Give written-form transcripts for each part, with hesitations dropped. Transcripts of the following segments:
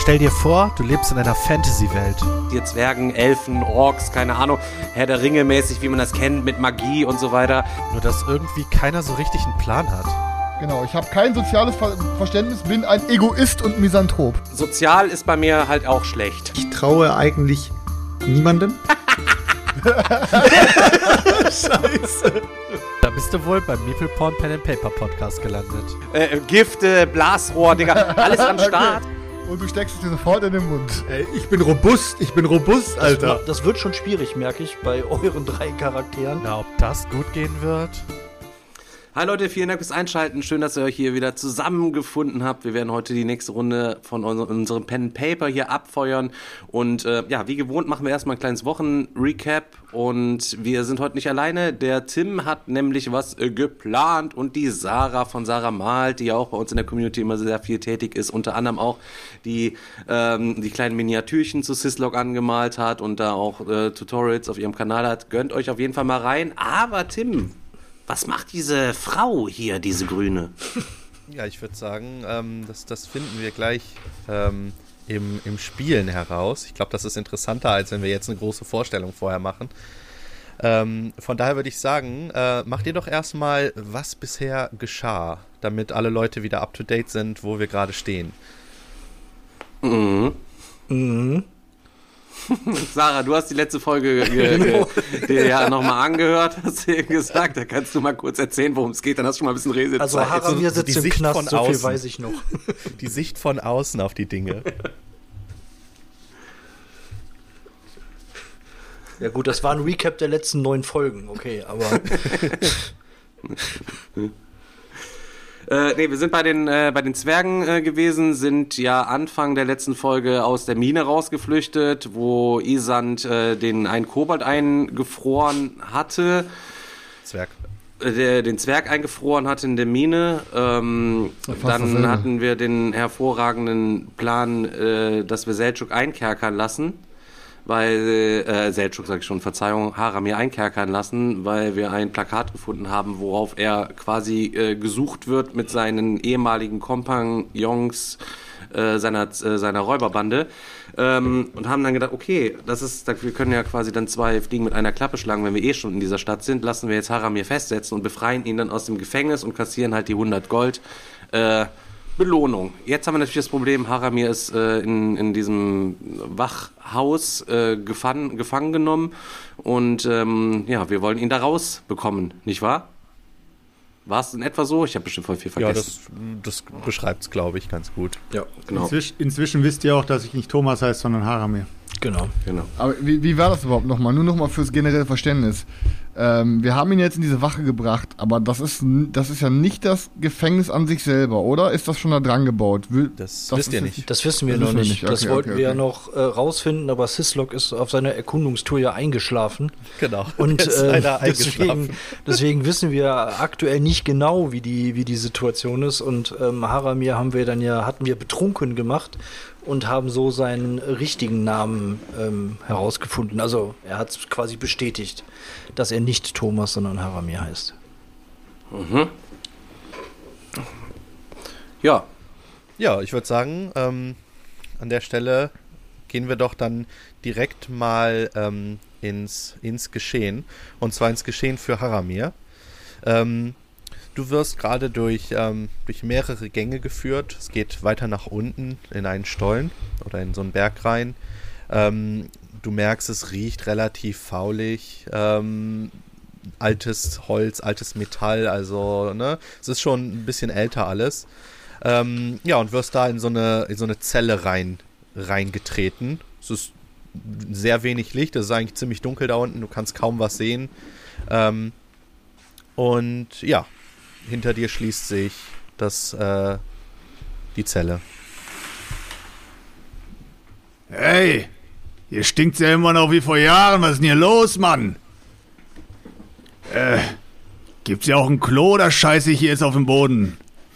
stell dir vor, du lebst in einer Fantasy-Welt. Die Zwergen, Elfen, Orks, keine Ahnung, Herr der Ringe mäßig, wie man das kennt, mit Magie und so weiter. Nur dass irgendwie keiner so richtig einen Plan hat. Genau, ich habe kein soziales Verständnis, bin ein Egoist und Misanthrop. Sozial ist bei mir halt auch schlecht. Ich traue eigentlich niemandem. Scheiße. Da bist du wohl beim Meeple Porn Pen and Paper Podcast gelandet. Gifte, Blasrohr, Digga, alles am Start. Okay. Und du steckst es dir sofort in den Mund. Ey, ich bin robust, Alter. Das wird schon schwierig, merke ich, bei euren 3 Charakteren. Na, ob das gut gehen wird? Hi Leute, vielen Dank fürs Einschalten. Schön, dass ihr euch hier wieder zusammengefunden habt. Wir werden heute die nächste Runde von unserem Pen and Paper hier abfeuern. Und wie gewohnt machen wir erstmal ein kleines Wochenrecap. Und wir sind heute nicht alleine. Der Tim hat nämlich was geplant. Und die Sarah von Sarah Malt, die ja auch bei uns in der Community immer sehr viel tätig ist, unter anderem auch die kleinen Miniatürchen zu Syslog angemalt hat und da auch Tutorials auf ihrem Kanal hat. Gönnt euch auf jeden Fall mal rein. Aber Tim, was macht diese Frau hier, diese Grüne? Ja, ich würde sagen, das finden wir gleich im Spielen heraus. Ich glaube, das ist interessanter, als wenn wir jetzt eine große Vorstellung vorher machen. Von daher würde ich sagen, macht ihr doch erstmal, was bisher geschah, damit alle Leute wieder up-to-date sind, wo wir gerade stehen. Sarah, du hast die letzte Folge dir ja nochmal angehört, hast du gesagt. Da kannst du mal kurz erzählen, worum es geht. Dann hast du schon mal ein bisschen Resezeit. Also Haramir sitzt im Knast, so viel weiß ich noch. Die Sicht von außen auf die Dinge. Ja gut, das war ein Recap der letzten 9 Folgen, okay, aber... wir sind bei den Zwergen gewesen, sind ja Anfang der letzten Folge aus der Mine rausgeflüchtet, wo Isand den einen Kobold eingefroren hatte. Den Zwerg eingefroren hatte in der Mine. Dann hatten wir den hervorragenden Plan, dass wir Selçuk einkerkern lassen. Selçuk sag ich schon, Verzeihung, Haramir einkerkern lassen, weil wir ein Plakat gefunden haben, worauf er quasi gesucht wird mit seinen ehemaligen Kompagnons seiner Räuberbande. Und haben dann gedacht, okay, wir können ja quasi dann 2 Fliegen mit einer Klappe schlagen, wenn wir eh schon in dieser Stadt sind, lassen wir jetzt Haramir festsetzen und befreien ihn dann aus dem Gefängnis und kassieren halt die 100 Gold Belohnung. Jetzt haben wir natürlich das Problem, Haramir ist in diesem Wachhaus gefangen genommen und wir wollen ihn da rausbekommen, nicht wahr? War es in etwa so? Ich habe bestimmt voll viel vergessen. Ja, das beschreibt es, glaube ich, ganz gut. Ja, genau. Inzwischen wisst ihr auch, dass ich nicht Thomas heiße, sondern Haramir. Genau. Aber wie war das überhaupt nochmal? Nur nochmal fürs generelle Verständnis. Wir haben ihn jetzt in diese Wache gebracht, aber das ist ja nicht das Gefängnis an sich selber, oder? Ist das schon da dran gebaut? Das wisst ihr nicht. Das wissen wir noch nicht. Das wollten wir ja noch rausfinden, aber Syslog ist auf seiner Erkundungstour ja eingeschlafen. Genau. Und deswegen wissen wir aktuell nicht genau, wie die Situation ist. Und Haramir hatten wir betrunken gemacht und haben so seinen richtigen Namen herausgefunden. Also er hat es quasi bestätigt, dass er nicht Thomas, sondern Haramir heißt. Mhm. Ja. Ja, ich würde sagen, an der Stelle gehen wir doch dann direkt mal ins Geschehen. Und zwar ins Geschehen für Haramir. Du wirst gerade durch mehrere Gänge geführt. Es geht weiter nach unten in einen Stollen oder in so einen Berg rein. Du merkst, es riecht relativ faulig. Altes Holz, altes Metall, also es ist schon ein bisschen älter alles. Und wirst da in so eine Zelle reingetreten. Es ist sehr wenig Licht, es ist eigentlich ziemlich dunkel da unten, du kannst kaum was sehen. Hinter dir schließt sich die Zelle. Hey, hier stinkt's ja immer noch wie vor Jahren. Was ist denn hier los, Mann? Gibt's ja auch ein Klo oder scheiße ich hier jetzt auf dem Boden?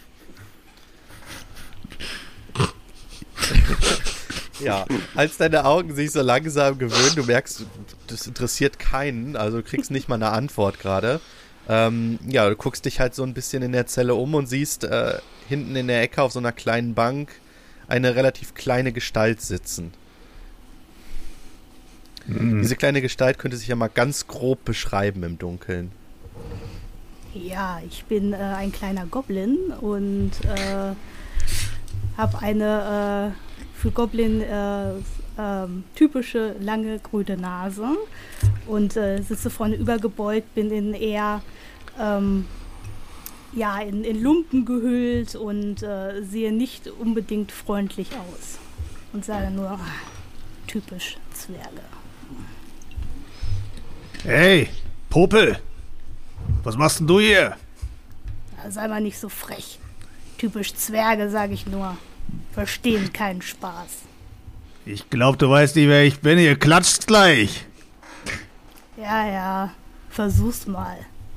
Ja, als deine Augen sich so langsam gewöhnen, du merkst, das interessiert keinen, also du kriegst nicht mal eine Antwort gerade. Du guckst dich halt so ein bisschen in der Zelle um und siehst hinten in der Ecke auf so einer kleinen Bank eine relativ kleine Gestalt sitzen. Diese kleine Gestalt könnte sich ja mal ganz grob beschreiben im Dunkeln. Ja, ich bin ein kleiner Goblin und habe eine für Goblin typische lange grüne Nase und sitze vorne übergebeugt, bin in eher in Lumpen gehüllt und sehe nicht unbedingt freundlich aus und sage nur, typisch Zwerge. Hey, Popel, was machst denn du hier? Sei mal nicht so frech. Typisch Zwerge, sage ich nur. Verstehen keinen Spaß. Ich glaub, du weißt nicht, wer ich bin. Ihr klatscht gleich. Ja, versuch's mal.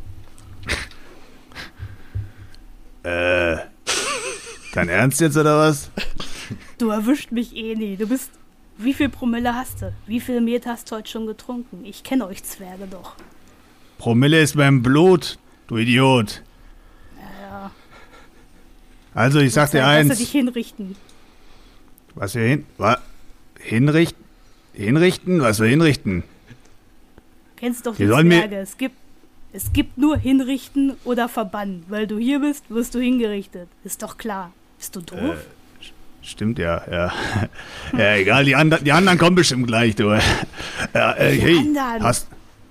Dein Ernst jetzt, oder was? Du erwischt mich eh nie. Du bist... Wie viel Promille hast du? Wie viel Met hast du heute schon getrunken? Ich kenne euch Zwerge doch. Promille ist beim Blut, du Idiot. Ja. Also, ich sag dir eins. Lass dich hinrichten. Was wir hinrichten? Hinrichten? Was wir hinrichten? Kennst doch die Zwerge. Es gibt nur hinrichten oder verbannen. Weil du hier bist, wirst du hingerichtet. Ist doch klar. Bist du doof? Stimmt, ja. Ja, egal, die anderen kommen bestimmt gleich, du. Hey, hast...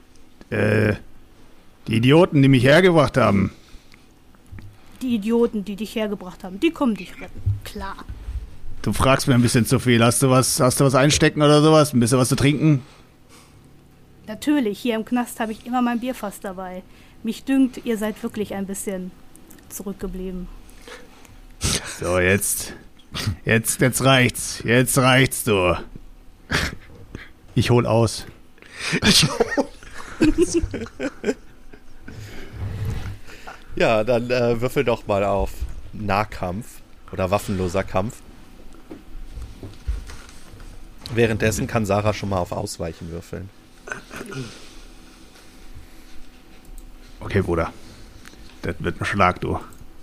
die Idioten, die mich hergebracht haben. Die Idioten, die dich hergebracht haben, die kommen dich retten. Klar. Du fragst mir ein bisschen zu viel. Hast du was einstecken oder sowas? Ein bisschen was zu trinken? Natürlich, hier im Knast habe ich immer mein Bierfass dabei. Mich dünkt, ihr seid wirklich ein bisschen zurückgeblieben. So, jetzt reicht's. Jetzt reicht's, du. Ich hol aus. Ja, dann würfel doch mal auf Nahkampf oder waffenloser Kampf. Währenddessen kann Sarah schon mal auf Ausweichen würfeln. Okay, Bruder. Das wird ein Schlag, du.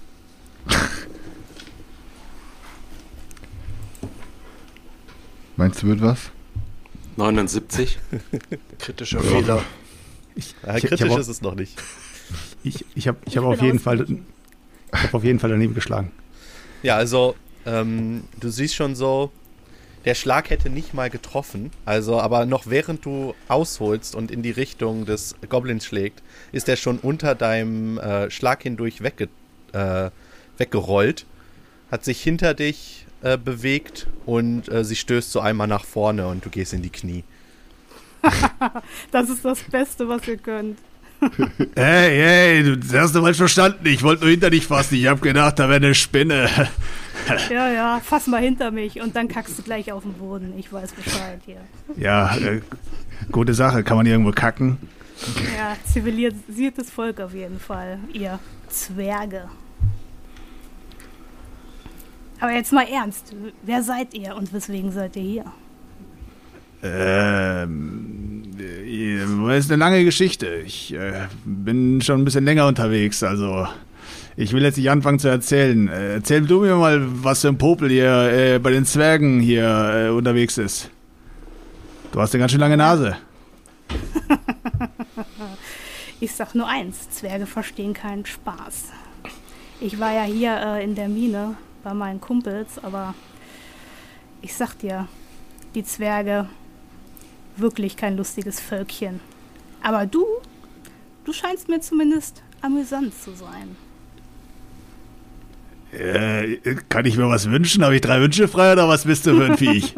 Meinst du, wird was? 79. Kritischer Fehler. Kritisch ist es noch nicht. Ich habe auf jeden Fall daneben geschlagen. Ja, also du siehst schon so, der Schlag hätte nicht mal getroffen. Also, aber noch während du ausholst und in die Richtung des Goblins schlägt, ist er schon unter deinem Schlag hindurch weggerollt, hat sich hinter dich bewegt und sie stößt so einmal nach vorne und du gehst in die Knie. Das ist das Beste, was ihr könnt. Hey, das hast du falsch verstanden. Ich wollte nur hinter dich fassen. Ich habe gedacht, da wäre eine Spinne. Ja, fass mal hinter mich und dann kackst du gleich auf den Boden. Ich weiß Bescheid hier. Ja, gute Sache. Kann man hier irgendwo kacken? Ja, zivilisiertes Volk auf jeden Fall. Ihr Zwerge. Aber jetzt mal ernst. Wer seid ihr und weswegen seid ihr hier? Das ist eine lange Geschichte. Ich bin schon ein bisschen länger unterwegs, also ich will jetzt nicht anfangen zu erzählen. Erzähl du mir mal, was für ein Popel hier bei den Zwergen hier unterwegs ist. Du hast eine ganz schön lange Nase. Ich sag nur eins, Zwerge verstehen keinen Spaß. Ich war ja hier in der Mine bei meinen Kumpels, aber ich sag dir, die Zwerge, wirklich kein lustiges Völkchen. Aber du scheinst mir zumindest amüsant zu sein. Kann ich mir was wünschen? Habe ich 3 Wünsche frei oder was bist du für ein Viech?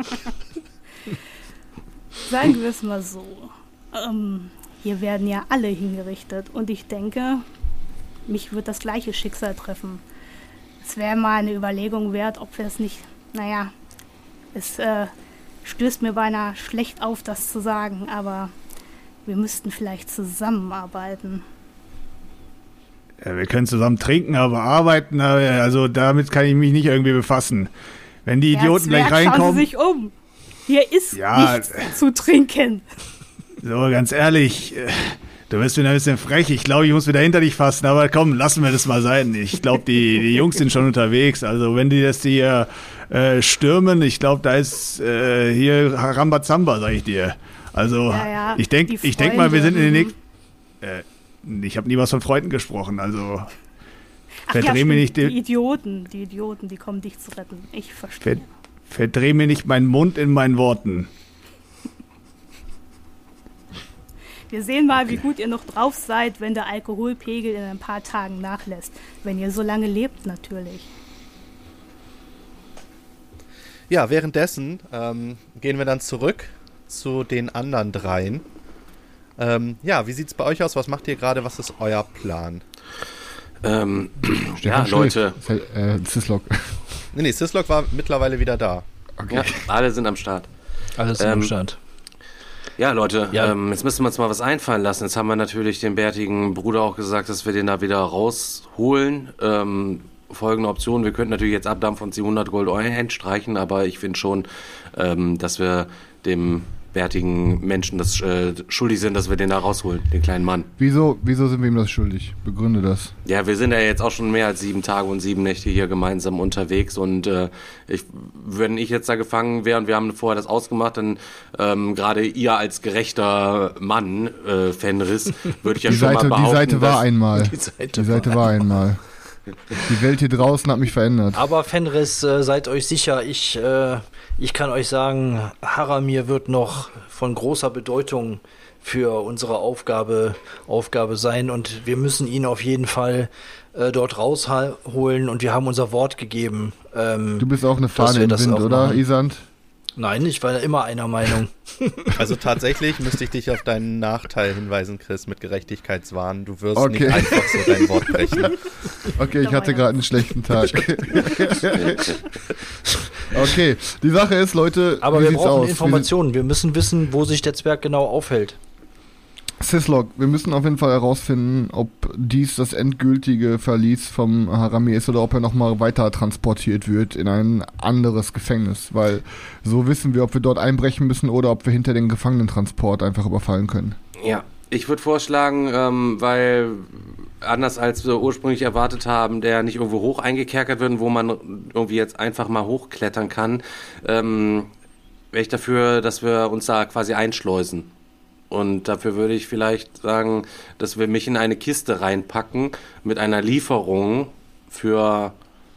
Sagen wir es mal so. Hier werden ja alle hingerichtet und ich denke, mich wird das gleiche Schicksal treffen. Es wäre mal eine Überlegung wert, ob wir es nicht, es stößt mir beinahe schlecht auf, das zu sagen, aber wir müssten vielleicht zusammenarbeiten. Ja, wir können zusammen trinken, aber arbeiten, also damit kann ich mich nicht irgendwie befassen. Wenn die Idioten gleich reinkommen... Schauen Sie sich um. Hier ist nichts zu trinken. So, ganz ehrlich, du bist wieder ein bisschen frech. Ich glaube, ich muss wieder hinter dich fassen, aber komm, lassen wir das mal sein. Ich glaube, die Jungs sind schon unterwegs. Also wenn die das hier stürmen. Ich glaube, da ist hier Rambazamba, sag ich dir. Also, Ja, ich denk mal, wir sind in den nächsten... ich habe nie was von Freunden gesprochen, also... Ach ja, Verdreh mir nicht die Idioten, die kommen dich zu retten. Ich verstehe. Verdreh mir nicht meinen Mund in meinen Worten. Wir sehen mal, wie gut ihr noch drauf seid, wenn der Alkoholpegel in ein paar Tagen nachlässt. Wenn ihr so lange lebt, natürlich. Ja, währenddessen gehen wir dann zurück zu den anderen dreien. Ja, wie sieht's bei euch aus? Was macht ihr gerade? Was ist euer Plan? Ja, Leute. Syslog. Nee, Syslog war mittlerweile wieder da. Okay. Ja, alle sind am Start. Alles im Stand. Ja, Leute, Ja. jetzt müssen wir uns mal was einfallen lassen. Jetzt haben wir natürlich dem bärtigen Bruder auch gesagt, dass wir den da wieder rausholen. Folgende Option, wir könnten natürlich jetzt abdampfen und die 100 Gold einstreichen, aber ich finde schon, dass wir dem bärtigen Menschen das schuldig sind, dass wir den da rausholen, den kleinen Mann. Wieso sind wir ihm das schuldig? Begründe das. Ja, wir sind ja jetzt auch schon mehr als 7 Tage und 7 Nächte hier gemeinsam unterwegs und wenn ich jetzt da gefangen wäre und wir haben vorher das ausgemacht, dann gerade ihr als gerechter Mann, Fenris, würde ich ja schon mal behaupten, die Seite war einmal. Die Seite war einmal. Die Welt hier draußen hat mich verändert. Aber Fenris, seid euch sicher, ich kann euch sagen, Haramir wird noch von großer Bedeutung für unsere Aufgabe sein und wir müssen ihn auf jeden Fall dort rausholen und wir haben unser Wort gegeben. Du bist auch eine dass Fahne wir im das Wind, auch oder, machen. Isand? Nein, ich war immer einer Meinung. Also tatsächlich müsste ich dich auf deinen Nachteil hinweisen, Chris, mit Gerechtigkeitswahn. Du wirst Okay. nicht einfach so dein Wort brechen. Okay, ich hatte gerade einen schlechten Tag. Okay, die Sache ist, Leute, Aber wie wir sieht's brauchen aus? Informationen. Wir müssen wissen, wo sich der Zwerg genau aufhält. Syslog, wir müssen auf jeden Fall herausfinden, ob dies das endgültige Verlies vom Haramir ist oder ob er nochmal weiter transportiert wird in ein anderes Gefängnis, weil so wissen wir, ob wir dort einbrechen müssen oder ob wir hinter den Gefangenentransport einfach überfallen können. Ja, ich würde vorschlagen, weil anders als wir ursprünglich erwartet haben, der nicht irgendwo hoch eingekerkert wird, wo man irgendwie jetzt einfach mal hochklettern kann, wäre ich dafür, dass wir uns da quasi einschleusen. Und dafür würde ich vielleicht sagen, dass wir mich in eine Kiste reinpacken mit einer Lieferung für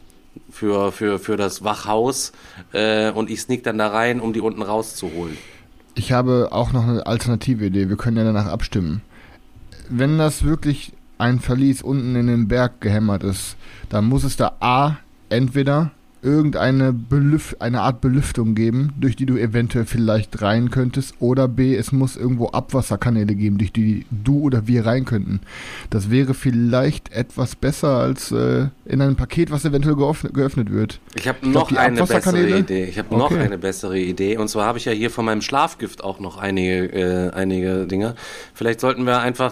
das Wachhaus und ich sneak dann da rein, um die unten rauszuholen. Ich habe auch noch eine alternative Idee, wir können ja danach abstimmen. Wenn das wirklich ein Verlies unten in den Berg gehämmert ist, dann muss es da entweder irgendeine eine Art Belüftung geben, durch die du eventuell vielleicht rein könntest, oder B, es muss irgendwo Abwasserkanäle geben, durch die du oder wir rein könnten. Das wäre vielleicht etwas besser als in einem Paket, was eventuell geöffnet wird. Ich habe noch eine bessere Idee. Noch Okay. eine bessere Idee. Und zwar habe ich ja hier von meinem Schlafgift auch noch einige Dinge. Vielleicht sollten wir einfach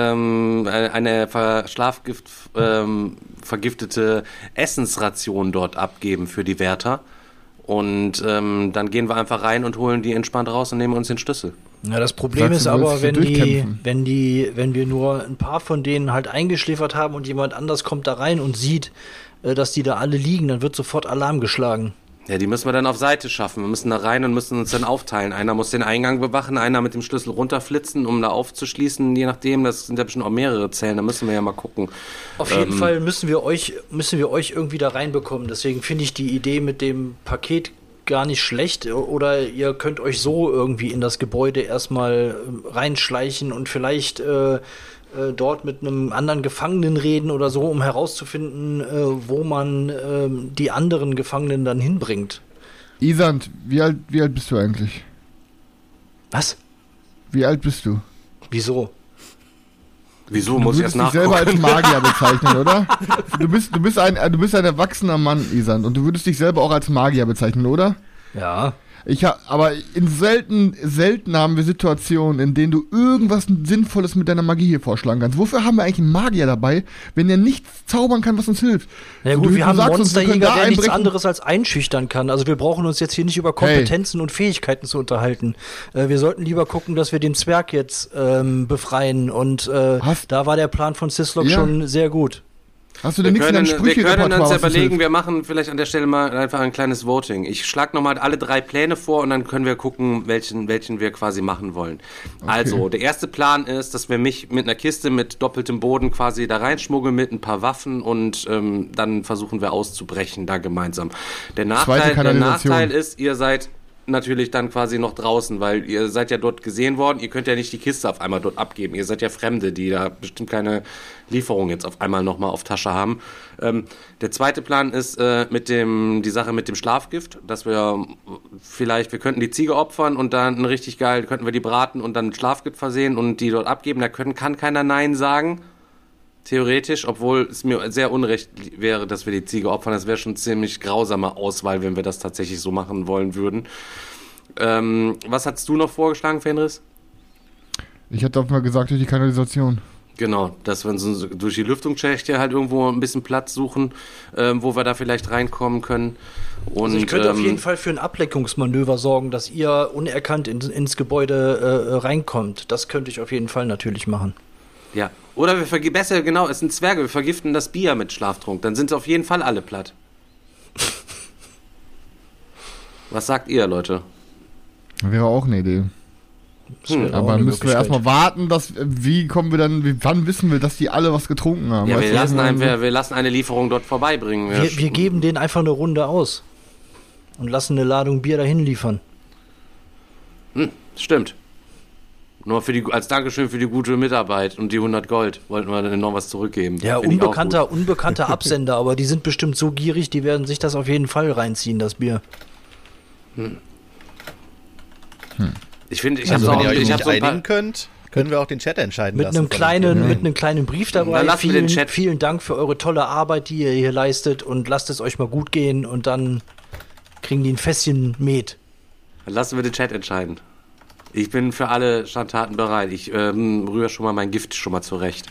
eine Schlafgift vergiftete Essensration dort abgeben für die Wärter. Und dann gehen wir einfach rein und holen die entspannt raus und nehmen uns den Schlüssel. Ja, das Problem Sagst ist du, aber, willst du durchkämpfen? wenn wir nur ein paar von denen halt eingeschläfert haben und jemand anders kommt da rein und sieht, dass die da alle liegen, dann wird sofort Alarm geschlagen. Ja, die müssen wir dann auf Seite schaffen. Wir müssen da rein und müssen uns dann aufteilen. Einer muss den Eingang bewachen, einer mit dem Schlüssel runterflitzen, um da aufzuschließen. Je nachdem, das sind ja bestimmt auch mehrere Zellen, da müssen wir ja mal gucken. Auf jeden Fall müssen wir euch irgendwie da reinbekommen. Deswegen finde ich die Idee mit dem Paket gar nicht schlecht. Oder ihr könnt euch so irgendwie in das Gebäude erstmal reinschleichen und vielleicht dort mit einem anderen Gefangenen reden oder so, um herauszufinden, wo man die anderen Gefangenen dann hinbringt. Isand, wie alt bist du eigentlich? Was? Wie alt bist du? Wieso? Wieso Du muss ich würdest erst dich selber als nachgucken? Magier bezeichnen, oder? Du bist ein erwachsener Mann, Isand, und du würdest dich selber auch als Magier bezeichnen, oder? Ja. Aber in selten haben wir Situationen, in denen du irgendwas Sinnvolles mit deiner Magie hier vorschlagen kannst. Wofür haben wir eigentlich einen Magier dabei, wenn der nichts zaubern kann, was uns hilft? Na gut, wir haben einen sagst uns, wir können Monsterjäger, da der nichts einbrechen. anderes als einschüchtern kann. Also wir brauchen uns jetzt hier nicht über Kompetenzen und Fähigkeiten zu unterhalten. Wir sollten lieber gucken, dass wir den Zwerg jetzt befreien. Und da war der Plan von Syslog Ja. schon sehr gut. Hast du denn nichts in deinem Wir können uns Sprüche-Repertoire, was überlegen, hilft? wir machen vielleicht an der Stelle mal einfach ein kleines Voting. Ich schlage nochmal alle 3 Pläne vor und dann können wir gucken, welchen wir quasi machen wollen. Okay. Also, der erste Plan ist, dass wir mich mit einer Kiste mit doppeltem Boden quasi da reinschmuggeln mit ein paar Waffen und dann versuchen wir auszubrechen da gemeinsam. Der Nachteil ist, ihr seid natürlich dann quasi noch draußen, weil ihr seid ja dort gesehen worden, ihr könnt ja nicht die Kiste auf einmal dort abgeben, ihr seid ja Fremde, die da bestimmt keine Lieferung jetzt auf einmal nochmal auf Tasche haben. Der zweite Plan ist die Sache mit dem Schlafgift, dass wir könnten die Ziege opfern und dann richtig geil, könnten wir die braten und dann mit Schlafgift versehen und die dort abgeben, da kann keiner Nein sagen. Theoretisch, obwohl es mir sehr unrecht wäre, dass wir die Ziege opfern. Das wäre schon ziemlich grausame Auswahl, wenn wir das tatsächlich so machen wollen würden. Was hast du noch vorgeschlagen, Fenris? Ich hatte auch mal gesagt, durch die Kanalisation. Genau, dass wir uns durch die Lüftungsschächte halt irgendwo ein bisschen Platz suchen, wo wir da vielleicht reinkommen können. Und, also ich könnte auf jeden Fall für ein Ablenkungsmanöver sorgen, dass ihr unerkannt ins Gebäude reinkommt. Das könnte ich auf jeden Fall natürlich machen. Ja, oder es sind Zwerge, wir vergiften das Bier mit Schlaftrunk, dann sind sie auf jeden Fall alle platt. Was sagt ihr, Leute? Wäre auch eine Idee. Aber müssen wir erstmal warten, wann wissen wir, dass die alle was getrunken haben? Ja, wir lassen eine Lieferung dort vorbeibringen. Wir geben denen einfach eine Runde aus und lassen eine Ladung Bier dahin liefern. Stimmt. Nur als Dankeschön für die gute Mitarbeit und die 100 Gold wollten wir dann noch was zurückgeben. Ja, unbekannter Absender, aber die sind bestimmt so gierig, die werden sich das auf jeden Fall reinziehen, das Bier. Ich finde, wenn ihr euch nicht einigen könnt, können wir auch den Chat entscheiden lassen. Mit einem kleinen Brief dabei. Vielen Dank für eure tolle Arbeit, die ihr hier leistet und lasst es euch mal gut gehen und dann kriegen die ein Fässchen Met. Dann lassen wir den Chat entscheiden. Ich bin für alle Schandtaten bereit. Ich rühre schon mal mein Gift schon mal zurecht.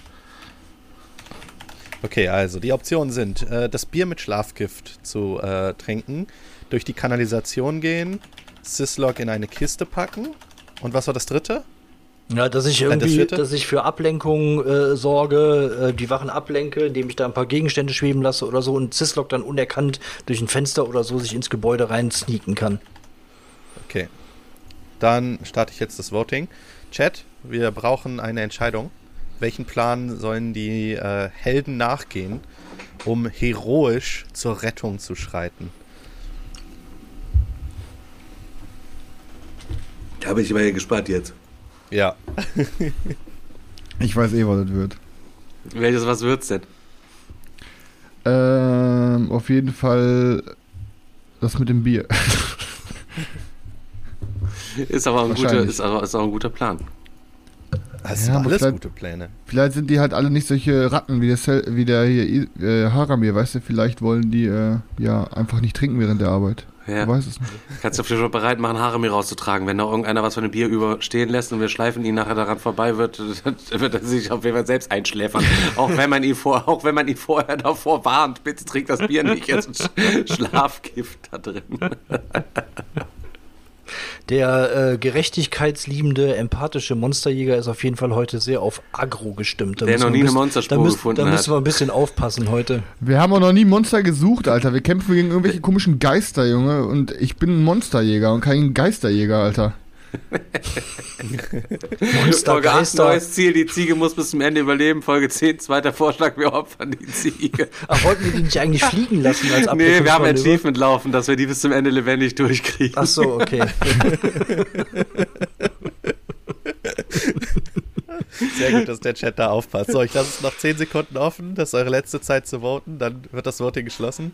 Okay, also die Optionen sind, das Bier mit Schlafgift zu trinken, durch die Kanalisation gehen, Syslog in eine Kiste packen. Und was war das dritte? Ja, dass ich für Ablenkung sorge, die Wachen ablenke, indem ich da ein paar Gegenstände schweben lasse oder so und Syslog dann unerkannt durch ein Fenster oder so sich ins Gebäude rein sneaken kann. Okay. Dann starte ich jetzt das Voting. Chat, wir brauchen eine Entscheidung. Welchen Plan sollen die Helden nachgehen, um heroisch zur Rettung zu schreiten? Da bin ich mal gespannt jetzt. Ja. Ich weiß was das wird. Was wird's denn? Auf jeden Fall das mit dem Bier. Ist aber ein guter Plan. Das sind alles gute Pläne. Vielleicht sind die halt alle nicht solche Ratten wie der hier Haramir, weißt du? Vielleicht wollen die einfach nicht trinken während der Arbeit. Ja. Du weißt es nicht. Kannst du auf jeden Fall bereit machen, Haramir rauszutragen. Wenn da irgendeiner was von dem Bier überstehen lässt und wir schleifen ihn nachher daran vorbei, wird er sich auf jeden Fall selbst einschläfern. auch wenn man ihn vorher davor warnt, bitte trink das Bier nicht, jetzt Schlafgift da drin. Der gerechtigkeitsliebende, empathische Monsterjäger ist auf jeden Fall heute sehr auf Aggro gestimmt. Der noch nie eine Monsterspur gefunden hat. Da müssen wir ein bisschen aufpassen heute. Wir haben auch noch nie Monster gesucht, Alter. Wir kämpfen gegen irgendwelche komischen Geister, Junge. Und ich bin ein Monsterjäger und kein Geisterjäger, Alter. Folge 8, neues Ziel, die Ziege muss bis zum Ende überleben. Folge 10, zweiter Vorschlag, wir opfern die Ziege. Ach, wollten wir die nicht eigentlich fliegen lassen als Nee, wir haben ein Achievement laufen, dass wir die bis zum Ende lebendig durchkriegen. Ach so, okay. Sehr gut, dass der Chat da aufpasst. So, ich lasse es noch 10 Sekunden offen. Das ist eure letzte Zeit zu voten. Dann wird das Voting geschlossen.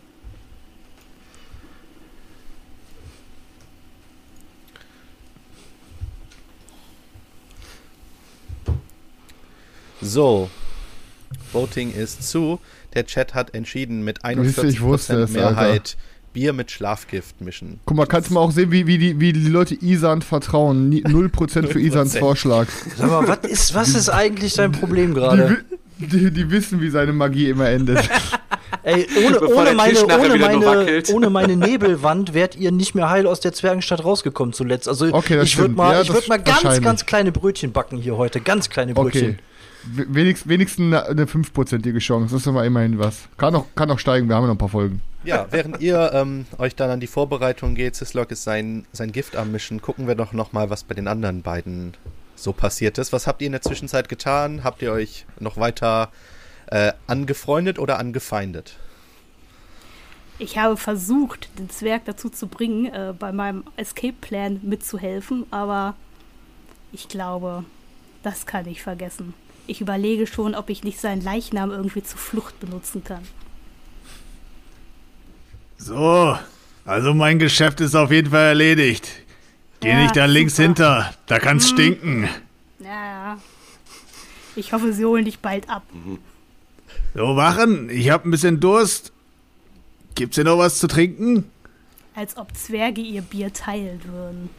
So, Voting ist zu. Der Chat hat entschieden mit 41% Mehrheit Bier mit Schlafgift mischen. Guck mal, kannst du mal auch sehen, wie die Leute Isan vertrauen. 0% für Isans Vorschlag. Sag mal, was ist eigentlich dein Problem gerade? Die wissen, wie seine Magie immer endet. Ey, ohne meine Nebelwand wärt ihr nicht mehr heil aus der Zwergenstadt rausgekommen zuletzt. Also okay, ich würde mal ganz kleine Brötchen backen hier heute. Ganz kleine Brötchen. Okay. Wenigstens eine 5%ige Chance. Das ist aber immerhin was. Kann auch steigen, wir haben ja noch ein paar Folgen. Ja, während ihr euch dann an die Vorbereitung geht, Syslog ist sein Gift am Mischen, gucken wir doch noch mal, was bei den anderen beiden so passiert ist. Was habt ihr in der Zwischenzeit getan? Habt ihr euch noch weiter angefreundet oder angefeindet? Ich habe versucht, den Zwerg dazu zu bringen, bei meinem Escape-Plan mitzuhelfen, aber ich glaube, das kann ich vergessen. Ich überlege schon, ob ich nicht seinen Leichnam irgendwie zur Flucht benutzen kann. So, also mein Geschäft ist auf jeden Fall erledigt. Geh Ja, nicht da links super. hinter, da kann's stinken. Ja. Ich hoffe, sie holen dich bald ab. So, Wachen, ich hab ein bisschen Durst. Gibt's hier noch was zu trinken? Als ob Zwerge ihr Bier teilen würden.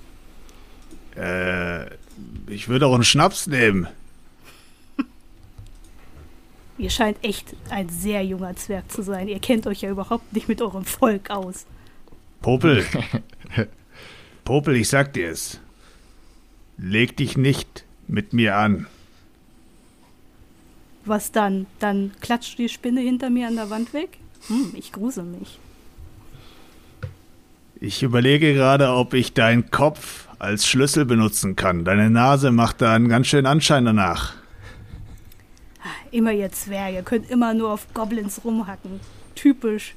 Ich würde auch einen Schnaps nehmen. Ihr scheint echt ein sehr junger Zwerg zu sein. Ihr kennt euch ja überhaupt nicht mit eurem Volk aus. Popel. Popel, ich sag dir es. Leg dich nicht mit mir an. Was dann? Dann klatscht die Spinne hinter mir an der Wand weg? Ich grusel mich. Ich überlege gerade, ob ich deinen Kopf als Schlüssel benutzen kann. Deine Nase macht da einen ganz schönen Anschein danach. Immer ihr Zwerge, könnt immer nur auf Goblins rumhacken. Typisch.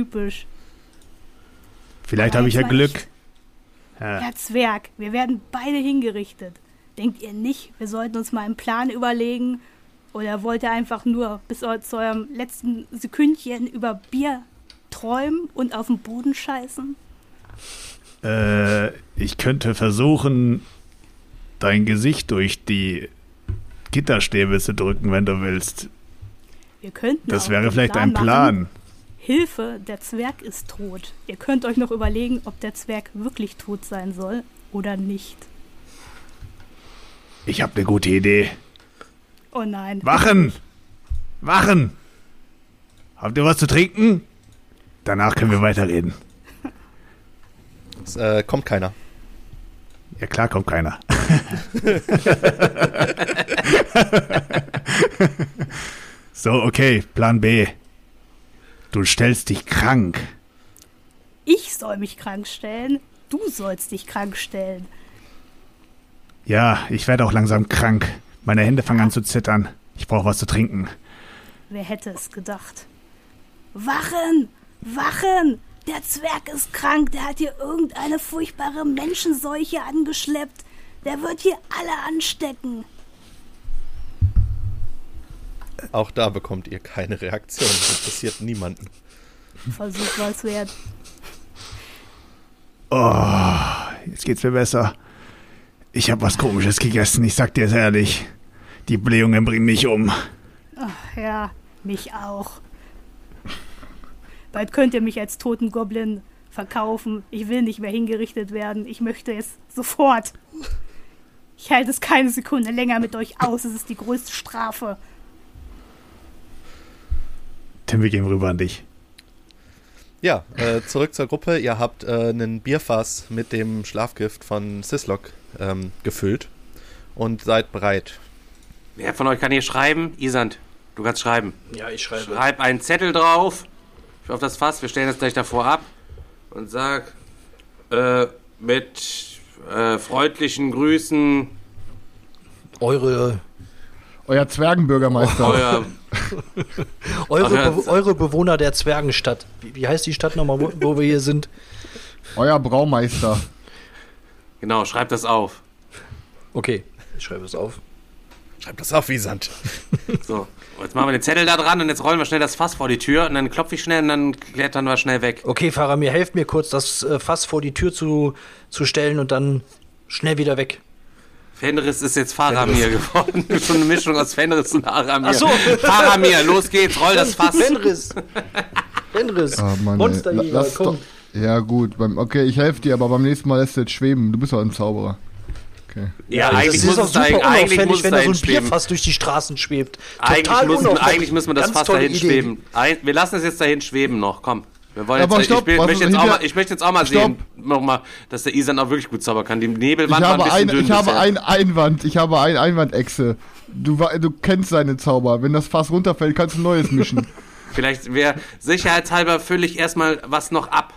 Vielleicht Aber habe ich ja jetzt mal Glück. echt. Herr Zwerg, wir werden beide hingerichtet. Denkt ihr nicht, wir sollten uns mal einen Plan überlegen? Oder wollt ihr einfach nur bis zu eurem letzten Sekündchen über Bier träumen und auf den Boden scheißen? Ich könnte versuchen, dein Gesicht durch die Gitterstäbe zu drücken, wenn du willst. Wir könnten Das auch wäre den vielleicht ein machen. Plan. Hilfe, der Zwerg ist tot. Ihr könnt euch noch überlegen, ob der Zwerg wirklich tot sein soll oder nicht. Ich habe eine gute Idee. Oh nein. Wachen! Wachen! Habt ihr was zu trinken? Danach können wir weiterreden. Es kommt keiner. Ja klar, kommt keiner. So, okay, Plan B. Du stellst dich krank. Ich soll mich krank stellen. Du sollst dich krank stellen. Ja, ich werde auch langsam krank. Meine Hände fangen an zu zittern. Ich brauche was zu trinken. Wer hätte es gedacht? Wachen! Wachen! Der Zwerg ist krank. Der hat hier irgendeine furchtbare Menschenseuche angeschleppt. Der wird hier alle anstecken. Auch da bekommt ihr keine Reaktion. Das interessiert niemanden. Versuch mal es wert. Oh, jetzt geht's mir besser. Ich habe was Komisches gegessen, ich sag dir's ehrlich. Die Blähungen bringen mich um. Ach ja, mich auch. Bald könnt ihr mich als toten Goblin verkaufen. Ich will nicht mehr hingerichtet werden. Ich möchte es sofort. Ich halte es keine Sekunde länger mit euch aus. Es ist die größte Strafe. Tim, wir gehen rüber an dich. Ja, zurück zur Gruppe. Ihr habt einen Bierfass mit dem Schlafgift von Syslog gefüllt und seid bereit. Wer von euch kann hier schreiben? Isand, du kannst schreiben. Ja, ich schreibe. Schreib einen Zettel drauf auf das Fass. Wir stellen das gleich davor ab und sag mit freundlichen Grüßen Euer Zwergenbürgermeister. eure Bewohner der Zwergenstadt. Wie heißt die Stadt nochmal, wo wir hier sind? Euer Braumeister. Genau, schreib das auf. Okay, ich schreibe es auf. Schreibt das auf wie Sand. So, jetzt machen wir den Zettel da dran und jetzt rollen wir schnell das Fass vor die Tür und dann klopfe ich schnell und dann klettern wir schnell weg. Okay, Faramir, helft mir kurz, das Fass vor die Tür zu stellen und dann schnell wieder weg. Fenris ist jetzt Faramir geworden. Schon eine Mischung aus Fenris und Faramir. Ach so. Faramir, los geht's, roll das Fass. Fenris. Ah, Mann, Monsterjäger, lass komm. doch. Ja, gut. Okay, ich helfe dir, aber beim nächsten Mal lässt du jetzt schweben. Du bist doch ein Zauberer. Okay. Ja, Das eigentlich ist muss doch es super eigentlich unauffällig, muss es wenn da so dahin ein schweben. Bierfass durch die Straßen schwebt. Total Eigentlich unauffällig. müssen wir das Ganz Fass tolle dahin Idee. schweben. Wir lassen es jetzt dahin schweben noch, komm. Wir wollen Aber jetzt, stopp, ich möchte jetzt auch mal sehen, nochmal, dass der Isan auch wirklich gut zaubern kann. Die Nebelwand war ein bisschen dünn. Ich habe einen Einwand, Echse. Du kennst seine Zauber. Wenn das Fass runterfällt, kannst du Neues mischen. Vielleicht wäre sicherheitshalber fülle ich erstmal was noch ab.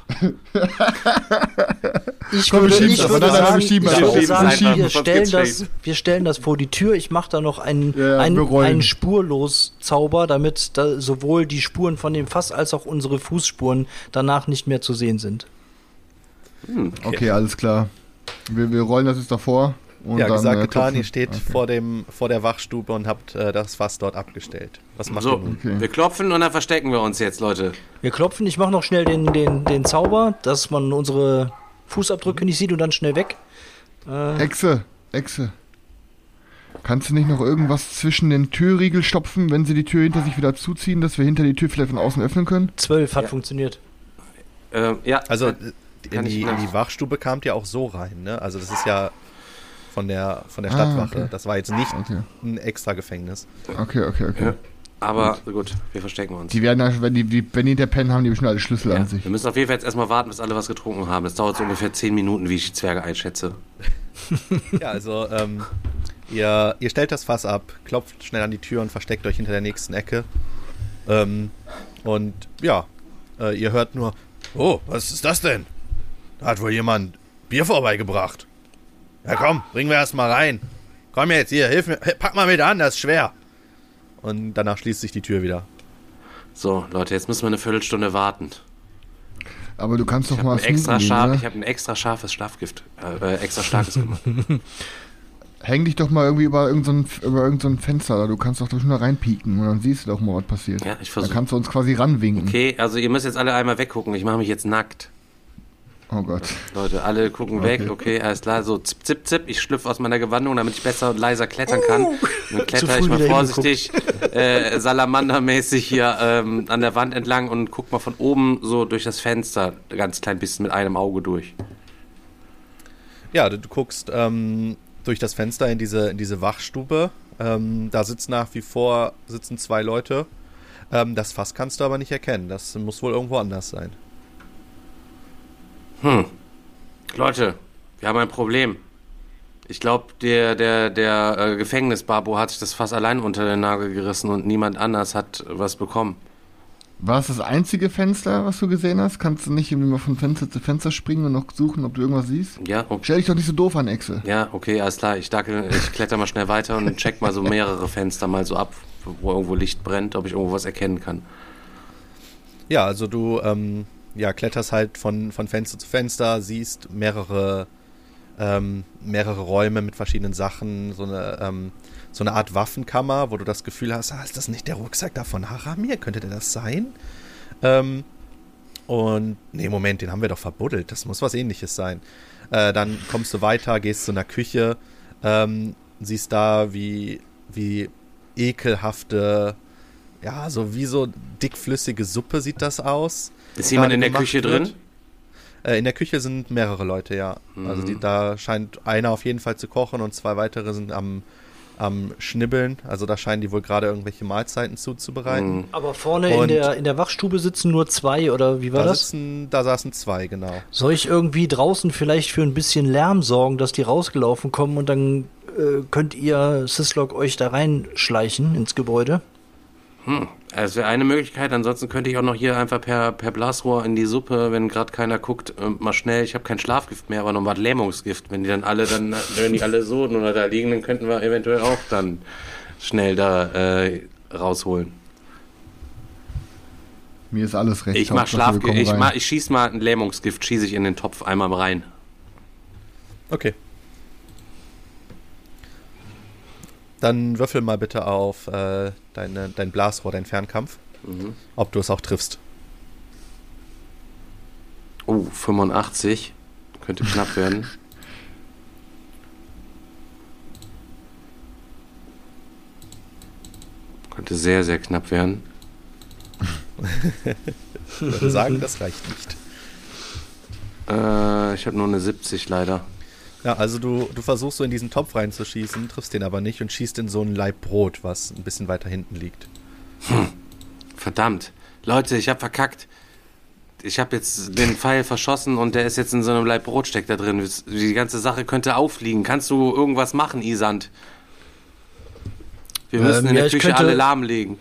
Ich Komm, würde wir sagen, wir stellen das vor die Tür. Ich mache da noch einen Spurlos-Zauber, damit da sowohl die Spuren von dem Fass als auch unsere Fußspuren danach nicht mehr zu sehen sind. Okay, alles klar. Wir rollen das jetzt davor. Und ja, dann, gesagt, getan, klopfen. ihr steht vor der Wachstube und habt das Fass dort abgestellt. Was macht ihr nun? Okay. Wir klopfen und dann verstecken wir uns jetzt, Leute. Wir klopfen, ich mache noch schnell den Zauber, dass man unsere Fußabdrücke nicht sieht und dann schnell weg. Echse. Kannst du nicht noch irgendwas zwischen den Türriegel stopfen, wenn sie die Tür hinter sich wieder zuziehen, dass wir hinter die Tür vielleicht von außen öffnen können? 12 hat funktioniert. Ja. Also in die Wachstube kamt ihr auch so rein, ne? Also das ist ja von der Stadtwache. Okay. Das war jetzt nicht ein extra Gefängnis. Okay. Ja. Aber gut, wir verstecken uns. Die werden ja, wenn die hinter pennen, haben die bestimmt alle Schlüssel an sich. Wir müssen auf jeden Fall jetzt erstmal warten, bis alle was getrunken haben. Das dauert so ungefähr 10 Minuten, wie ich die Zwerge einschätze. Ja, also ihr stellt das Fass ab, klopft schnell an die Tür und versteckt euch hinter der nächsten Ecke. Und ja, ihr hört nur, oh, was ist das denn? Da hat wohl jemand Bier vorbeigebracht. Ja komm, bringen wir erst mal rein. Komm jetzt hier, hilf mir, pack mal mit an, das ist schwer. Und danach schließt sich die Tür wieder. So, Leute, jetzt müssen wir eine Viertelstunde warten. Aber du kannst doch mal Ich habe ne? ein extra scharfes Schlafgift, extra starkes gemacht. Häng dich doch mal irgendwie über irgend so ein Fenster, da du kannst doch schon da reinpieken und dann siehst du doch mal, was passiert. Ja, ich versuche. Da kannst du uns quasi ranwinken. Okay, also ihr müsst jetzt alle einmal weggucken. Ich mache mich jetzt nackt. Oh Gott. Leute, alle gucken weg. Okay, alles klar. So zip, zip, zip. Ich schlüpfe aus meiner Gewandung, damit ich besser und leiser klettern kann. Dann kletter ich mal vorsichtig salamandermäßig hier an der Wand entlang und guck mal von oben so durch das Fenster ganz klein bisschen mit einem Auge durch. Ja, du guckst durch das Fenster in diese Wachstube. Da nach wie vor sitzen 2 Leute. Das Fass kannst du aber nicht erkennen. Das muss wohl irgendwo anders sein. Leute, wir haben ein Problem. Ich glaube, der Gefängnisbabo hat sich das Fass allein unter den Nagel gerissen und niemand anders hat was bekommen. War es das einzige Fenster, was du gesehen hast? Kannst du nicht irgendwie mal von Fenster zu Fenster springen und noch suchen, ob du irgendwas siehst? Ja, okay. Stell dich doch nicht so doof an, Echse. Ja, okay, alles klar. Ich kletter mal schnell weiter und check mal so mehrere Fenster mal so ab, wo irgendwo Licht brennt, ob ich irgendwo was erkennen kann. Ja, also du kletterst halt von Fenster zu Fenster, siehst mehrere Räume mit verschiedenen Sachen, so eine Art Waffenkammer, wo du das Gefühl hast, ist das nicht der Rucksack da von Haramir? Könnte der das sein? Moment, den haben wir doch verbuddelt. Das muss was Ähnliches sein. Dann kommst du weiter, gehst zu einer Küche, siehst da, wie ekelhafte, ja, so wie so dickflüssige Suppe sieht das aus. Ist jemand in der Küche drin? In der Küche sind mehrere Leute, ja. Mhm. Also da scheint einer auf jeden Fall zu kochen und 2 weitere sind am Schnibbeln. Also da scheinen die wohl gerade irgendwelche Mahlzeiten zuzubereiten. Aber vorne in der Wachstube sitzen nur 2, oder wie war das? Da saßen 2, genau. Soll ich irgendwie draußen vielleicht für ein bisschen Lärm sorgen, dass die rausgelaufen kommen und dann könnt ihr, Syslok, euch da reinschleichen ins Gebäude? Das wäre eine Möglichkeit, ansonsten könnte ich auch noch hier einfach per Blasrohr in die Suppe, wenn gerade keiner guckt, mal schnell, ich habe kein Schlafgift mehr, aber noch was Lähmungsgift. Wenn die alle so nur da liegen, dann könnten wir eventuell auch dann schnell da rausholen. Mir ist alles recht. Ich mach ich schieß mal ein Lähmungsgift, schieße ich in den Topf einmal rein. Okay. Dann würfel mal bitte auf dein Blasrohr, dein Fernkampf. Ob du es auch triffst. Oh, 85. Könnte knapp werden. Könnte sehr, sehr knapp werden. Ich würde sagen, das reicht nicht. Ich habe nur eine 70 leider. Ja, also du versuchst so in diesen Topf reinzuschießen, triffst den aber nicht und schießt in so ein Laib Brot, was ein bisschen weiter hinten liegt. Verdammt. Leute, ich hab verkackt. Ich habe jetzt den Pfeil verschossen und der ist jetzt in so einem Laib Brot steckt da drin. Die ganze Sache könnte auffliegen. Kannst du irgendwas machen, Isand? Wir müssen in der Küche alle lahmlegen.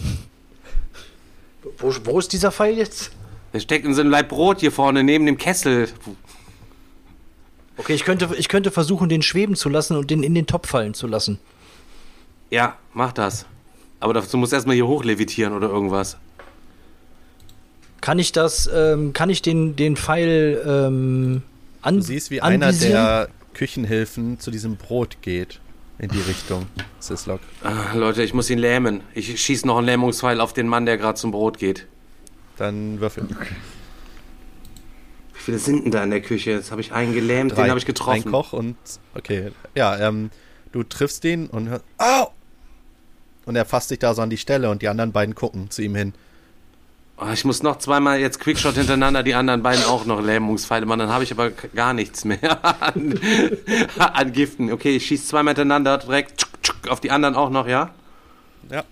Wo ist dieser Pfeil jetzt? Der steckt in so einem Laib Brot hier vorne, neben dem Kessel. Okay, ich könnte versuchen, den schweben zu lassen und den in den Topf fallen zu lassen. Ja, mach das. Aber dazu musst du erstmal hier hochlevitieren oder irgendwas. Kann ich den Pfeil anvisieren? Du siehst, wie einer der Küchenhilfen zu diesem Brot geht. In die Richtung, Syslok. Leute, ich muss ihn lähmen. Ich schieße noch einen Lähmungspfeil auf den Mann, der gerade zum Brot geht. Dann würfel. Okay. Wie viele sind denn da in der Küche? Jetzt habe ich einen gelähmt, 3. den habe ich getroffen. Ein Koch und... Okay, ja, du triffst ihn und hörst... Au! Und er fasst dich da so an die Stelle und die anderen beiden gucken zu ihm hin. Ich muss noch zweimal jetzt Quickshot hintereinander, die anderen beiden auch noch Lähmungspfeile machen, dann habe ich aber gar nichts mehr an Giften. Okay, ich schieße zweimal hintereinander direkt auf die anderen auch noch, ja? Ja.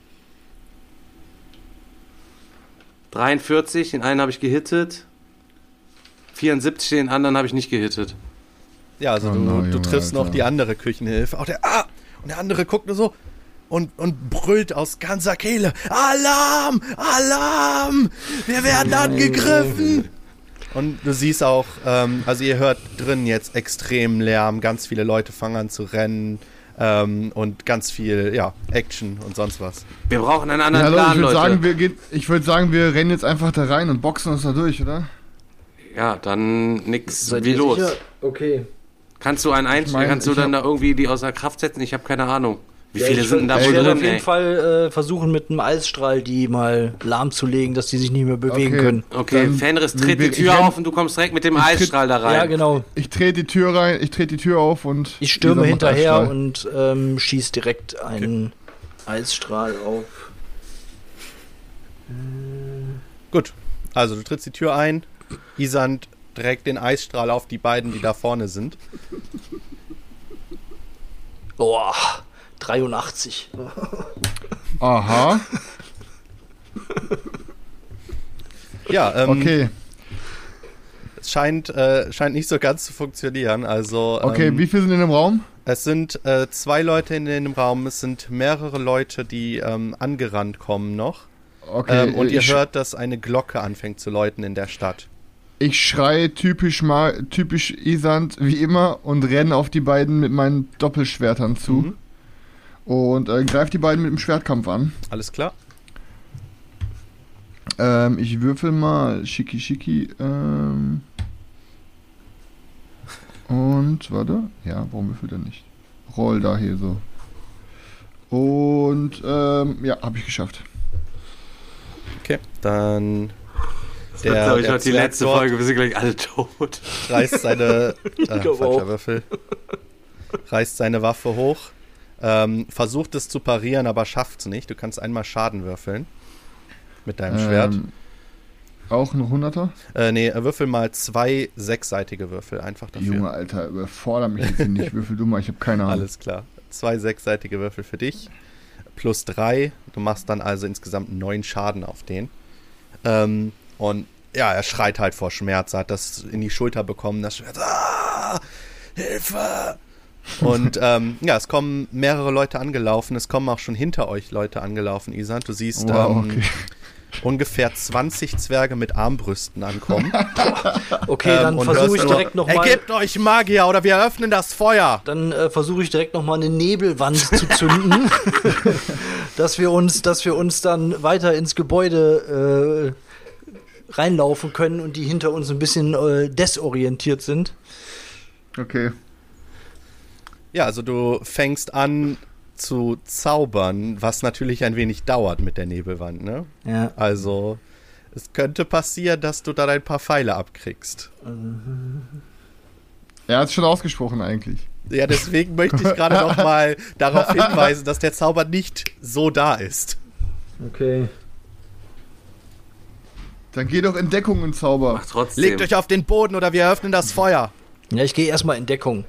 43, den einen habe ich gehittet. 74, den anderen habe ich nicht gehittet. Ja, also du triffst noch die andere Küchenhilfe. Auch und der andere guckt nur so und brüllt aus ganzer Kehle: Alarm! Alarm! Wir werden angegriffen! Und du siehst auch, also ihr hört drin jetzt extrem Lärm, ganz viele Leute fangen an zu rennen und ganz viel, Action und sonst was. Wir brauchen einen anderen Plan, Leute. Ich würde sagen, wir rennen jetzt einfach da rein und boxen uns da durch, oder? Ja, dann nix. Seid wie ihr los? sicher? Okay. Kannst du dann da irgendwie die außer Kraft setzen? Ich habe keine Ahnung. Wie viele sind denn da wohl Ich werde drin, auf jeden Fall versuchen, mit einem Eisstrahl die mal lahmzulegen, dass die sich nicht mehr bewegen können. Okay, Fenris, tritt die Tür auf und du kommst direkt mit dem Eisstrahl da rein. Ja, genau. Ich trete die Tür rein, ich trete die Tür auf und... Ich stürme hinterher und schieße direkt einen Eisstrahl auf. Gut, also du trittst die Tür ein, Isand direkt den Eisstrahl auf die beiden, die da vorne sind. Boah, 83. Aha. Ja, okay. Es scheint nicht so ganz zu funktionieren. Also, okay, wie viele sind in dem Raum? Es sind 2 Leute in dem Raum. Es sind mehrere Leute, die angerannt kommen noch. Okay. Und ihr hört, dass eine Glocke anfängt zu läuten in der Stadt. Ich schreie typisch Isand wie immer und renne auf die beiden mit meinen Doppelschwertern zu. Mhm. Und greife die beiden mit dem Schwertkampf an. Alles klar. Ich würfel mal Schicki. Und, warte. Ja, warum würfelt er nicht? Roll da hier so. Und, habe ich geschafft. Okay, dann... Das wird, glaube ich, noch die letzte Folge. Wir sind gleich alle tot. Reißt seine... falscher Würfel. Reißt seine Waffe hoch. Versucht es zu parieren, aber schafft es nicht. Du kannst einmal Schaden würfeln. Mit deinem Schwert. Auch ein 100er? Nee, würfel mal 2 6-seitige Würfel. Einfach dafür. Junge, Alter, überfordere mich jetzt nicht. Würfel du mal, ich habe keine Ahnung. Alles klar. 2 6-seitige Würfel für dich. Plus 3. Du machst dann also insgesamt 9 Schaden auf den. Und ja, er schreit halt vor Schmerz. Er hat das in die Schulter bekommen. Das Schwert. Hilfe! Und es kommen mehrere Leute angelaufen. Es kommen auch schon hinter euch Leute angelaufen, Isand. Du siehst ungefähr 20 Zwerge mit Armbrüsten ankommen. Okay, dann versuche ich direkt nochmal... Ergebt euch, Magier, oder wir eröffnen das Feuer! Dann versuche ich direkt nochmal eine Nebelwand zu zünden, dass wir uns dann weiter ins Gebäude reinlaufen können und die hinter uns ein bisschen desorientiert sind. Okay. Ja, also du fängst an zu zaubern, was natürlich ein wenig dauert mit der Nebelwand, ne? Ja. Also, es könnte passieren, dass du dann ein paar Pfeile abkriegst. Er hat es schon ausgesprochen eigentlich. Ja, deswegen möchte ich gerade noch mal darauf hinweisen, dass der Zauber nicht so da ist. Okay. Dann geh doch in Deckung und Zauber. Ach, trotzdem. Legt euch auf den Boden oder wir eröffnen das Feuer. Ja, ich gehe erstmal in Deckung.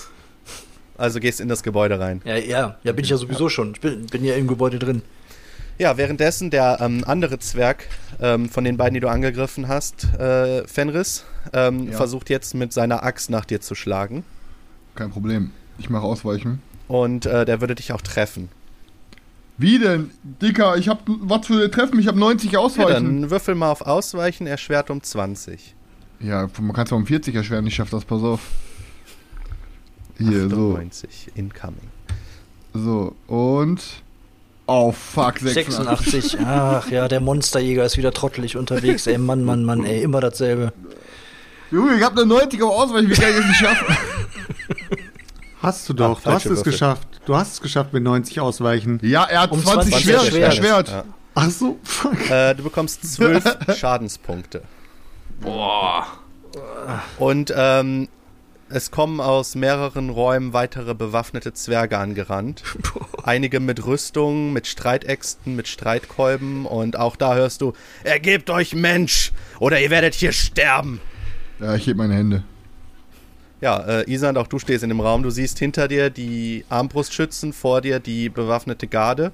Also gehst in das Gebäude rein. Ja, bin ich ja sowieso schon. Ich bin ja im Gebäude drin. Ja, währenddessen der andere Zwerg von den beiden, die du angegriffen hast, Fenris, versucht jetzt mit seiner Axt nach dir zu schlagen. Kein Problem. Ich mache Ausweichen. Und der würde dich auch treffen. Wie denn? Dicker, ich hab was für Treffen, ich hab 90 Ja, Ausweichen. dann würfel mal auf Ausweichen, erschwert um 20. Ja, man kann es mal um 40 erschweren, ich schaff das, pass auf. Hier, 98, incoming. so. Und... Oh, fuck, 86. Ach ja, der Monsterjäger ist wieder trottelig unterwegs. Ey, Mann, ey, immer dasselbe. Junge, ich hab eine 90 auf Ausweichen, wie kann ich das nicht schaffen? Hast du doch, du hast falsche es Würfel. geschafft. Du hast es geschafft mit 90 Ausweichen. Ja, er hat Um 20 20 Schwert, erschwert. erschwert. Ja. Ach so, fuck. Du bekommst 12 Schadenspunkte. Boah. Und es kommen aus mehreren Räumen weitere bewaffnete Zwerge angerannt. Einige mit Rüstung, mit Streitäxten, mit Streitkolben. Und auch da hörst du, ergebt euch, Mensch, oder ihr werdet hier sterben. Ja, ich heb meine Hände. Ja, Isand, auch du stehst in dem Raum. Du siehst hinter dir die Armbrustschützen, vor dir die bewaffnete Garde.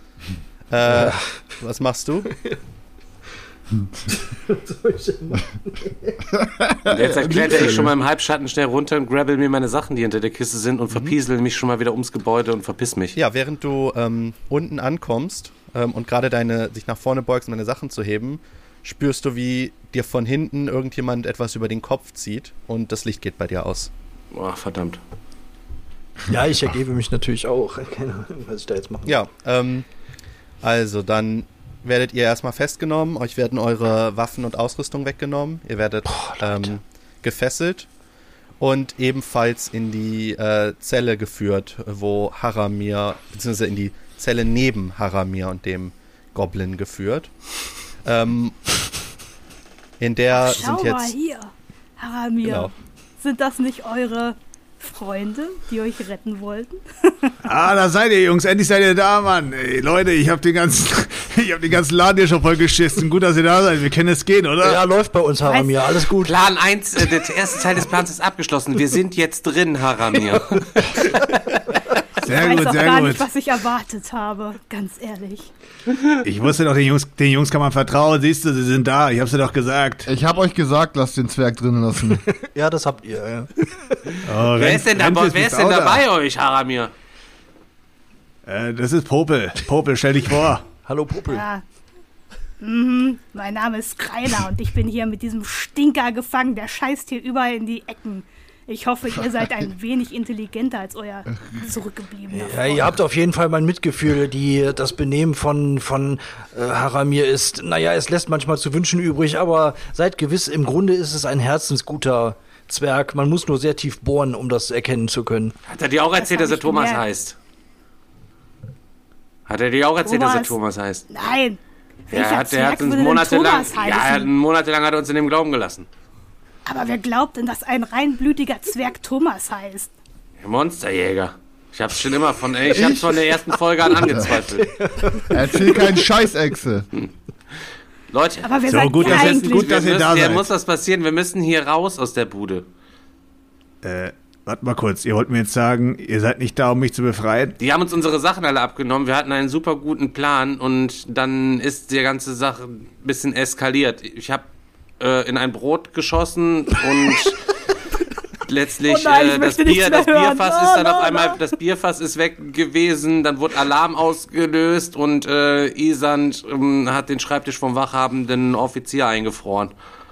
Was machst du? Und jetzt kletter ich schon mal im Halbschatten schnell runter und grabbel mir meine Sachen, die hinter der Kiste sind, und verpiesel mich schon mal wieder ums Gebäude und verpiss mich. Ja, während du unten ankommst und gerade dich nach vorne beugst, um deine Sachen zu heben, spürst du, wie dir von hinten irgendjemand etwas über den Kopf zieht und das Licht geht bei dir aus. Boah, verdammt. Ja, ich ergebe mich natürlich auch. Keine Ahnung, was ich da jetzt machen. Ja, also dann werdet ihr erstmal festgenommen, euch werden eure Waffen und Ausrüstung weggenommen, ihr werdet gefesselt und ebenfalls in die Zelle geführt, wo Haramir, beziehungsweise in die Zelle neben Haramir und dem Goblin geführt. In der Schau sind mal jetzt... hier, Haramir. Genau. Sind das nicht eure Freunde, die euch retten wollten? Ah, da seid ihr, Jungs. Endlich seid ihr da, Mann. Ey, Leute, ich hab den ganzen Laden hier schon voll geschissen. Gut, dass ihr da seid. Wir können es gehen, oder? Ja, läuft bei uns, Haramir. Alles gut. Plan 1, der erste Teil des Plans ist abgeschlossen. Wir sind jetzt drin, Haramir. Sehr Ich gut, weiß auch sehr gar gut. nicht, was ich erwartet habe, ganz ehrlich. Ich wusste doch, den Jungs kann man vertrauen. Siehst du, sie sind da. Ich hab's dir doch gesagt. Ich hab euch gesagt, lasst den Zwerg drinnen lassen. Ja, das habt ihr, ja. Oh, Wer ist denn da bei euch, Haramir? Das ist Popel. Popel, stell dich vor. Hallo, Puppel. Ja. Mein Name ist Kreiner und ich bin hier mit diesem Stinker gefangen, der scheißt hier überall in die Ecken. Ich hoffe, ihr seid ein wenig intelligenter als euer zurückgebliebener Ja, ihr habt auf jeden Fall mein Mitgefühl. Das Benehmen von Haramir ist, naja, es lässt manchmal zu wünschen übrig, aber seid gewiss, im Grunde ist es ein herzensguter Zwerg. Man muss nur sehr tief bohren, um das erkennen zu können. Hat er dir auch erzählt, Das dass hab er ich Thomas gemerkt. heißt? Hat er dir auch erzählt, dass er Thomas. Thomas heißt? Nein! Ja, Welcher er hat Zwerg uns würde denn monatelang, Thomas heißen? monatelang hat er uns in dem Glauben gelassen. Aber wer glaubt denn, dass ein reinblütiger Zwerg Thomas heißt? Der Monsterjäger. Ich hab's schon immer von der ersten Folge an angezweifelt. Erzähl keinen Scheiß, Echse. Leute, Aber wer So, seid gut, ihr dass ihr- eigentlich? gut, dass ihr da hier seid. muss was passieren. Wir müssen hier raus aus der Bude. Warte mal kurz. Ihr wollt mir jetzt sagen, ihr seid nicht da, um mich zu befreien? Die haben uns unsere Sachen alle abgenommen. Wir hatten einen super guten Plan und dann ist die ganze Sache ein bisschen eskaliert. Ich habe in ein Brot geschossen und letztlich Oh nein, ich möchte nichts mehr hören. Bierfass ist dann auf einmal, das Bierfass ist weg gewesen, dann wurde Alarm ausgelöst und Isand hat den Schreibtisch vom wachhabenden Offizier eingefroren.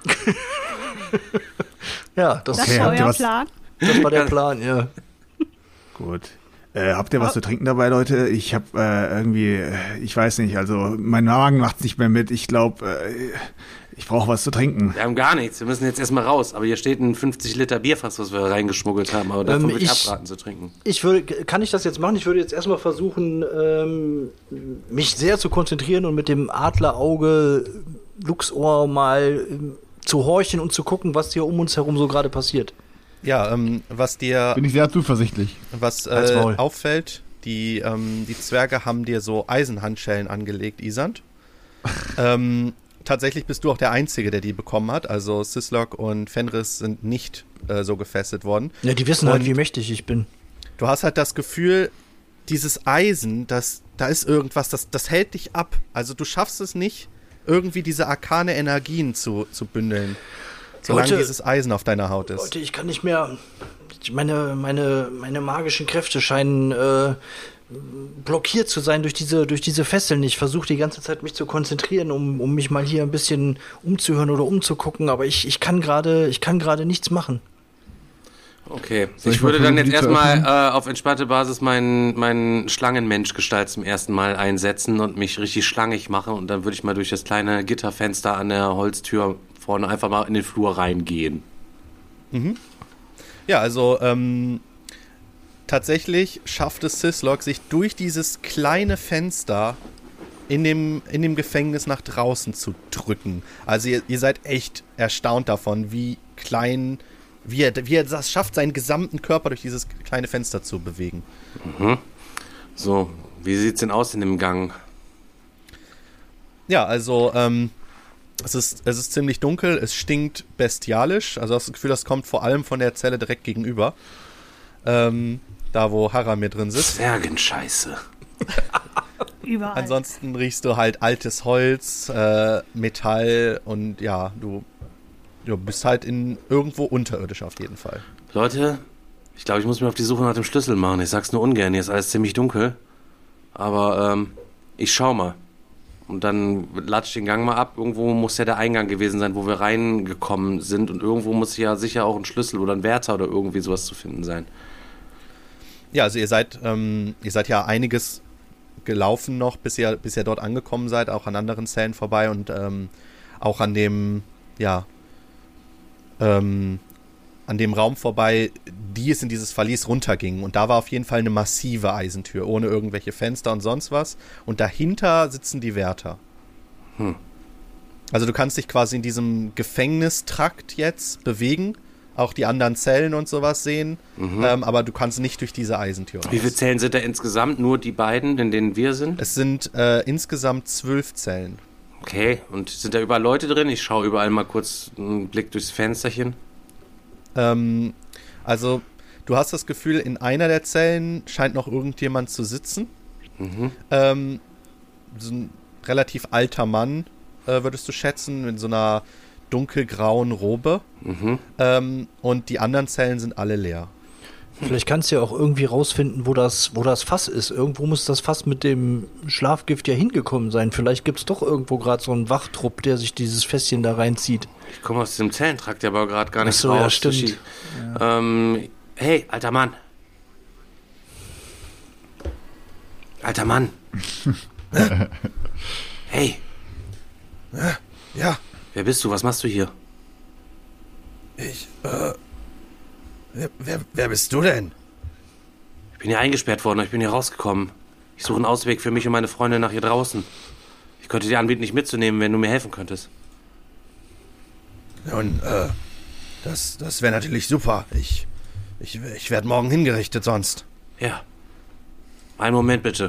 Ja, das Das Okay, war habt ihr euer was- Plan? war der Plan, ja. Gut. Habt ihr was zu trinken dabei, Leute? Ich hab ich weiß nicht, also mein Magen macht's nicht mehr mit. Ich glaube, ich brauche was zu trinken. Wir haben gar nichts, wir müssen jetzt erstmal raus. Aber hier steht ein 50 Liter Bierfass, was wir reingeschmuggelt haben. Aber davon würde ich abraten zu trinken. Kann ich das jetzt machen? Ich würde jetzt erstmal versuchen, mich sehr zu konzentrieren und mit dem Adlerauge Luchsohr mal zu horchen und zu gucken, was hier um uns herum so gerade passiert. Ja, was dir Bin ich sehr zuversichtlich. was Halt's Maul. auffällt, die Zwerge haben dir so Eisenhandschellen angelegt, Isand. Tatsächlich bist du auch der Einzige, der die bekommen hat. Also Syslok und Fenris sind nicht so gefesselt worden. Ja, die wissen halt, Und- wie mächtig ich bin. Du hast halt das Gefühl, dieses Eisen, da ist irgendwas, das hält dich ab. Also du schaffst es nicht, irgendwie diese arkane Energien zu bündeln, solange Leute, dieses Eisen auf deiner Haut ist. Leute, ich kann nicht mehr. Meine magischen Kräfte scheinen blockiert zu sein durch diese Fesseln. Ich versuche die ganze Zeit mich zu konzentrieren, um mich mal hier ein bisschen umzuhören oder umzugucken, aber ich kann gerade nichts machen. Okay, Soll ich ich mal würde dann versuchen, jetzt die zu erstmal auf entspannte Basis meinen Schlangenmensch-Gestalt zum ersten Mal einsetzen und mich richtig schlangig machen und dann würde ich mal durch das kleine Gitterfenster an der Holztür vorne einfach mal in den Flur reingehen. Mhm. Ja, also tatsächlich schafft es Syslog, sich durch dieses kleine Fenster in dem Gefängnis nach draußen zu drücken. Also ihr seid echt erstaunt davon, wie klein, wie er das schafft, seinen gesamten Körper durch dieses kleine Fenster zu bewegen. Mhm. So, wie sieht's denn aus in dem Gang? Ja, also es ist ziemlich dunkel, es stinkt bestialisch. Also hast das Gefühl, das kommt vor allem von der Zelle direkt gegenüber. Da, wo Haramir drin sitzt. Zwergenscheiße. Überall. Ansonsten riechst du halt altes Holz, Metall und ja, du bist halt irgendwo unterirdisch auf jeden Fall. Leute, ich glaube, ich muss mir auf die Suche nach dem Schlüssel machen. Ich sag's nur ungern, hier ist alles ziemlich dunkel. Aber ich schau mal. Und dann latsch den Gang mal ab. Irgendwo muss ja der Eingang gewesen sein, wo wir reingekommen sind. Und irgendwo muss ja sicher auch ein Schlüssel oder ein Wärter oder irgendwie sowas zu finden sein. Ja, also ihr seid ja einiges gelaufen noch, bis ihr dort angekommen seid, auch an anderen Zellen vorbei und auch an dem Raum vorbei, die es in dieses Verlies runterging. Und da war auf jeden Fall eine massive Eisentür, ohne irgendwelche Fenster und sonst was. Und dahinter sitzen die Wärter. Also du kannst dich quasi in diesem Gefängnistrakt jetzt bewegen, auch die anderen Zellen und sowas sehen, aber du kannst nicht durch diese Eisentür raus. Wie viele Zellen sind da insgesamt? Nur die beiden, in denen wir sind? Es sind insgesamt 12 Zellen. Okay, und sind da überall Leute drin? Ich schaue überall mal kurz einen Blick durchs Fensterchen. Also, du hast das Gefühl, in einer der Zellen scheint noch irgendjemand zu sitzen. So ein relativ alter Mann, würdest du schätzen, in so einer dunkelgrauen Robe. Und die anderen Zellen sind alle leer. Vielleicht kannst du ja auch irgendwie rausfinden, wo das Fass ist. Irgendwo muss das Fass mit dem Schlafgift ja hingekommen sein. Vielleicht gibt es doch irgendwo gerade so einen Wachtrupp, der sich dieses Fässchen da reinzieht. Ich komme aus diesem Zellentrakt ja aber gerade gar nicht so, raus. Ja, stimmt. Hey, alter Mann. Alter Mann. Hey. Ja. Wer bist du? Was machst du hier? Wer bist du denn? Ich bin hier eingesperrt worden. Ich bin hier rausgekommen. Ich suche einen Ausweg für mich und meine Freunde nach hier draußen. Ich könnte dir anbieten, dich mitzunehmen, wenn du mir helfen könntest. Nun, das wäre natürlich super. Ich werde morgen hingerichtet sonst. Ja. Einen Moment bitte.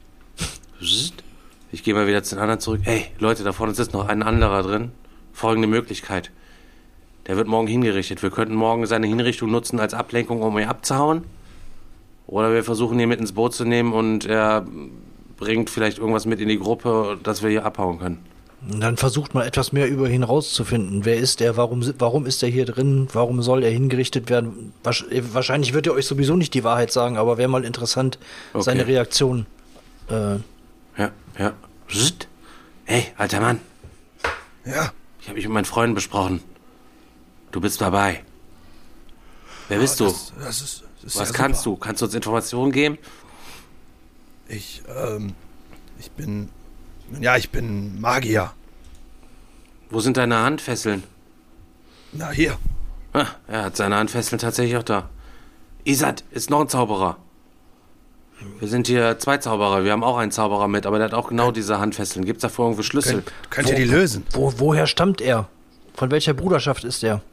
Ich gehe mal wieder zu den anderen zurück. Hey, Leute, da vorne sitzt noch ein anderer drin. Folgende Möglichkeit. Der wird morgen hingerichtet. Wir könnten morgen seine Hinrichtung nutzen als Ablenkung, um ihn abzuhauen. Oder wir versuchen, ihn mit ins Boot zu nehmen und er bringt vielleicht irgendwas mit in die Gruppe, dass wir hier abhauen können. Und dann versucht mal etwas mehr über ihn rauszufinden. Wer ist er? Warum ist er hier drin? Warum soll er hingerichtet werden? Wahrscheinlich wird er euch sowieso nicht die Wahrheit sagen, aber wäre mal interessant, seine Reaktion. Ja. Hey, alter Mann. Ja. Ich habe mich mit meinen Freunden besprochen. Du bist dabei. Wer bist du? Das ist Was ja kannst super. du? Kannst du uns Informationen geben? Ich bin Magier. Wo sind deine Handfesseln? Na, hier. Ah, er hat seine Handfesseln tatsächlich auch da. Isat ist noch ein Zauberer. Wir sind hier 2 Zauberer. Wir haben auch einen Zauberer mit, aber der hat auch genau diese Handfesseln. Gibt's da irgendwo Schlüssel? Könnt ihr die lösen? Woher stammt er? Von welcher Bruderschaft ist er?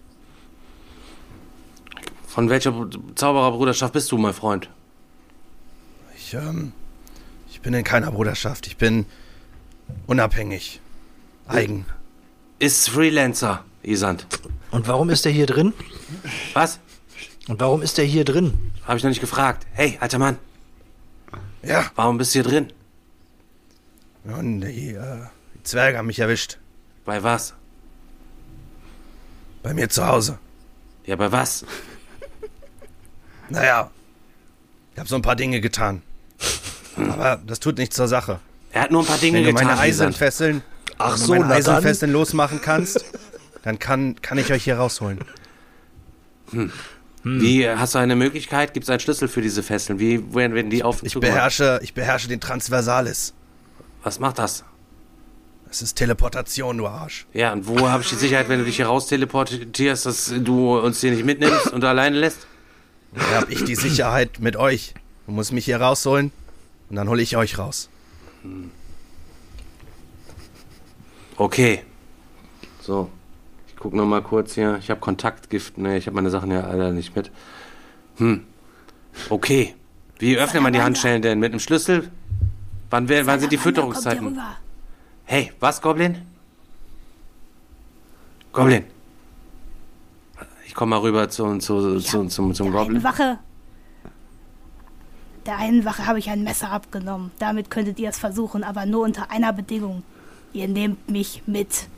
Von welcher Zaubererbruderschaft bist du, mein Freund? Ich bin in keiner Bruderschaft. Ich bin unabhängig. Eigen. Ist Freelancer, Isand. Und warum ist er hier drin? Was? Und warum ist er hier drin? Habe ich noch nicht gefragt. Hey, alter Mann. Ja. Warum bist du hier drin? Und die Zwerge haben mich erwischt. Bei was? Bei mir zu Hause. Ja, bei was? Naja, ich habe so ein paar Dinge getan. Aber das tut nichts zur Sache. Er hat nur ein paar Dinge Wenn du getan. meine Lisand. Eisenfesseln, losmachen kannst, dann kann ich euch hier rausholen. Wie, hast du eine Möglichkeit? Gibt es einen Schlüssel für diese Fesseln? Wie werden die auf? Ich beherrsche den Transversalis. Was macht das? Das ist Teleportation, du Arsch. Ja, und wo habe ich die Sicherheit, wenn du dich hier raus teleportierst, dass du uns hier nicht mitnimmst und alleine lässt? Da habe ich die Sicherheit mit euch. Du musst mich hier rausholen und dann hole ich euch raus. Okay. So. Ich gucke noch mal kurz hier. Ich habe Kontaktgift. Ne, ich habe meine Sachen ja leider nicht mit. Okay. Wie öffnet man die Handschellen denn? Mit einem Schlüssel? Wann sind die Fütterungszeiten? Hey, was, Goblin? Goblin. Ich komme mal rüber zum Goblin. Der einen Wache habe ich ein Messer abgenommen. Damit könntet ihr es versuchen, aber nur unter einer Bedingung. Ihr nehmt mich mit.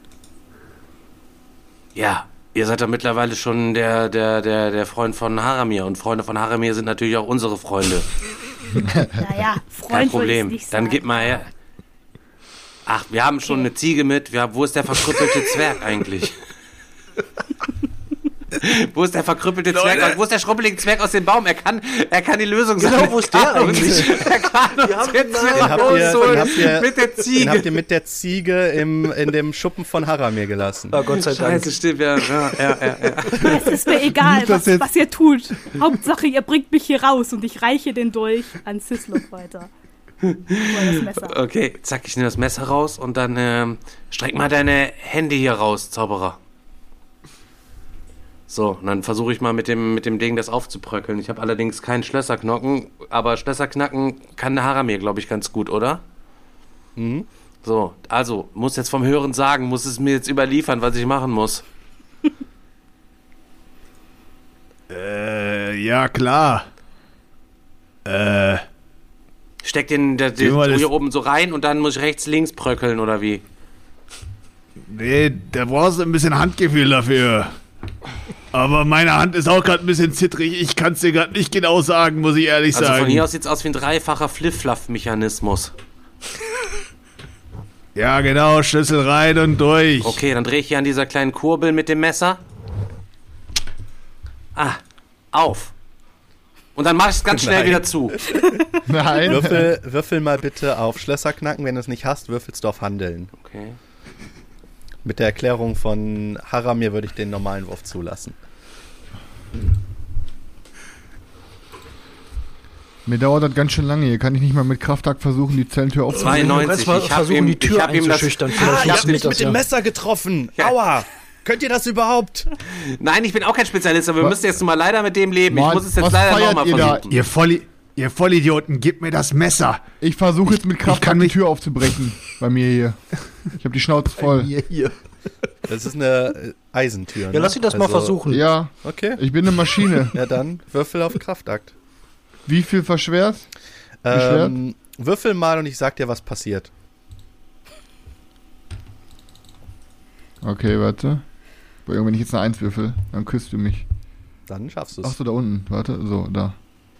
Ja, ihr seid doch mittlerweile schon der Freund von Haramir. Und Freunde von Haramir sind natürlich auch unsere Freunde. Naja, Freund Kein Problem. würde ich nicht sagen. Dann gib mal her. Ach, wir haben schon eine Ziege mit. Wo ist der verkrüppelte Zwerg eigentlich? Wo ist der verkrüppelte Zwerg? Wo ist der schruppelige Zwerg aus dem Baum? Er kann die Lösung sein. Genau, wo ist der eigentlich? Er kann uns jetzt wieder Den rausholen mit der Ziege. Den habt ihr mit der Ziege in dem Schuppen von Haramir gelassen. Oh, Gott sei Dank. Scheiße, stimmt, ja. Es ist mir egal, was ihr tut. Hauptsache, ihr bringt mich hier raus und ich reiche den Dolch an Sislok weiter. Das Messer. Okay, zack, ich nehme das Messer raus und dann streck mal deine Hände hier raus, Zauberer. So, und dann versuche ich mal mit dem Ding das aufzubröckeln. Ich habe allerdings keinen Schlösserknocken, aber Schlösserknacken kann der Haramir, glaube ich, ganz gut, oder? Mhm. So, also, muss jetzt vom Hören sagen, muss es mir jetzt überliefern, was ich machen muss. Ja, klar. Steck den hier oben so rein und dann muss ich rechts, links bröckeln, oder wie? Nee, da brauchst du ein bisschen Handgefühl dafür. Aber meine Hand ist auch gerade ein bisschen zittrig. Ich kann es dir gerade nicht genau sagen, muss ich ehrlich sagen. Also von hier aus sieht es aus wie ein dreifacher Fliff-Flaff-Mechanismus. Ja, genau, Schlüssel rein und durch. Okay, dann drehe ich hier an dieser kleinen Kurbel mit dem Messer. Auf. Und dann mache ich es ganz schnell wieder zu. Nein. Würfel mal bitte auf Schlösserknacken. Wenn du es nicht hast, würfelst du auf Handeln. Okay. Mit der Erklärung von Haramir würde ich den normalen Wurf zulassen. Mir dauert das ganz schön lange. Hier kann ich nicht mal mit Kraftakt versuchen, die Zellentür aufzumachen. 92. Du kannst mal versuchen, die Tür einzuschüchtern. Ihr habt mich mit dem Messer getroffen. Ja. Aua. Könnt ihr das überhaupt? Nein, ich bin auch kein Spezialist, aber wir müssen jetzt mal leider mit dem leben. Mann, ich muss es jetzt was leider feiert nochmal ihr da? versuchen. Ihr Vollidioten, gebt mir das Messer. Ich versuche jetzt mit Kraftakt die Tür aufzubrechen. Bei mir hier. Ich habe die Schnauze voll. Hier. Das ist eine Eisentür. Ne? Ja, lass ihn das mal versuchen. Ja, Okay. ich bin eine Maschine. Ja, dann würfel auf Kraftakt. Wie viel verschwert? Würfel mal und ich sag dir, was passiert. Okay, warte. Wenn ich jetzt eine 1 würfel, dann küsst du mich. Dann schaffst du es. Achso, da unten. Warte, so, da.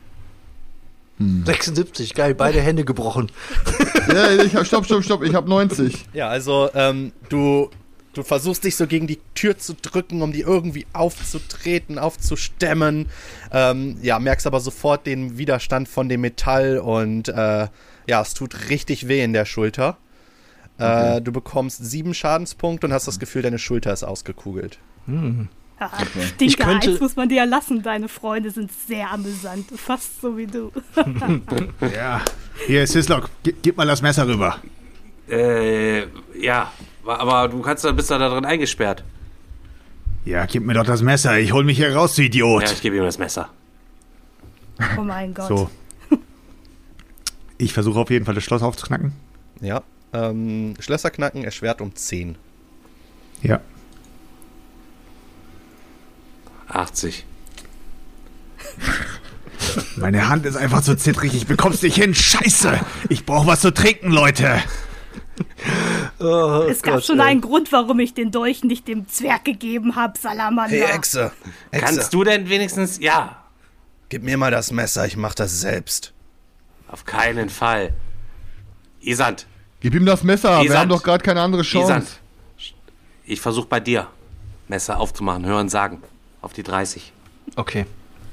76, geil, beide Hände gebrochen. Ja, stopp. Ich habe 90. Ja, also du versuchst dich so gegen die Tür zu drücken, um die irgendwie aufzutreten, aufzustemmen. Merkst aber sofort den Widerstand von dem Metall und es tut richtig weh in der Schulter. Okay. Du bekommst 7 Schadenspunkte und hast das Gefühl, deine Schulter ist ausgekugelt. Ja, Stinker, eins muss man dir ja lassen. Deine Freunde sind sehr amüsant. Fast so wie du. Ja. Hier, Sislok, gib mal das Messer rüber. Ja. Aber du bist da drin eingesperrt. Ja, gib mir doch das Messer. Ich hol mich hier raus, du Idiot. Ja, ich gebe ihm das Messer. Oh mein Gott. So. Ich versuche auf jeden Fall das Schloss aufzuknacken. Ja. Schlösser knacken erschwert um 10. Ja. 80. Meine Hand ist einfach so zittrig, ich bekomm's nicht hin. Scheiße! Ich brauche was zu trinken, Leute. Oh, es gab schon einen Grund, warum ich den Dolch nicht dem Zwerg gegeben habe, Salamander. Hey, Echse. Kannst du denn wenigstens... Ja, Gib mir mal das Messer, ich mach das selbst. auf keinen Fall. Isand, Gib ihm das Messer, wir Isand. haben doch gerade keine andere Chance. Isand. Ich versuche bei dir, Messer aufzumachen, hören, sagen. Auf die 30. Okay.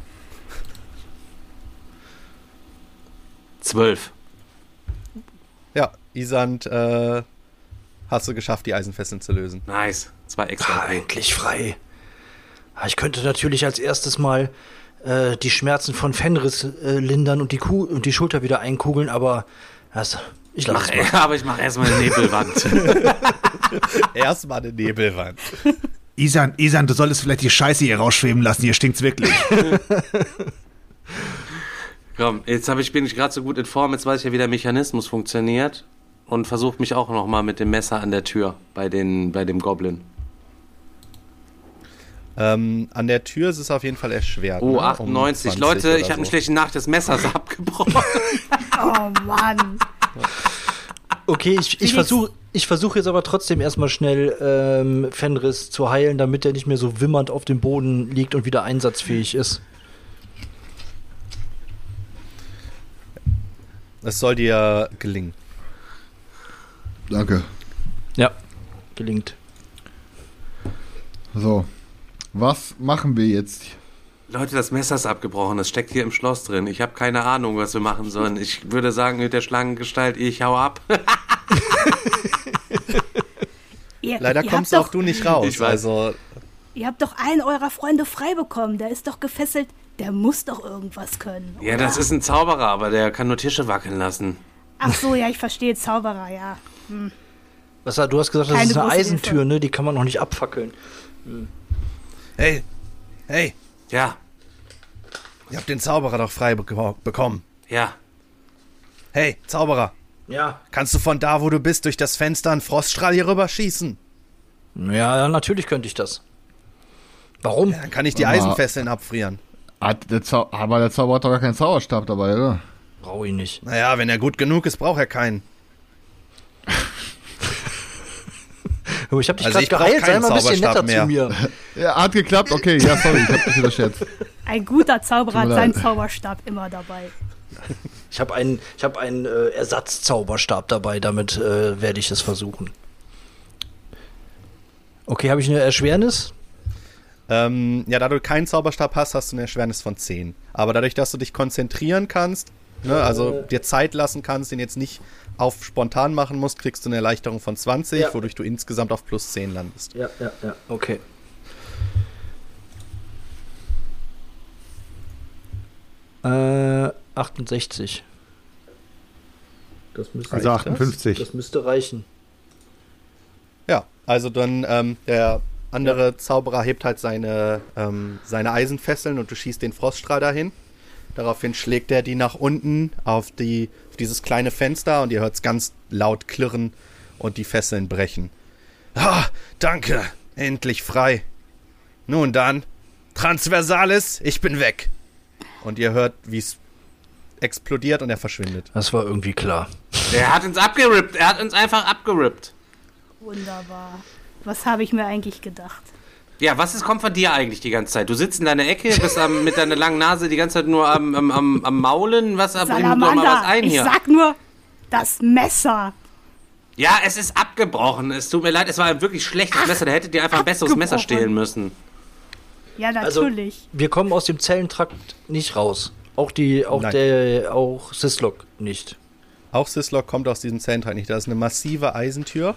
12. Ja, Isand, hast du geschafft, die Eisenfesseln zu lösen. Nice. 2 extra. Endlich frei. Ich könnte natürlich als erstes mal die Schmerzen von Fenris lindern und die Schulter wieder einkugeln, aber ich lasse es mal. Aber ich mache erstmal eine Nebelwand. Erstmal eine Nebelwand. Isan, du solltest vielleicht die Scheiße hier rausschweben lassen, hier stinkt's wirklich. Komm, bin ich gerade so gut in Form, jetzt weiß ich ja, wie der Mechanismus funktioniert und versuche mich auch nochmal mit dem Messer an der Tür bei dem Goblin. An der Tür ist es auf jeden Fall erschwert. Oh, ne? 98. 20 Leute, oder ich habe so. einen schlechten Nacht des Messers abgebrochen. Oh Mann. Okay, ich versuche jetzt aber trotzdem erstmal schnell Fenris zu heilen, damit er nicht mehr so wimmernd auf dem Boden liegt und wieder einsatzfähig ist. Es soll dir gelingen. Danke. Ja, gelingt. So, was machen wir jetzt? Leute, das Messer ist abgebrochen, es steckt hier im Schloss drin. Ich habe keine Ahnung, was wir machen sollen. Ich würde sagen, mit der Schlangengestalt, ich hau ab. Leider kommst auch du nicht raus. Ich weiß. Also, Ihr habt doch einen eurer Freunde frei bekommen. Der ist doch gefesselt. Der muss doch irgendwas können. Ja, oder? das ist ein Zauberer, aber der kann nur Tische wackeln lassen. Ach so, ja, ich verstehe. Zauberer, ja. Du hast gesagt, das Keine ist eine große Eisentür, Hilfe. ne? Die kann man noch nicht abfackeln. hey, Ja, ihr habt den Zauberer doch frei bekommen. ja. Hey, Zauberer, Ja. kannst du von da, wo du bist, durch das Fenster einen Froststrahl hier rüber schießen? Ja, natürlich könnte ich das. Warum? Dann kann ich die Aber- Eisenfesseln abfrieren. Aber der Zauberer hat doch gar keinen Zauberstab dabei, oder? Brauche ich nicht. Naja, wenn er gut genug ist, braucht er keinen. Aber ich habe dich Also ich gerade brauch geheilt, sei keinen mal ein bisschen netter Zauberstab zu mir. Ja, hat geklappt, okay, ja, sorry, ich hab mich unterschätzt. Ein guter Zauberer Tut hat mir seinen leid. Zauberstab immer dabei. Ich habe einen Ersatzzauberstab dabei, damit werde ich es versuchen. Okay, habe ich eine Erschwernis? Ja, da du keinen Zauberstab hast, hast du eine Erschwernis von 10. Aber dadurch, dass du dich konzentrieren kannst, ne, also dir Zeit lassen kannst, den jetzt nicht auf spontan machen musst, kriegst du eine Erleichterung von 20, Ja. wodurch du insgesamt auf plus 10 landest. Ja, okay. Äh, 68. Das müsste, Also Reicht das? 58. das müsste reichen. Ja, also dann der andere Zauberer hebt halt seine Eisenfesseln und du schießt den Froststrahl dahin. Daraufhin schlägt er die nach unten auf dieses kleine Fenster und ihr hört es ganz laut klirren und die Fesseln brechen. Ah, danke, endlich frei. Nun dann, Transversalis, ich bin weg. Und ihr hört, wie es explodiert und er verschwindet. Das war irgendwie klar. Der hat uns abgerippt. Er hat uns einfach abgerippt. Wunderbar. Was habe ich mir eigentlich gedacht? Ja, kommt von dir eigentlich die ganze Zeit? Du sitzt in deiner Ecke, bist mit deiner langen Nase die ganze Zeit nur am Maulen. Bring doch mal Salamander, was ein ich hier. sag nur, das Messer. Ja, es ist abgebrochen. Es tut mir leid, es war ein wirklich schlechtes Messer. Da hättet ihr einfach ein besseres Messer abgebrochen. stehlen müssen. Ja, Also, natürlich. wir kommen aus dem Zellentrakt nicht raus. Auch Sislok nicht. Auch Sislok kommt aus diesem Zellentrakt nicht. Da ist eine massive Eisentür,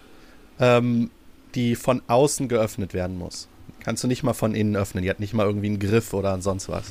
die von außen geöffnet werden muss. Kannst du nicht mal von innen öffnen. Die hat nicht mal irgendwie einen Griff oder sonst was.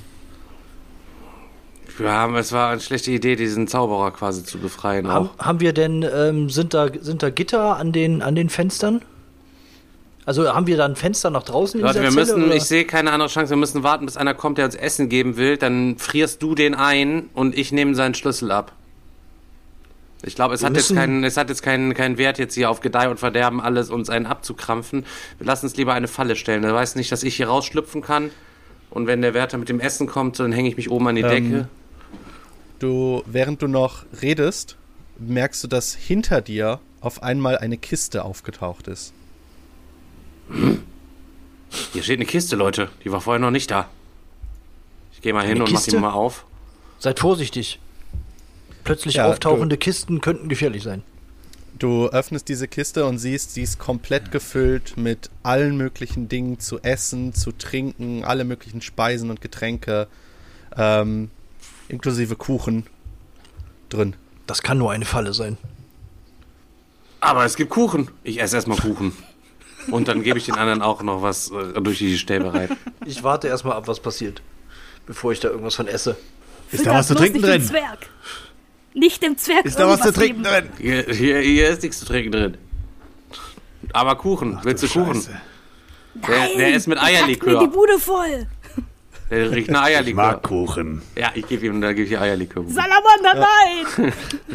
Es war eine schlechte Idee, diesen Zauberer quasi zu befreien. Auch. Haben wir denn, sind da Gitter an den Fenstern? Also haben wir da ein Fenster nach draußen in Leute, dieser wir Zelle, müssen, oder? ich sehe keine andere Chance, wir müssen warten, bis einer kommt, der uns Essen geben will. Dann frierst du den ein und ich nehme seinen Schlüssel ab. Ich glaube, es hat jetzt keinen Wert, jetzt hier auf Gedeih und Verderben alles uns einen abzukrampfen. Wir lassen uns lieber eine Falle stellen. Er weiß nicht, dass ich hier rausschlüpfen kann. Und wenn der Wärter mit dem Essen kommt, dann hänge ich mich oben an die Decke. Während du noch redest, merkst du, dass hinter dir auf einmal eine Kiste aufgetaucht ist. Hier steht eine Kiste, Leute. Die war vorher noch nicht da. Ich gehe mal hin und mach die mal auf. Seid vorsichtig. Plötzlich auftauchende Kisten könnten gefährlich sein. Du öffnest diese Kiste und siehst, sie ist komplett gefüllt mit allen möglichen Dingen zu essen, zu trinken, alle möglichen Speisen und Getränke, inklusive Kuchen drin. Das kann nur eine Falle sein. Aber es gibt Kuchen. Ich esse erstmal Kuchen. Und dann gebe ich den anderen auch noch was durch die Stäbe. Ich warte erstmal ab, was passiert, bevor ich da irgendwas von esse. Ist da was zu trinken drin? Zwerg. Nicht dem Zwerg. Ist da was zu trinken drin? Hier ist nichts zu trinken drin. Aber Kuchen. Ach, willst du Kuchen? Scheiße. Der ist mit Eierlikör. Mir die Bude voll. Der riecht nach Eierlikör. Ich mag Kuchen. Ja, ich gebe ihm Eierlikör. Salamander, nein!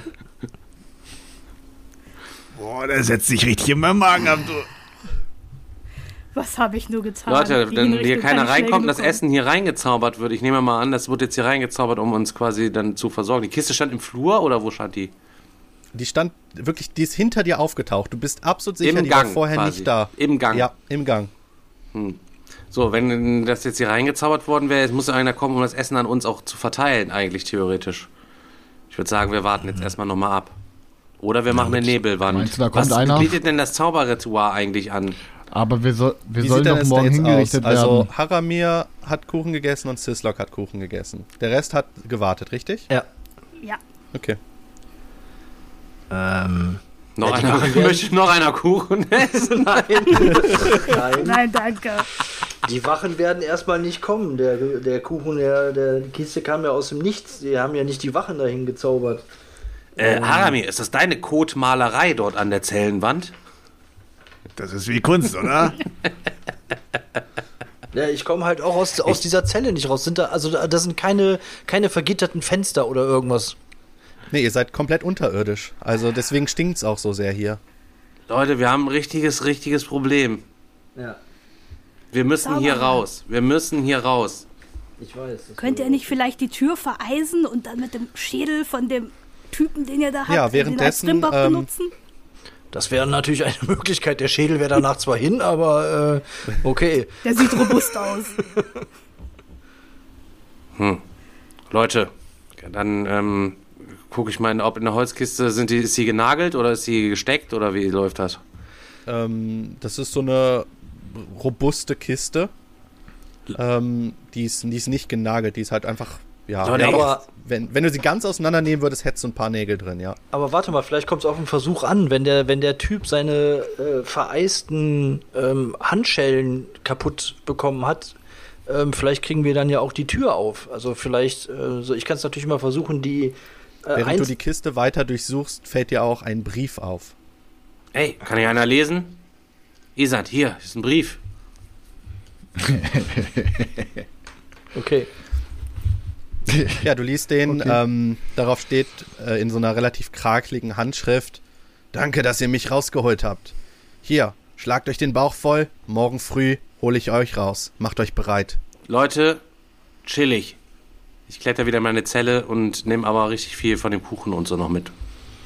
Boah, der setzt sich richtig in meinen Magen ab, du. Was habe ich nur getan? Leute, Die wenn Hinrichtung hier keiner kann ich schnell reinkommt und das genug Essen hier reingezaubert wird, ich nehme mal an, das wird jetzt hier reingezaubert, um uns quasi dann zu versorgen. Die Kiste stand im Flur oder wo stand die? Die stand wirklich, die ist hinter dir aufgetaucht. Du bist absolut sicher, Im die Gang war vorher quasi. nicht da. Im Gang? Ja, im Gang. So, wenn das jetzt hier reingezaubert worden wäre, jetzt muss ja einer kommen, um das Essen an uns auch zu verteilen, eigentlich theoretisch. Ich würde sagen, wir warten jetzt erstmal nochmal ab. Oder wir machen eine Nebelwand. Meinst du, da kommt Was einer? bietet denn das Zauberritual eigentlich an? Aber wir sollen Wie doch sieht denn das da morgen jetzt hingerichtet aus? Also werden. Haramir hat Kuchen gegessen und Sislok hat Kuchen gegessen. Der Rest hat gewartet, richtig? Ja. Ja. Okay. Möchte noch einer Kuchen essen? Nein, danke. Die Wachen werden erstmal nicht kommen. Der Kuchen, die Kiste kam ja aus dem Nichts. Die haben ja nicht die Wachen dahin gezaubert. Haramir, ist das deine Kotmalerei dort an der Zellenwand? Das ist wie Kunst, oder? Ja, ich komme halt auch aus dieser Zelle nicht raus. Da sind keine vergitterten Fenster oder irgendwas. Nee, ihr seid komplett unterirdisch. Also deswegen stinkt's auch so sehr hier. Leute, wir haben ein richtiges Problem. Ja, Wir müssen hier raus. Wir müssen hier raus. ich weiß. Könnt ihr nicht vielleicht die Tür vereisen und dann mit dem Schädel von dem Typen, den ihr da habt, Ja, den währenddessen, als Stimmbock benutzen? Das wäre natürlich eine Möglichkeit. Der Schädel wäre danach zwar hin, aber okay. Der sieht robust aus. Leute, dann gucke ich mal, ob in der Holzkiste ist sie genagelt oder ist sie gesteckt oder wie läuft das? Das ist so eine robuste Kiste. Die ist nicht genagelt, die ist halt einfach, ja. Leute, aber wenn du sie ganz auseinandernehmen würdest, hättest du ein paar Nägel drin, ja. Aber warte mal, vielleicht kommt es auf einen Versuch an, wenn der Typ seine vereisten Handschellen kaputt bekommen hat, vielleicht kriegen wir dann ja auch die Tür auf. Also vielleicht, ich kann es natürlich mal versuchen, die Während du die Kiste weiter durchsuchst, fällt dir auch ein Brief auf. Ey, kann hier einer lesen? Isat, hier ist ein Brief. Okay. Ja, du liest den, Okay. darauf steht in so einer relativ krakeligen Handschrift: Danke, dass ihr mich rausgeholt habt. Hier, schlagt euch den Bauch voll, morgen früh hole ich euch raus. Macht euch bereit. Leute, chillig. Ich kletter wieder in meine Zelle und nehme aber richtig viel von dem Kuchen und so noch mit.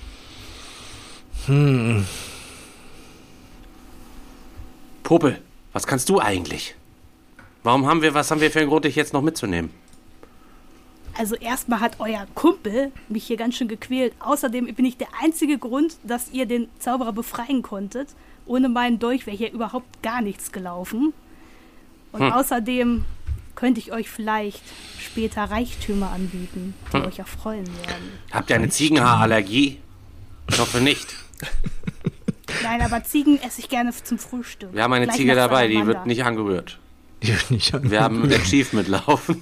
Popel, was kannst du eigentlich? Was haben wir für einen Grund, dich jetzt noch mitzunehmen? Also erstmal hat euer Kumpel mich hier ganz schön gequält. Außerdem bin ich der einzige Grund, dass ihr den Zauberer befreien konntet. Ohne meinen Dolch wäre hier überhaupt gar nichts gelaufen. Und außerdem könnte ich euch vielleicht später Reichtümer anbieten, die euch erfreuen werden. Habt ihr eine Ziegenhaarallergie? Ich hoffe nicht. Nein, aber Ziegen esse ich gerne zum Frühstück. Wir haben eine Gleich Ziege nach dabei, die Salamander. wird nicht angerührt. Die wird nicht Wir haben ein Achievement laufen.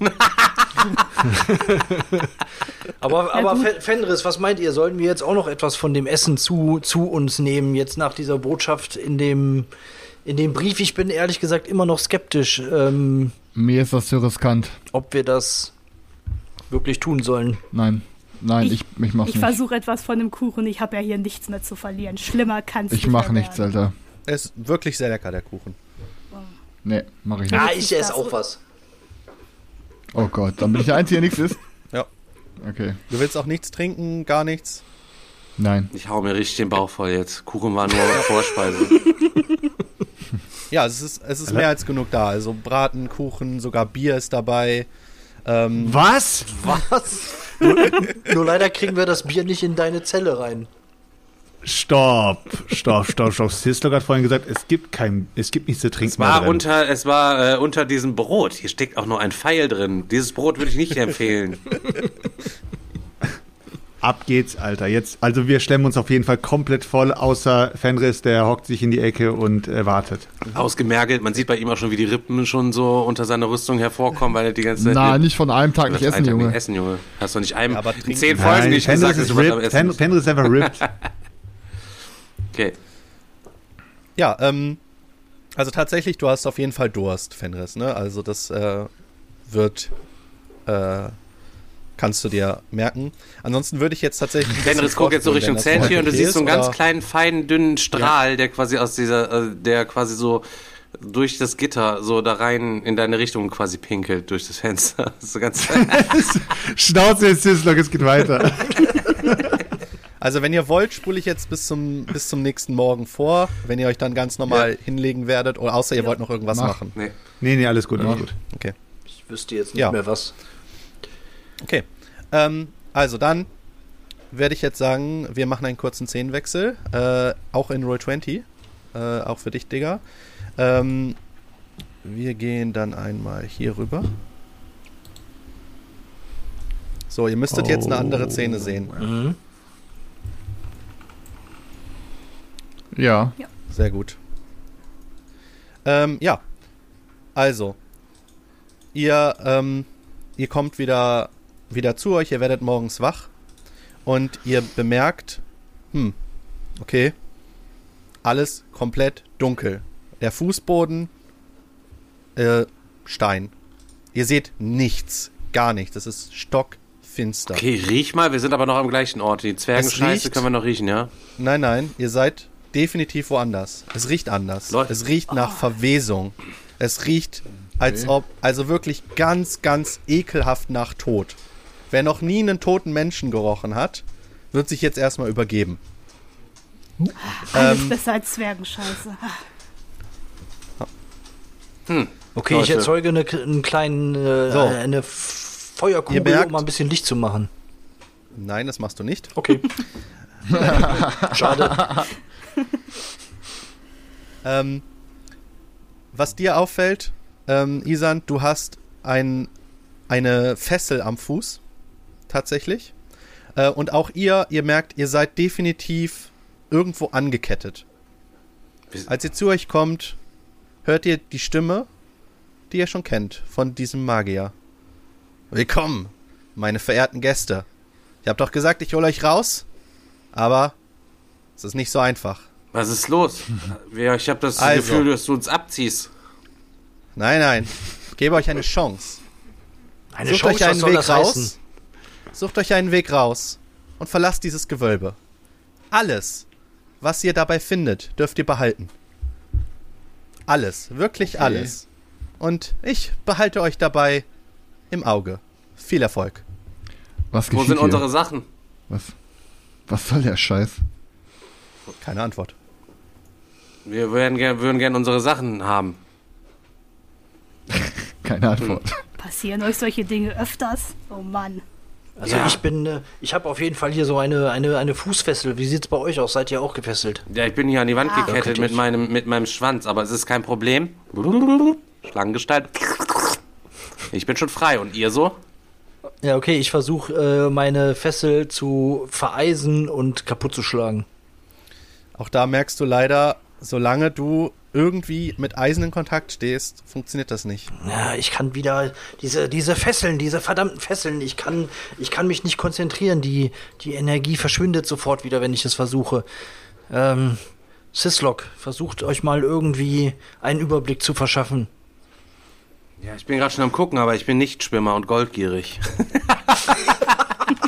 Aber Fenris, was meint ihr? Sollten wir jetzt auch noch etwas von dem Essen zu uns nehmen, jetzt nach dieser Botschaft in dem Brief? Ich bin ehrlich gesagt immer noch skeptisch, Mir ist das zu riskant. ob wir das wirklich tun sollen. Nein, ich mach's Ich nicht. versuche etwas von dem Kuchen. Ich habe ja hier nichts mehr zu verlieren. Schlimmer kann's nicht Ich mach mehr nichts, werden. Alter. Er ist wirklich sehr lecker, der Kuchen. Nee, mach ich nicht. Ah, ich esse auch was. Oh Gott, dann bin ich der Einzige, der nichts isst? Ja. Okay. Du willst auch nichts trinken, gar nichts? Nein. Ich hau mir richtig den Bauch voll jetzt. Kuchen war nur Vorspeise. Ja, es ist mehr als genug da. Also Braten, Kuchen, sogar Bier ist dabei. Was? Nur leider kriegen wir das Bier nicht in deine Zelle rein. Stopp. Sislok hat vorhin gesagt, es gibt nichts zu trinken. Es war unter diesem Brot. Hier steckt auch nur ein Pfeil drin. Dieses Brot würde ich nicht empfehlen. Ab geht's, Alter. Jetzt, also wir stemmen uns auf jeden Fall komplett voll, außer Fenris, der hockt sich in die Ecke und wartet. Ausgemergelt. Man sieht bei ihm auch schon, wie die Rippen schon so unter seiner Rüstung hervorkommen, weil er die ganze Zeit... Na, nicht von einem Tag nicht essen, Junge. Nicht essen, Junge. Hast du nicht einem aber in 10 Folgen nicht Fenris gesagt, ist ich wollte am ripped. Essen. Fenris ist einfach ripped. Okay. Ja, also tatsächlich, du hast auf jeden Fall Durst, Fenris, ne? Also das kannst du dir merken. Ansonsten würde ich jetzt tatsächlich... Fenris guckt jetzt so Richtung Zeltchen und du siehst so einen ganz kleinen, feinen, dünnen Strahl, der quasi aus der quasi so durch das Gitter so da rein in deine Richtung quasi pinkelt durch das Fenster. Das ist so ganz Schnauze jetzt, Sislok, es geht weiter. Also wenn ihr wollt, spule ich jetzt bis zum nächsten Morgen vor, wenn ihr euch dann ganz normal hinlegen werdet, oder außer ihr wollt noch irgendwas machen. Nee, alles gut, alles gut. Okay. Ich wüsste jetzt nicht mehr was. Okay. Also dann werde ich jetzt sagen, wir machen einen kurzen Szenenwechsel, auch in Roll20, auch für dich, Digga. Wir gehen dann einmal hier rüber. So, ihr müsstet jetzt eine andere Szene sehen. Mhm. Ja. Sehr gut. Ja. Also, ihr kommt wieder zu euch, ihr werdet morgens wach und ihr bemerkt, okay, alles komplett dunkel. Der Fußboden, Stein. Ihr seht nichts, gar nichts. Es ist stockfinster. Okay, riech mal, wir sind aber noch am gleichen Ort. Die Zwergenscheiße können wir noch riechen, ja? Nein, ihr seid definitiv woanders. Es riecht anders. Es riecht nach Verwesung. Es riecht als ob, also wirklich ganz, ganz ekelhaft nach Tod. Wer noch nie einen toten Menschen gerochen hat, wird sich jetzt erstmal übergeben. Alles besser als Zwergenscheiße. Okay, ich erzeuge einen kleinen eine Feuerkugel, um mal ein bisschen Licht zu machen. Nein, das machst du nicht. Okay. Schade. Was dir auffällt, Isan, du hast eine Fessel am Fuß, tatsächlich. Und auch ihr merkt, ihr seid definitiv irgendwo angekettet. Als ihr zu euch kommt, hört ihr die Stimme, die ihr schon kennt, von diesem Magier. Willkommen, meine verehrten Gäste. Ich hab doch gesagt, ich hole euch raus, aber es ist nicht so einfach. Was ist los? Ich habe das Gefühl, dass du uns abziehst. Nein, ich gebe euch eine Chance. Sucht euch einen Weg raus. Sucht euch einen Weg raus und verlasst dieses Gewölbe. Alles, was ihr dabei findet, dürft ihr behalten. Alles, wirklich alles. Und ich behalte euch dabei im Auge. Viel Erfolg. Wo sind unsere Sachen? Was soll der Scheiß? Keine Antwort. Wir würden gern unsere Sachen haben. Keine Antwort. Passieren euch solche Dinge öfters? Oh Mann. Also ich habe auf jeden Fall hier so eine Fußfessel. Wie sieht's bei euch aus? Seid ihr auch gefesselt? Ja, ich bin hier an die Wand gekettet mit meinem Schwanz, aber es ist kein Problem. Schlangengestalt. Ich bin schon frei. Und ihr so? Ja, okay, ich versuche meine Fessel zu vereisen und kaputt zu schlagen. Auch da merkst du leider, solange du irgendwie mit Eisen in Kontakt stehst, funktioniert das nicht. Ja, ich kann wieder diese Fesseln, diese verdammten Fesseln, ich kann mich nicht konzentrieren. Die Energie verschwindet sofort wieder, wenn ich es versuche. Sislok, versucht euch mal irgendwie einen Überblick zu verschaffen. Ja, ich bin gerade schon am Gucken, aber ich bin nicht Schwimmer und goldgierig.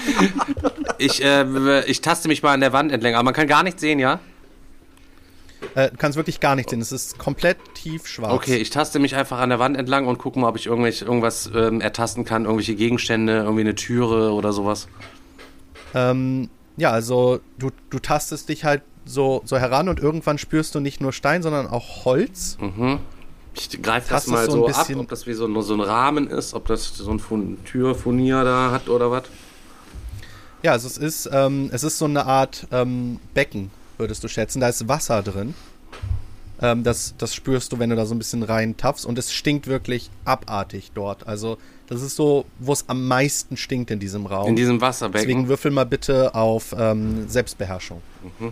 Ich taste mich mal an der Wand entlang, aber man kann gar nichts sehen, ja? Du kannst wirklich gar nichts sehen. Es ist komplett tiefschwarz. Okay, ich taste mich einfach an der Wand entlang und gucke mal, ob ich irgendwas ertasten kann. Irgendwelche Gegenstände, irgendwie eine Türe oder sowas. Ja, also du tastest dich halt so heran und irgendwann spürst du nicht nur Stein, sondern auch Holz. Mhm. Ich greife das mal so ab, ob das wie so ein Rahmen ist, ob das so ein Türfurnier da hat oder was. Ja, also es ist so eine Art Becken, würdest du schätzen. Da ist Wasser drin. Das spürst du, wenn du da so ein bisschen rein tappst. Und es stinkt wirklich abartig dort. Also das ist so, wo es am meisten stinkt in diesem Raum. In diesem Wasserbecken. Deswegen würfel mal bitte auf Selbstbeherrschung. Mhm.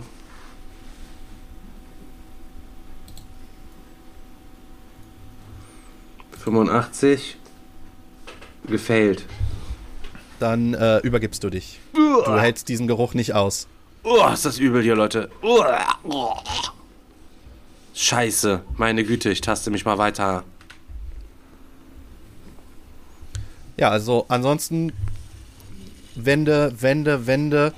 85. Gefailt. Dann übergibst du dich. Du hältst diesen Geruch nicht aus. Oh, ist das übel hier, Leute. Scheiße. Meine Güte, ich taste mich mal weiter. Ja, also ansonsten Wände.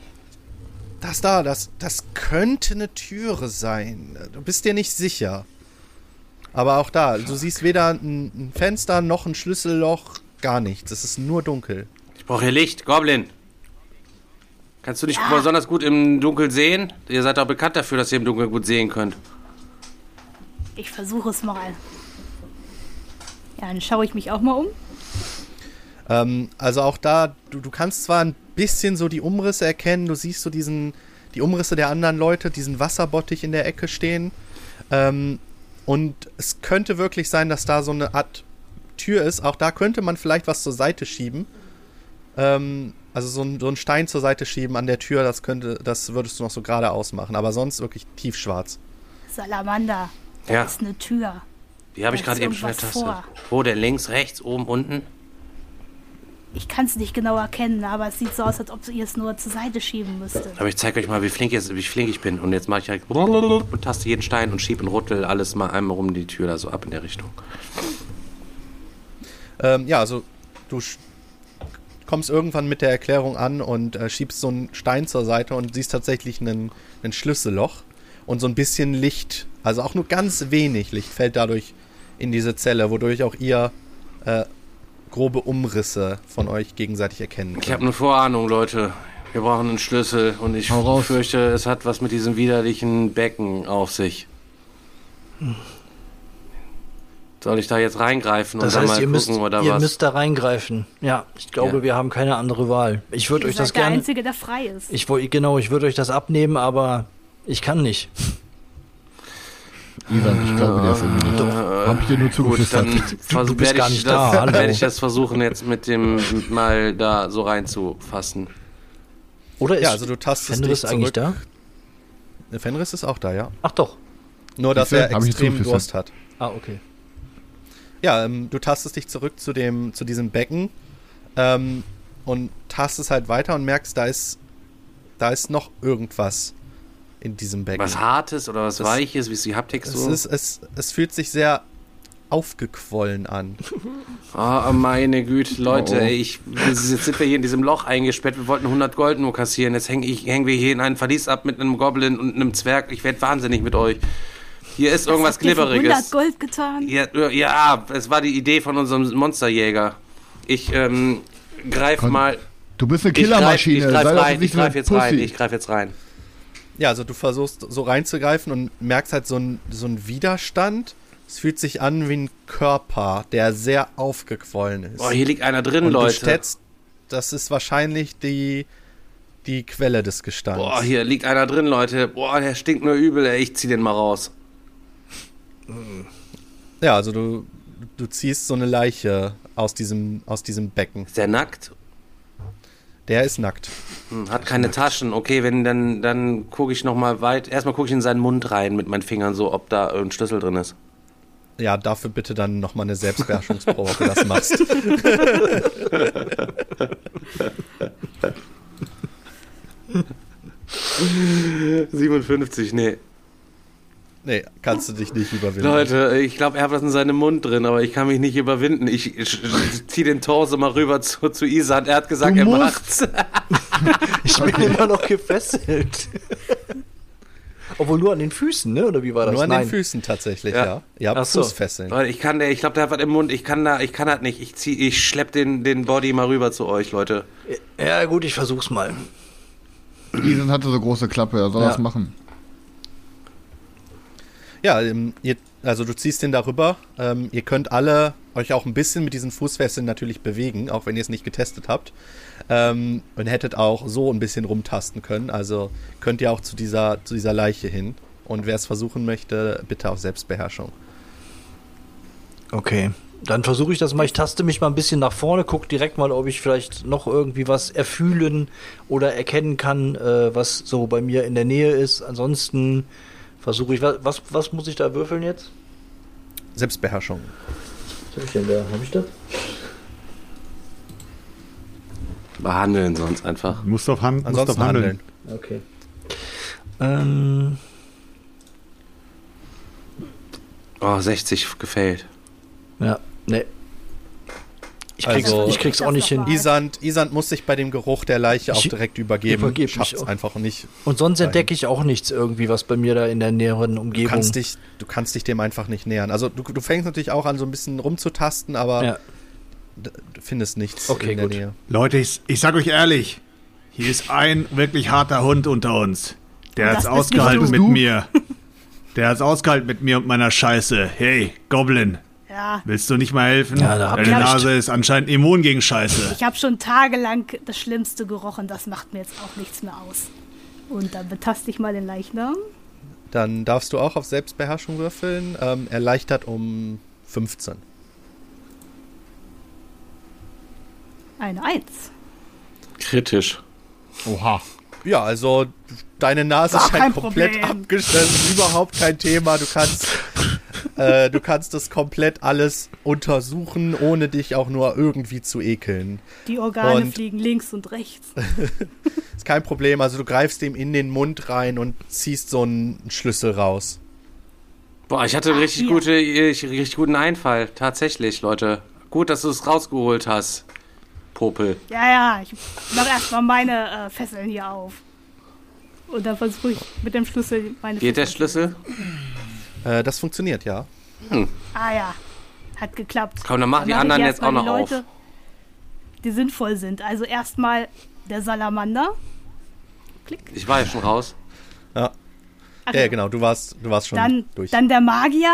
Das könnte eine Türe sein. Du bist dir nicht sicher. Aber auch da, du siehst weder ein Fenster noch ein Schlüsselloch, gar nichts. Es ist nur dunkel. Ich brauche hier Licht. Goblin. Kannst du dich besonders gut im Dunkeln sehen? Ihr seid doch bekannt dafür, dass ihr im Dunkeln gut sehen könnt. Ich versuche es mal. Ja, dann schaue ich mich auch mal um. Also auch da, du kannst zwar ein bisschen so die Umrisse erkennen, du siehst so die Umrisse der anderen Leute, diesen Wasserbottich in der Ecke stehen. Und es könnte wirklich sein, dass da so eine Art Tür ist. Auch da könnte man vielleicht was zur Seite schieben. Also so einen Stein zur Seite schieben an der Tür, das würdest du noch so gerade ausmachen. Aber sonst wirklich tiefschwarz. Salamander, da ist eine Tür. Die habe ich gerade eben schon ertastet. Wo denn? Links, rechts, oben, unten? Ich kann es nicht genau erkennen, aber es sieht so aus, als ob ihr es nur zur Seite schieben müsstet. Aber ich zeige euch mal, wie flink ich bin. Und jetzt mache ich halt und taste jeden Stein und schiebe und rüttel alles mal einmal rum die Tür da so ab in der Richtung. Ja, also du kommst irgendwann mit der Erklärung an und schiebst so einen Stein zur Seite und siehst tatsächlich ein Schlüsselloch und so ein bisschen Licht, also auch nur ganz wenig Licht fällt dadurch in diese Zelle, wodurch auch ihr grobe Umrisse von euch gegenseitig erkennen könnt. Ich habe eine Vorahnung, Leute. Wir brauchen einen Schlüssel und ich fürchte, es hat was mit diesem widerlichen Becken auf sich. Soll ich da jetzt reingreifen und dann mal gucken oder was? Ihr müsst da reingreifen. Ja, ich glaube, wir haben keine andere Wahl. Ich würde euch das gerne... der Einzige, der frei ist. Ich würde euch das abnehmen, aber ich kann nicht. Ivan, ich glaube, der ist irgendwie nicht. Hab ich dir nur zugeflüstert. Du bist gar nicht da. Werde ich das versuchen, jetzt mit dem mal da so reinzufassen. Oder ist also du tastest Fenris dich eigentlich zurück. da? Fenris ist auch da, ja. Ach doch. Nur, dass er extrem Durst hat. Ah, okay. Ja, du tastest dich zurück zu diesem Becken und tastest halt weiter und merkst, da ist noch irgendwas in diesem Becken. Was Hartes oder was Weiches, wie ist die Haptik so? Es fühlt sich sehr aufgequollen an. Oh, meine Güte, Leute, jetzt sind wir hier in diesem Loch eingesperrt, wir wollten 100 Gold nur kassieren, jetzt hängen wir hier in einen Verlies ab mit einem Goblin und einem Zwerg, ich werde wahnsinnig mit euch. Hier ist irgendwas Glibberiges. 100 Gold getan? Ja, es war die Idee von unserem Monsterjäger. Ich greif mal... Du bist eine Killermaschine. Ich greif jetzt rein. Ja, also du versuchst so reinzugreifen und merkst halt so einen Widerstand. Es fühlt sich an wie ein Körper, der sehr aufgequollen ist. Oh, hier liegt einer drin, und Leute. Du schätzt, das ist wahrscheinlich die Quelle des Gestanks. Boah, hier liegt einer drin, Leute. Boah, der stinkt nur übel, ey. Ich zieh den mal raus. Ja, also du ziehst so eine Leiche aus diesem Becken. Ist der nackt? Der ist nackt. Hat keine Taschen. Okay, wenn dann gucke ich noch mal weit. Erstmal gucke ich in seinen Mund rein mit meinen Fingern so, ob da ein Schlüssel drin ist. Ja, dafür bitte dann noch mal eine Selbstbeherrschungsprobe, ob du das machst. 57, nee. Nee, kannst du dich nicht überwinden. Leute, ich glaube, er hat was in seinem Mund drin, aber ich kann mich nicht überwinden. Ich zieh den Torso mal rüber zu Isan. Er hat gesagt, er macht's. Ich bin immer noch gefesselt. Obwohl nur an den Füßen, ne? Oder wie war das? Nur an Nein. den Füßen tatsächlich, Ja. ja. Ihr habt Ach so. Fußfesseln. Leute, ich glaube, der hat was im Mund. Ich kann das nicht. Ich schlepp den Body mal rüber zu euch, Leute. Ja, gut, ich versuch's mal. Ethan hatte so große Klappe, er soll Ja. das machen. Ja, also du ziehst den darüber. Ihr könnt alle euch auch ein bisschen mit diesen Fußfesseln natürlich bewegen, auch wenn ihr es nicht getestet habt. Und hättet auch so ein bisschen rumtasten können. Also könnt ihr auch zu dieser Leiche hin. Und wer es versuchen möchte, bitte auf Selbstbeherrschung. Okay, dann versuche ich das mal. Ich taste mich mal ein bisschen nach vorne, gucke direkt mal, ob ich vielleicht noch irgendwie was erfühlen oder erkennen kann, was so bei mir in der Nähe ist. Ansonsten versuche ich, was muss ich da würfeln jetzt? Selbstbeherrschung. Was habe ich denn da? Habe ich das? Behandeln sonst einfach. Musst auf Ansonsten handeln. Okay. Oh, 60 gefällt. Ja, nee. Ich Also- krieg's auch nicht hin. Isand muss sich bei dem Geruch der Leiche auch Ich direkt übergeben. übergebe Schafft's mich auch. einfach nicht. Und sonst entdecke ich auch nichts irgendwie, was bei mir da in der näheren Du Umgebung... kannst dich dem einfach nicht nähern. Also du fängst natürlich auch an, so ein bisschen rumzutasten, aber Ja. du findest nichts Okay, in der gut. Nähe. Leute, ich sag euch ehrlich, hier ist ein wirklich harter Hund unter uns. Der Und hat's das bist nicht ausgehalten du. mit mir. Der hat's ausgehalten mit mir und meiner Scheiße. Hey, Goblin, Ja, willst du nicht mal helfen? Ja, da hab Deine ich recht. Nase ist anscheinend immun gegen Scheiße. ich habe schon tagelang das Schlimmste gerochen. Das macht mir jetzt auch nichts mehr aus. Und dann betaste ich mal den Leichnam. Dann darfst du auch auf Selbstbeherrschung würfeln. Erleichtert um 15. Eine 1. Kritisch. Oha. Ja, also deine Nase Gar scheint kein komplett Problem. abgeschlossen. Überhaupt kein Thema. Du kannst das komplett alles untersuchen, ohne dich auch nur irgendwie zu ekeln. Die Organe Und- fliegen links und rechts. Ist kein Problem. Also du greifst ihm in den Mund rein und ziehst so einen Schlüssel raus. Boah, ich hatte einen richtig hier. richtig guten Einfall. Tatsächlich, Leute. Gut, dass du es rausgeholt hast. Popel. Ja, ich mache erstmal meine Fesseln hier auf. Und dann versuche ich mit dem Schlüssel meine Geht der Fesseln Schlüssel? Das funktioniert, ja. Ah ja, hat geklappt. Komm, dann mach die mache ich anderen jetzt erstmal auch noch die Leute, die sinnvoll sind. Also erstmal der Salamander. Klick. Ich war ja schon raus. Ach, Ja, genau. Du warst schon durch. Dann der Magier.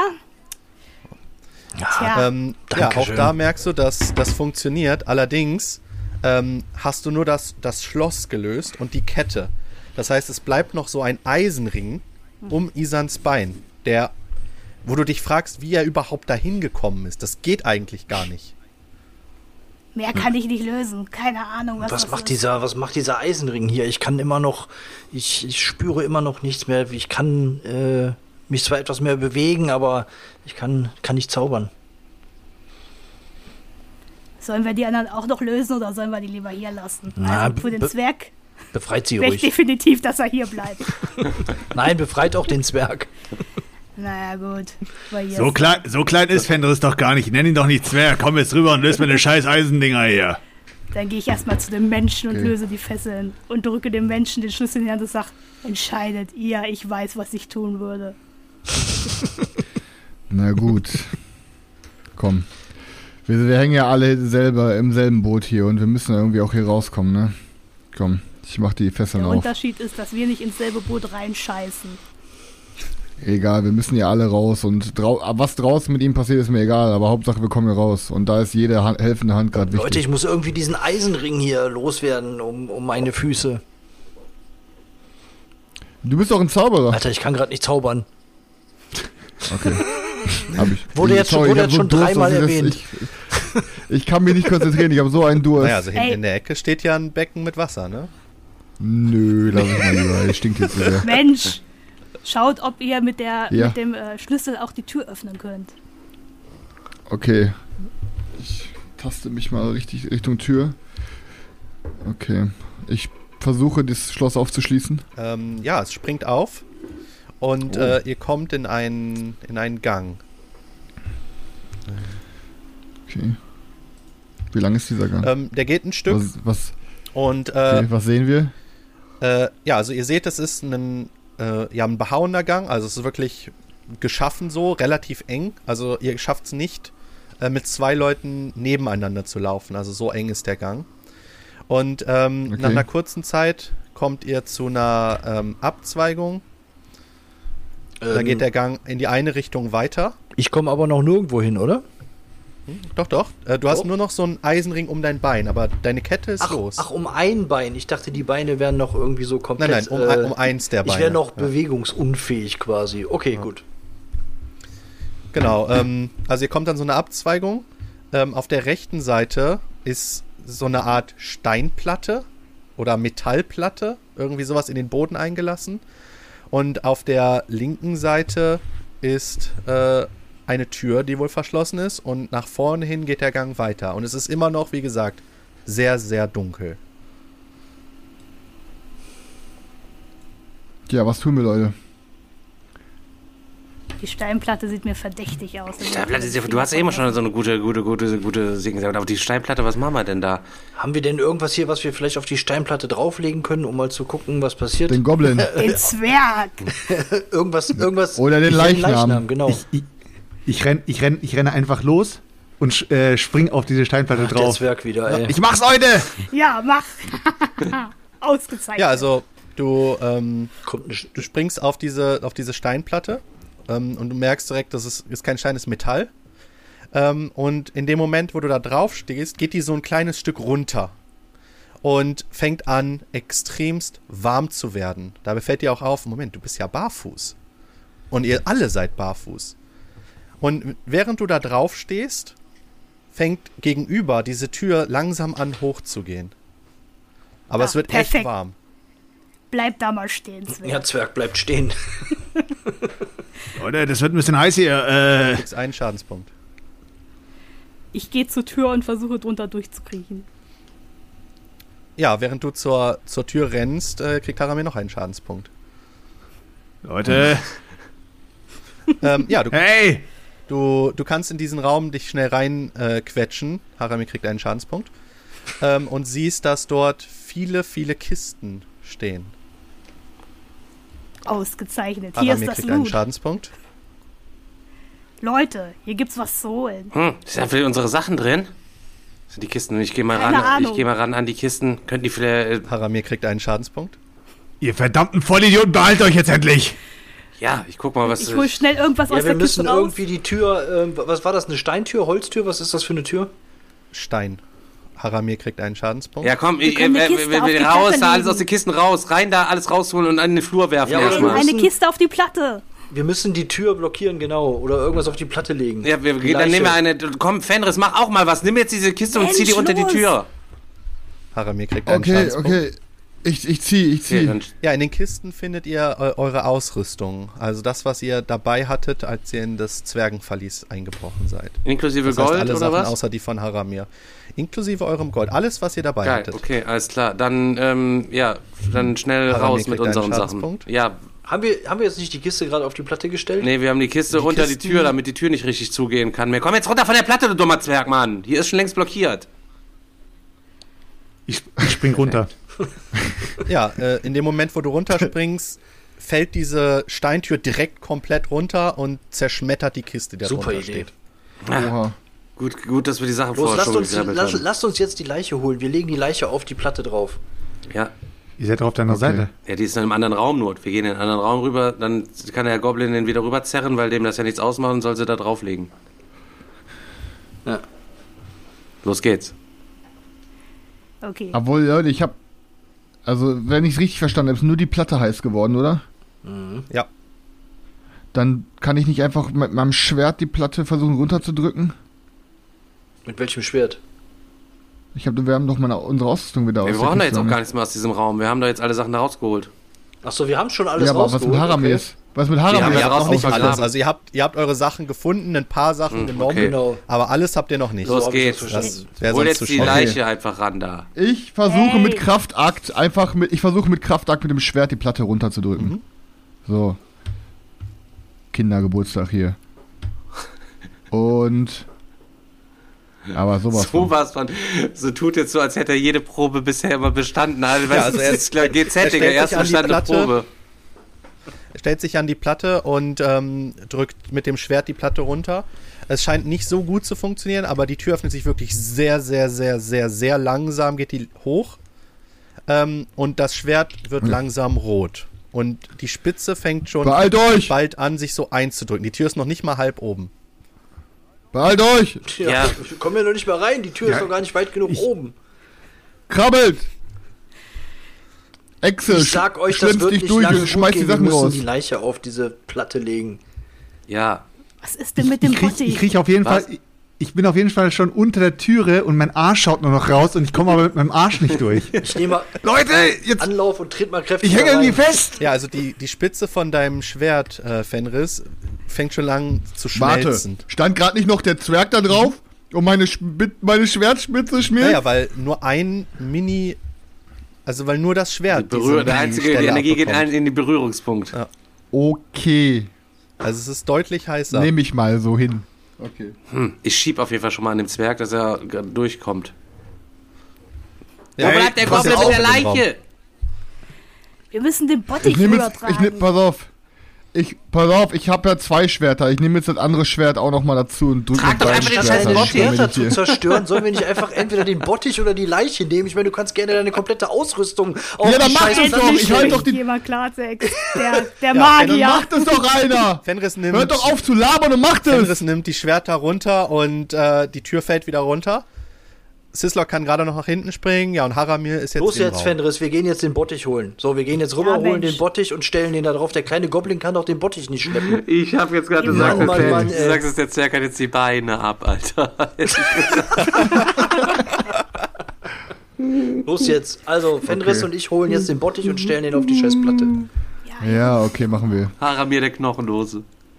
Tja, Ja, auch Dankeschön. da merkst du, dass das funktioniert. Allerdings hast du nur das Schloss gelöst und die Kette. Das heißt, es bleibt noch so ein Eisenring um Isans Bein, wo du dich fragst, wie er überhaupt dahin gekommen ist. Das geht eigentlich gar nicht. mehr kann ich nicht lösen. Keine Ahnung, was Was das macht ist. was macht dieser Eisenring hier? Ich kann immer noch, ich spüre immer noch nichts mehr. Ich kann mich zwar etwas mehr bewegen, aber ich kann nicht zaubern. Sollen wir die anderen auch noch lösen oder sollen wir die lieber hier lassen? Na, Also für den Zwerg Befreit sie wäre ich ruhig. definitiv, dass er hier bleibt. Nein, befreit auch den Zwerg. Naja, gut. Weil hier So klein ist Fenris doch gar nicht. Nenn ihn doch nicht Zwerg. Komm jetzt rüber und löst mir den scheiß Eisendinger hier. Dann gehe ich erstmal zu dem Menschen und Okay. löse die Fesseln und drücke dem Menschen den Schlüssel in die Hand und sage, entscheidet ihr, ich weiß, was ich tun würde. Na gut. Komm. Wir hängen ja alle selber im selben Boot hier und wir müssen irgendwie auch hier rauskommen, ne? Komm, ich mach die Fesseln Der auf. Unterschied ist, dass wir nicht ins selbe Boot reinscheißen. Egal, wir müssen ja alle raus und was draußen mit ihm passiert, ist mir egal, aber Hauptsache wir kommen hier raus und da ist jede helfende Hand gerade wichtig. Leute, ich muss irgendwie diesen Eisenring hier loswerden um meine Füße. Du bist doch ein Zauberer. Alter, ich kann gerade nicht zaubern. Okay. Hab ich. Wurde jetzt Sorry, ich hab so schon Durst, dreimal dass erwähnt. Ich kann mich nicht konzentrieren, ich habe so einen Durst. Naja, also hinten Ey. in der Ecke steht ja ein Becken mit Wasser, ne? Nö, lass ich mal lieber, es stinkt hier zu sehr. Mensch, schaut, ob ihr mit Ja. dem Schlüssel auch die Tür öffnen könnt. Okay. Ich taste mich mal richtig Richtung Tür. Okay. Ich versuche, das Schloss aufzuschließen. Ja, es springt auf und ihr kommt in einen Gang. Okay. Wie lang ist dieser Gang? Der geht ein Stück Was und okay, was sehen wir? ja, also ihr seht, das ist ein ein behauener Gang, also es ist wirklich geschaffen so, relativ eng. Also ihr schafft es nicht, mit 2 Leuten nebeneinander zu laufen. Also so eng ist der Gang. Und nach einer kurzen Zeit kommt ihr zu einer Abzweigung. Da geht der Gang in die eine Richtung weiter. Ich komme aber noch nirgendwo hin, oder? Doch. Du hast nur noch so einen Eisenring um dein Bein, aber deine Kette ist los. Ach, um ein Bein. Ich dachte, die Beine wären noch irgendwie so komplett... Nein, um eins der Beine. Ich wäre noch bewegungsunfähig quasi. Okay, gut. Genau, also ihr kommt an so eine Abzweigung. Auf der rechten Seite ist so eine Art Steinplatte oder Metallplatte, irgendwie sowas in den Boden eingelassen. Und auf der linken Seite ist eine Tür, die wohl verschlossen ist. Und nach vorne hin geht der Gang weiter. Und es ist immer noch, wie gesagt, sehr, sehr dunkel. Ja, was tun wir, Leute? Die Steinplatte sieht mir verdächtig aus. Du hast eben schon so eine gute Singen gesagt. Aber die Steinplatte, was machen wir denn da? Haben wir denn irgendwas hier, was wir vielleicht auf die Steinplatte drauflegen können, um mal zu gucken, was passiert? Den Goblin. Den Zwerg. irgendwas. Oder den Leichnam. Genau. Ich renne einfach los und spring auf diese Steinplatte Der drauf. Zwerg wieder, ey. Ich mach's heute! Ja, mach. Ausgezeichnet. Ja, also du springst auf diese Steinplatte und du merkst direkt, das ist kein Stein, das ist Metall. Und in dem Moment, wo du da drauf stehst, geht die so ein kleines Stück runter und fängt an, extremst warm zu werden. Dabei fällt dir auch auf, Moment, du bist ja barfuß. Und ihr alle seid barfuß. Und während du da drauf stehst, fängt gegenüber diese Tür langsam an hochzugehen. Aber es wird perfekt. echt warm. Bleib da mal stehen, Zwerg. Ja, Zwerg bleibt stehen. Leute, das wird ein bisschen heiß hier. Du kriegst einen Schadenspunkt. Ich gehe zur Tür und versuche drunter durchzukriechen. Ja, während du zur Tür rennst, kriegt Haramir noch einen Schadenspunkt. Leute. Ja, Hey! du kannst in diesen Raum dich schnell rein quetschen. Haramir kriegt einen Schadenspunkt. Und siehst, dass dort viele, viele Kisten stehen. Ausgezeichnet. Hier Haramir ist das kriegt einen Loot. Schadenspunkt. Leute, hier gibt's was zu holen. Sind da vielleicht unsere Sachen drin? Sind die Kisten? Ich gehe mal Keine ran. Ahnung. Ich gehe mal ran an die Kisten. Könnten die vielleicht... Haramir kriegt einen Schadenspunkt. Ihr verdammten Vollidioten, behaltet euch jetzt endlich! Ja, ich guck mal, was... Ich hol schnell irgendwas aus Ja, wir der Kiste müssen raus. irgendwie die Tür, was war das, eine Steintür, Holztür, was ist das für eine Tür? Stein. Haramir kriegt einen Schadenspunkt. Ja, komm, können eine Kiste auf die raus, Platte da alles legen. aus den Kisten raus. Rein da, alles rausholen und an den Flur werfen Ja, erstmal. Eine Kiste auf die Platte. Wir müssen die Tür blockieren, genau, oder irgendwas auf die Platte legen. Ja, Die dann Leiche. nehmen wir eine... Komm, Fenris, mach auch mal was. Nimm jetzt diese Kiste und zieh die Mensch, unter die los. Tür. Haramir kriegt einen Okay, Schadenspunkt. okay. Ich zieh. Okay, dann Ja, in den Kisten findet ihr eure Ausrüstung. Also das, was ihr dabei hattet, als ihr in das Zwergenverlies eingebrochen seid. inklusive Das heißt, Gold alle oder Sachen was? außer die von Haramir. Inklusive eurem Gold. Alles, was ihr dabei Geil, hattet. okay, alles klar. Dann, dann schnell Haramir raus kriegt mit einen unseren Sachen. Schadenspunkt. Ja, Haben wir jetzt nicht die Kiste gerade auf die Platte gestellt? nee, wir haben die Kiste unter die Kisten- Tür, damit die Tür nicht richtig zugehen kann mehr. Komm jetzt runter von der Platte, du dummer Zwerg, Mann. Hier ist schon längst blockiert. Ich spring runter. Ja, in dem Moment, wo du runterspringst, fällt diese Steintür direkt komplett runter und zerschmettert die Kiste, die da Super drunter Idee. steht. Oha. Gut, dass wir die Sachen Los, vorher schon gegrabbelt haben. lasst uns jetzt die Leiche holen. Wir legen die Leiche auf die Platte drauf. Ja. Ihr seid doch auf deiner Okay. Seite. Ja, die ist dann im anderen Raum nur. Wir gehen in den anderen Raum rüber, dann kann der Goblin den wieder rüberzerren, weil dem das ja nichts ausmacht und soll sie da drauflegen. Ja. Los geht's. Okay. Obwohl, Leute, also, wenn ich es richtig verstanden habe, ist nur die Platte heiß geworden, oder? Ja. Dann kann ich nicht einfach mit meinem Schwert die Platte versuchen runterzudrücken? Mit welchem Schwert? Wir haben doch mal unsere Ausrüstung wieder aus. Wir brauchen da jetzt auch gar nichts mehr aus diesem Raum. Wir haben da jetzt alle Sachen da rausgeholt. Achso, wir haben schon alles Ja, aber was mit Haramir ist? Was mit Haramir haben ist? wir Ihr habt noch nicht rausgeholt. alles. Also ihr habt eure Sachen gefunden, ein paar Sachen genommen, okay. Genau. aber alles habt ihr noch nicht. Los hab ich geht's. das Das wäre Hol sonst jetzt zu die schwach. Leiche einfach ran da. Ich versuche Hey. mit Kraftakt mit dem Schwert die Platte runterzudrücken. So. Kindergeburtstag hier. Und. Aber sowas. So was von. So tut jetzt so, als hätte er jede Probe bisher immer bestanden. Also, weißt also du, er- das ist klar, GZ, er Digga, stellt sich erst an die bestandene Platte. Probe. stellt sich an die Platte und drückt mit dem Schwert die Platte runter. Es scheint nicht so gut zu funktionieren, aber die Tür öffnet sich wirklich sehr, sehr, sehr, sehr, sehr langsam, geht die hoch. Und das Schwert wird langsam rot. Und die Spitze fängt schon bald an, sich so einzudrücken. Die Tür ist noch nicht mal halb oben. Beeilt euch! Ja. Wir kommen ja noch nicht mal rein, die Tür ist noch gar nicht weit genug oben. Krabbelt! Echse, Ich sag euch, das wird nicht durch lange und gut schmeißt die gehen. Wir Sachen müssen raus. die Leiche auf diese Platte legen. Ja. Was ist denn mit dem Bottich? Ich krieg auf jeden Was? Fall. Ich bin auf jeden Fall schon unter der Türe und mein Arsch schaut nur noch raus und ich komme aber mit meinem Arsch nicht durch. Ich nehme mal Leute, jetzt. Anlauf und tritt mal kräftig Ich hänge da rein. irgendwie fest. Ja, also die Spitze von deinem Schwert, Fenris, fängt schon lang zu schmelzen. Warte, stand gerade nicht noch der Zwerg da drauf? Und meine Schwertspitze schmilzt? Naja, weil nur ein Mini... Also weil nur das Schwert diese Der einzige, die Stelle Energie geht abbekommt. in den Berührungspunkt. Ja. Okay, Also es ist deutlich heißer. nehme ich mal so hin. Okay. Ich schieb auf jeden Fall schon mal an dem Zwerg, dass er durchkommt. Ja, Wo bleibt der pass Goblin auf mit der in den Raum. Leiche? Wir müssen den Bottich Ich nehme übertragen. pass auf, ich habe ja 2 Schwerter. Ich nehme jetzt das andere Schwert auch noch mal dazu und drücke Trag mit doch beiden einfach den Schwertern, scheiß Bottich. damit Schwerter ich zu hier- zerstören, sollen wir nicht einfach entweder den Bottich oder die Leiche nehmen? Ich meine, du kannst gerne deine komplette Ausrüstung auf Ja, dann die mach scheiß das Platte doch, ich stellen. halt doch die- Jemand Klartext. Der Dann Magier. macht es doch einer! Fenris nimmt, Hört doch auf zu labern und macht Fenris es! nimmt die Schwerter runter und die Tür fällt wieder runter. Sislok kann gerade noch nach hinten springen. Ja, und Haramir ist jetzt Los im jetzt, Raum. Fenris, wir gehen jetzt den Bottich holen. So, wir gehen jetzt rüber, Ja, holen Mensch. den Bottich und stellen den da drauf. Der kleine Goblin kann doch den Bottich nicht schleppen. Ich hab jetzt gerade Mann, gesagt, Mann, dass Mann, du ey. sagst, dass der Zwerg hat jetzt die Beine ab, Alter. Los jetzt. Also, Fenris und ich holen jetzt den Bottich und stellen den auf die Scheißplatte. Ja, okay, machen wir. Haramir der Knochenlose.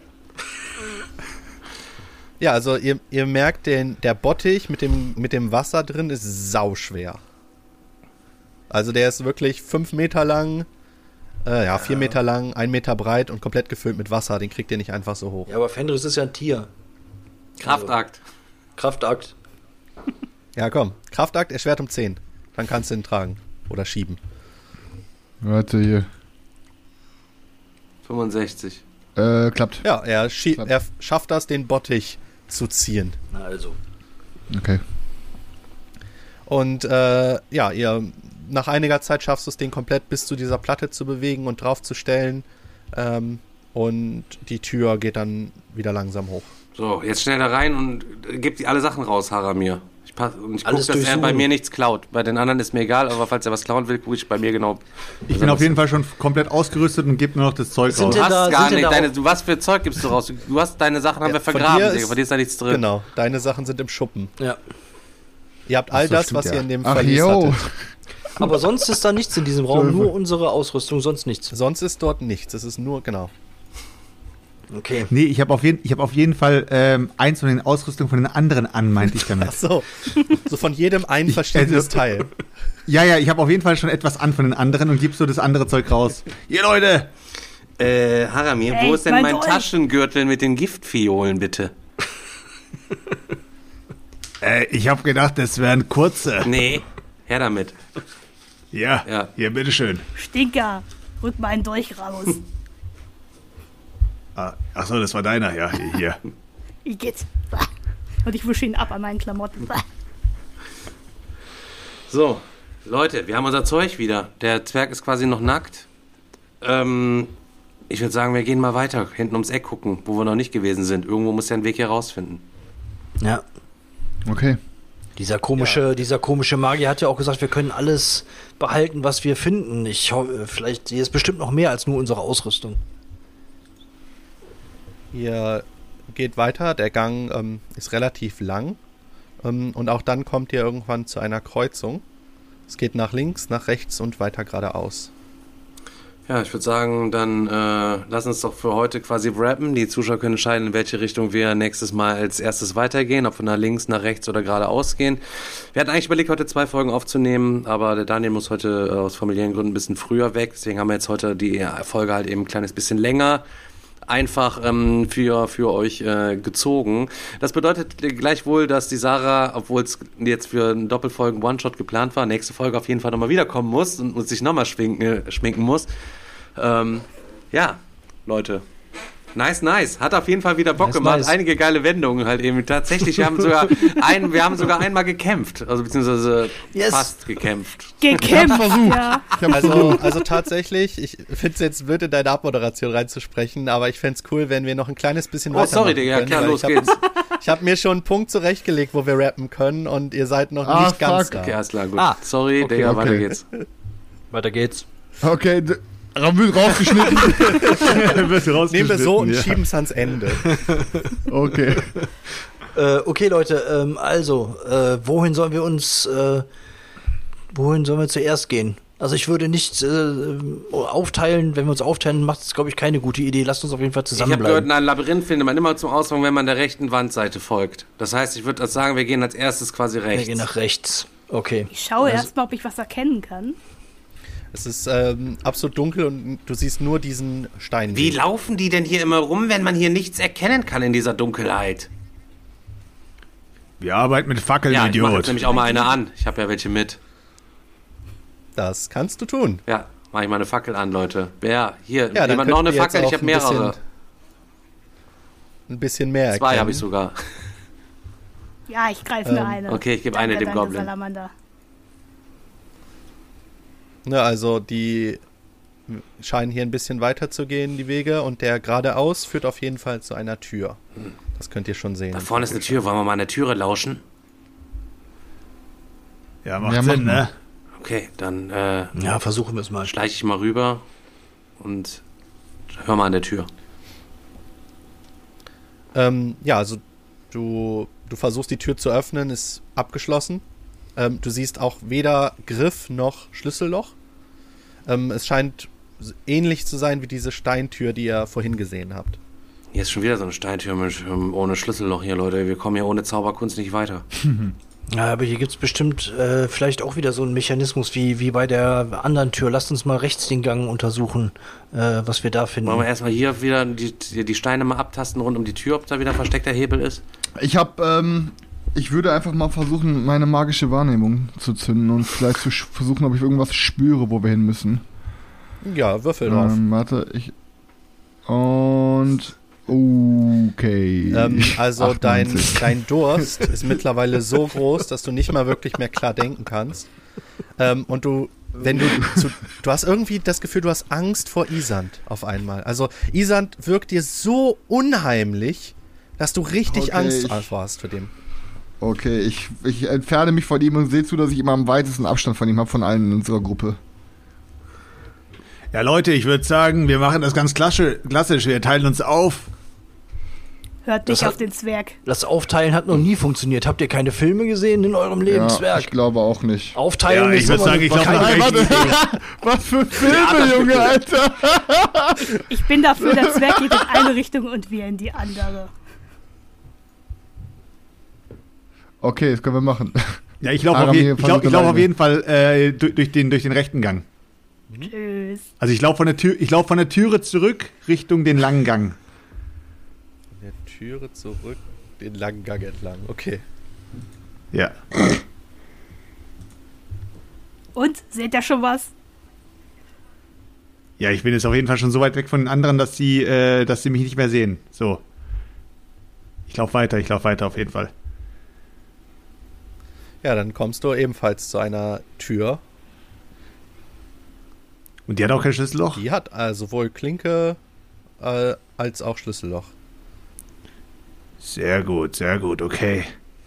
Ja, also ihr merkt, der Bottich mit dem Wasser drin ist sauschwer. Also der ist wirklich 5 Meter lang, 4 Meter lang, 1 Meter breit und komplett gefüllt mit Wasser. Den kriegt ihr nicht einfach so hoch. Ja, aber Fenris ist ja ein Tier. Kraftakt. Kraftakt. Ja, komm. Kraftakt, Erschwert um 10. Dann kannst du ihn tragen. Oder schieben. Warte hier. 65. Klappt. Ja, er schafft das, den Bottich zu ziehen. Na also. Okay. Und ihr nach einiger Zeit schaffst du es, den komplett bis zu dieser Platte zu bewegen und draufzustellen. Und die Tür geht dann wieder langsam hoch. So, jetzt schnell da rein und gebt alle Sachen raus, Haramir. Ich gucke, Alles dass er durchsuchen. bei mir nichts klaut. Bei den anderen ist mir egal, aber falls er was klauen will, gucke ich bei mir genau. Ich bin auf jeden Fall schon komplett ausgerüstet und gebe nur noch das Zeug Sind raus. denn Du hast da- gar sind denn nicht. da Was für Zeug gibst du raus? Du hast deine Sachen haben wir von vergraben, dir Digga. ist- Von dir ist da nichts drin. Genau, deine Sachen sind im Schuppen. Ja. Ihr habt all so, das, stimmt, was ja. ihr in dem Ach, Verlies yo. hattet. Aber sonst ist da nichts in diesem Raum, nur unsere Ausrüstung, sonst nichts. Sonst ist dort nichts. Es ist nur, genau. Okay. Nee, ich habe auf jeden Fall eins von den Ausrüstungen von den anderen an, meinte ich damit. Ach so. So von jedem ein verschiedenes Teil. Ja, ich habe auf jeden Fall schon etwas an von den anderen und gebe so das andere Zeug raus. Ihr Leute! Haramir, Ey, wo ist denn mein mein Dolch? Taschengürtel mit den Giftfiolen, bitte? Ich habe gedacht, das wären kurze. Nee, her damit. Ja, Ja. hier, bitteschön. Stinker. Rück mal einen Dolch raus. Ach so, das war deiner, ja, hier. Ich geht's. Und ich wische ihn ab an meinen Klamotten. So, Leute, wir haben unser Zeug wieder. Der Zwerg ist quasi noch nackt. Ich würde sagen, wir gehen mal weiter, hinten ums Eck gucken, wo wir noch nicht gewesen sind. Irgendwo muss er einen Weg hier rausfinden. Ja. Okay. Dieser komische Magier hat ja auch gesagt, wir können alles behalten, was wir finden. Ich hoffe, vielleicht hier ist bestimmt noch mehr als nur unsere Ausrüstung. Ihr geht weiter. Der Gang ist relativ lang. Und auch dann kommt ihr irgendwann zu einer Kreuzung. Es geht nach links, nach rechts und weiter geradeaus. Ja, ich würde sagen, dann lass uns doch für heute quasi wrappen. Die Zuschauer können entscheiden, in welche Richtung wir nächstes Mal als erstes weitergehen, ob wir nach links, nach rechts oder geradeaus gehen. Wir hatten eigentlich überlegt, heute 2 Folgen aufzunehmen, aber der Daniel muss heute aus familiären Gründen ein bisschen früher weg. Deswegen haben wir jetzt heute die Folge halt eben ein kleines bisschen länger einfach für euch gezogen. Das bedeutet gleichwohl, dass die Sarah, obwohl es jetzt für einen Doppelfolgen One-Shot geplant war, nächste Folge auf jeden Fall nochmal wiederkommen muss und sich nochmal schminken muss. Ja, Leute. Nice. Hat auf jeden Fall wieder Bock gemacht. Nice. Einige geile Wendungen halt eben. Tatsächlich, wir haben sogar einmal gekämpft. Also beziehungsweise fast gekämpft. Gekämpft, ja. Also tatsächlich, ich finde es jetzt blöd, in deine Abmoderation reinzusprechen, aber ich fände es cool, wenn wir noch ein kleines bisschen Oh, sorry, Digga. Ja, klar, los geht's. Ich habe mir schon einen Punkt zurechtgelegt, wo wir rappen können und ihr seid noch nicht ganz da. Okay, alles klar, gut. Sorry, Okay, Digga, okay. weiter geht's. Weiter geht's. Okay, wird rausgeschnitten. Nehmen wir so und schieben es ans Ende. Okay. Okay, Leute, wohin sollen wir zuerst gehen? Also ich würde nicht aufteilen. Wenn wir uns aufteilen, macht es, glaube ich, keine gute Idee. Lasst uns auf jeden Fall Ich habe gehört, zusammenbleiben. in einem Labyrinth findet man immer zum Ausgang, wenn man der rechten Wandseite folgt. Das heißt, ich würde sagen, wir gehen als erstes quasi Wir rechts. gehen nach rechts. Okay. Ich schaue erstmal, ob ich was erkennen kann. Es ist absolut dunkel und du siehst nur diesen Stein. Wie laufen die denn hier immer rum, wenn man hier nichts erkennen kann in dieser Dunkelheit? Wir arbeiten mit Fackeln, Ja, ich mache jetzt Idiot. nämlich auch mal eine an. Ich habe ja welche mit. Das kannst du tun. Ja, mache ich mal eine Fackel an, Leute. Wer? Hier, Ja, dann jemand noch könnt eine ihr jetzt Fackel? Ich auch habe mehrere. Ein bisschen mehr 2 habe ich sogar. Ja, ich greife mir eine. okay, ich gebe eine dem Danke, Goblin. Salamander. Ne, also die scheinen hier ein bisschen weiter zu gehen, die Wege, und der geradeaus führt auf jeden Fall zu einer Tür. Das könnt ihr schon sehen. Da vorne ist eine Tür. Wollen wir mal an der Türe lauschen? Ja, macht Ja, Sinn, mach mal. ne? Okay, dann Ja, versuchen wir es mal. schleiche ich mal rüber und hör mal an der Tür. Ja, also du versuchst die Tür zu öffnen, ist abgeschlossen. Du siehst auch weder Griff noch Schlüsselloch. Es scheint ähnlich zu sein wie diese Steintür, die ihr vorhin gesehen habt. Hier ist schon wieder so eine Steintür ohne Schlüsselloch hier, Leute. Wir kommen hier ohne Zauberkunst nicht weiter. Ja, aber hier gibt es bestimmt vielleicht auch wieder so einen Mechanismus wie bei der anderen Tür. Lasst uns mal rechts den Gang untersuchen, was wir da finden. Wollen wir erstmal hier wieder die Steine mal abtasten rund um die Tür, ob da wieder ein versteckter Hebel ist? Ich würde einfach mal versuchen, meine magische Wahrnehmung zu zünden und vielleicht zu versuchen, ob ich irgendwas spüre, wo wir hin müssen. Ja, würfel drauf. Warte, okay. Also 98. dein Durst ist mittlerweile so groß, dass du nicht mal wirklich mehr klar denken kannst. Und du hast irgendwie das Gefühl, du hast Angst vor Isand auf einmal. Also Isand wirkt dir so unheimlich, dass du richtig Angst hast vor dem. Okay, ich entferne mich von ihm und sehe zu, dass ich immer am weitesten Abstand von ihm habe, von allen in unserer Gruppe. Ja, Leute, ich würde sagen, wir machen das ganz klassisch. Wir teilen uns auf. Hört nicht auf den Zwerg. Das Aufteilen hat noch nie funktioniert. Habt ihr keine Filme gesehen in eurem Ja, Lebenswerk? ich glaube auch nicht. Aufteilen Ja, ich ist würd immer sagen, ich eine glaub, keine warte. gute Idee. Was für Filme, Junge, Alter! Ich bin dafür, der Zwerg geht in eine Richtung und wir in die andere. Okay, das können wir machen. Ja, ich laufe auf jeden Fall durch den rechten Gang. Tschüss. Also ich laufe von der Türe zurück Richtung den langen Gang. Von der Türe zurück, den langen Gang entlang. Okay. Ja. Und? Seht ihr schon was? Ja, ich bin jetzt auf jeden Fall schon so weit weg von den anderen, dass sie mich nicht mehr sehen. So. Ich laufe weiter auf jeden Fall. Ja, dann kommst du ebenfalls zu einer Tür. Und die hat auch kein Schlüsselloch? Die hat sowohl Klinke als auch Schlüsselloch. Sehr gut, okay.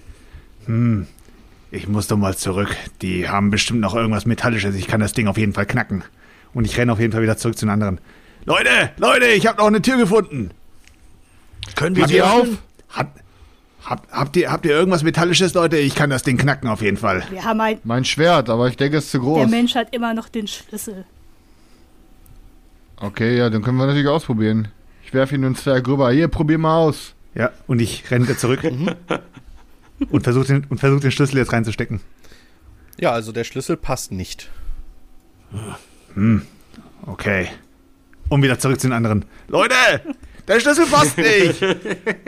Ich muss doch mal zurück. Die haben bestimmt noch irgendwas Metallisches. Ich kann das Ding auf jeden Fall knacken. Und ich renne auf jeden Fall wieder zurück zu den anderen. Leute, ich habe noch eine Tür gefunden. Können wir Habt sie ihr auf? öffnen? Habt ihr irgendwas Metallisches, Leute? Ich kann das Ding knacken auf jeden Fall. Wir haben Mein Schwert, aber ich denke, es ist zu groß. Der Mensch hat immer noch den Schlüssel. Okay, ja, dann können wir natürlich ausprobieren. Ich werfe ihn ins Zwerg rüber. Hier, probier mal aus. Ja, und ich renne wieder zurück. und versuch den Schlüssel jetzt reinzustecken. Ja, also der Schlüssel passt nicht. Okay. Und wieder zurück zu den anderen. Leute, der Schlüssel passt nicht.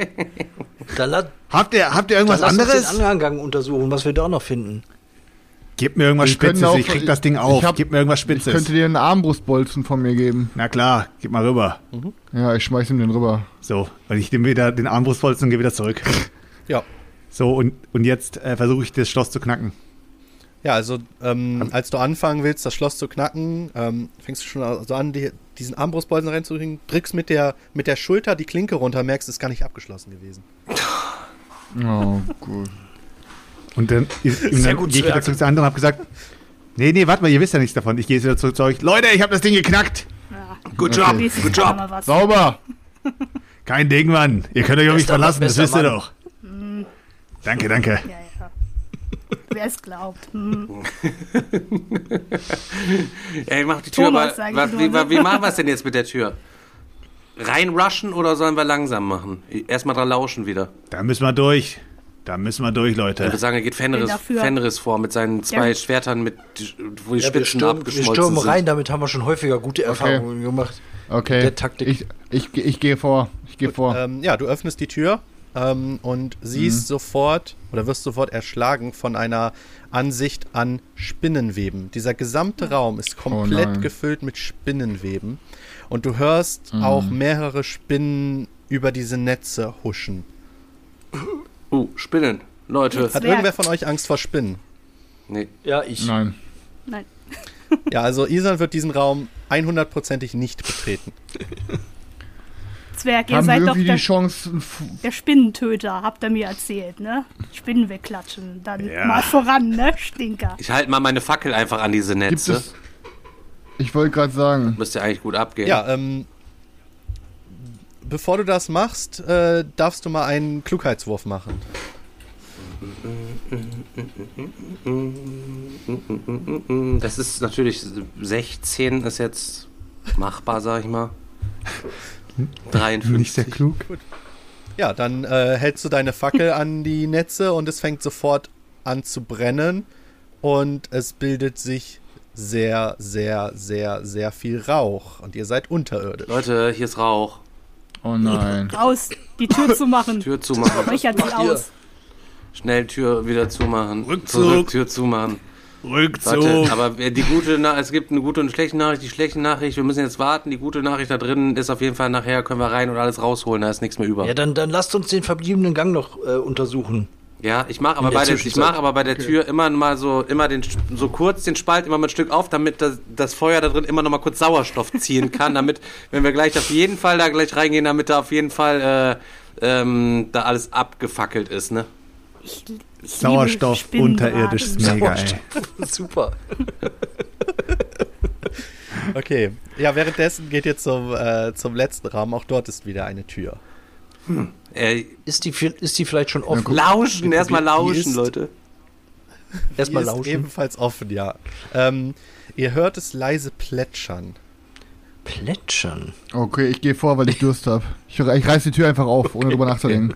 Dann Habt ihr irgendwas lass uns anderes? den anderen Gang untersuchen, was wir da noch finden. Gib mir irgendwas Wir können Spitzes, auch- ich krieg das Ding auf. Gib mir irgendwas Ich könnte Spitzes. dir einen Armbrustbolzen von mir geben. Na klar, gib mal rüber. Ja, ich schmeiß ihm den rüber. So, weil ich nehme wieder den Armbrustbolzen und gehe wieder zurück. Ja. So, und jetzt versuche ich das Schloss zu knacken. Ja, also als du anfangen willst, das Schloss zu knacken, fängst du schon so an, diesen Armbrustbolzen reinzukriegen, drückst mit der Schulter die Klinke runter, merkst, es ist gar nicht abgeschlossen gewesen. Oh, gut. Und dann gehe ich wieder zurück zu der anderen und habe gesagt, nee, warte mal, ihr wisst ja nichts davon. Ich gehe jetzt wieder zurück zu euch. Leute, ich habe das Ding geknackt. Ja. Good Okay. job, Wenigstens good kann job. man mal was. Sauber! Kein Ding, Mann. Ihr könnt euch auf mich Bester verlassen, das wisst Mann. ihr doch. Danke. Ja. Wer es glaubt. Ey, mach die Tür, Thomas, aber sag ich nur, ne? wie machen wir es denn jetzt mit der Tür? Reinrushen oder sollen wir langsam machen? Erstmal dran lauschen wieder. Da müssen wir durch, Ich würde Leute. sagen, da geht Bin dafür. Fenris vor mit seinen zwei Ja. Schwertern, wo die Ja, wir Spitzen stürmen abgeschmolzen sind. rein, damit haben wir schon häufiger gute Erfahrungen gemacht. Okay. Der Taktik. Ich gehe vor. Ja, du öffnest die Tür und siehst sofort oder wirst sofort erschlagen von einer Ansicht an Spinnenweben. Dieser gesamte Raum ist komplett nein. gefüllt mit Spinnenweben und du hörst auch mehrere Spinnen über diese Netze huschen. Spinnen. Leute. Hat Zwerg. irgendwer von euch Angst vor Spinnen? Nee. Ja, ich. Nein. Nein. Ja, also Isan wird diesen Raum 100%ig nicht betreten. Zwerg, ihr Haben wir seid doch irgendwie die der, Chance, der Spinnentöter, habt ihr mir erzählt, ne? Spinnen wegklatschen. Dann Ja. mal voran, ne? Stinker. Ich halte mal meine Fackel einfach an diese gibt Netze. es... Ich wollte gerade sagen, Müsste eigentlich gut abgehen. Ja, bevor du das machst, darfst du mal einen Klugheitswurf machen. Das ist natürlich 16 ist jetzt machbar, sag ich mal. 53. Nicht sehr klug. Ja, dann hältst du deine Fackel an die Netze und es fängt sofort an zu brennen und es bildet sich sehr, sehr, sehr, sehr viel Rauch und ihr seid unterirdisch. Leute, hier ist Rauch. oh nein. Raus, die Tür zu machen. Tür zumachen. Räuchert sie aus. Schnell Tür wieder zumachen. Rückzug. Zurück, Tür zumachen. Rückzug. Leute, aber es gibt eine gute und eine schlechte Nachricht. Die schlechte Nachricht, wir müssen jetzt warten. Die gute Nachricht da drin ist auf jeden Fall, nachher können wir rein und alles rausholen. Da ist nichts mehr über. Ja, dann lasst uns den verbliebenen Gang noch untersuchen. Ja, ich mache aber, In der bei der, Zwischenzeit. Tür immer mal so, so kurz den Spalt immer mal ein Stück auf, damit das Feuer da drin immer noch mal kurz Sauerstoff ziehen kann, damit, wenn wir gleich auf jeden Fall da gleich reingehen, damit da auf jeden Fall da alles abgefackelt ist, ne? Ich Sauerstoff liebe unterirdisch ist Spinnenbraten. mega, ey. Super. Okay, ja, währenddessen geht ihr zum letzten Raum. Auch dort ist wieder eine Tür. Ist die vielleicht schon offen? Lauschen, erstmal Die lauschen, ist- Leute. Erstmal Die ist lauschen. ebenfalls offen, ja. Ihr hört es leise plätschern. Plätschern. Okay, ich gehe vor, weil ich Durst habe. Ich reiß die Tür einfach auf, ohne drüber nachzudenken.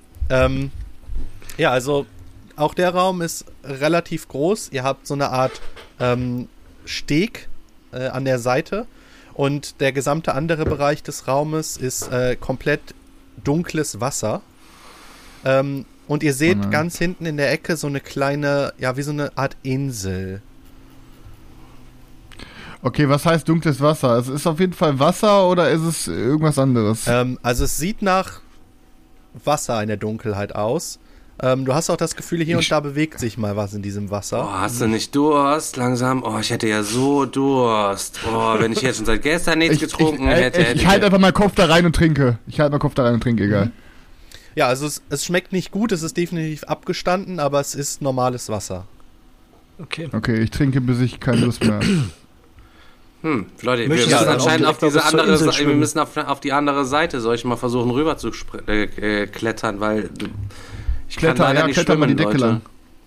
Ja, also auch der Raum ist relativ groß. Ihr habt so eine Art Steg an der Seite und der gesamte andere Bereich des Raumes ist komplett dunkles Wasser. Und ihr seht Oh nein. ganz hinten in der Ecke so eine kleine, ja, wie so eine Art Insel. Okay, was heißt dunkles Wasser? Es ist auf jeden Fall Wasser oder ist es irgendwas anderes? Also es sieht nach Wasser in der Dunkelheit aus. Du hast auch das Gefühl, hier und da bewegt sich mal was in diesem Wasser. Oh, hast du nicht Durst? Langsam. Oh, ich hätte ja so Durst. Oh, wenn ich jetzt schon seit gestern nichts getrunken hätte. Ich halte einfach meinen Kopf da rein und trinke. Egal. Ja, also es schmeckt nicht gut, es ist definitiv abgestanden, aber es ist normales Wasser. Okay. Okay, ich trinke, bis ich keine Lust mehr habe. Leute, wir Möchtest müssen du dann auch anscheinend auf direkt diese bis zur andere Insel Seite, wir schwimmen? müssen auf die andere Seite. Soll ich mal versuchen, rüber zu klettern, weil ich kann leider nicht kletter mal die schwimmen, Decke Leute.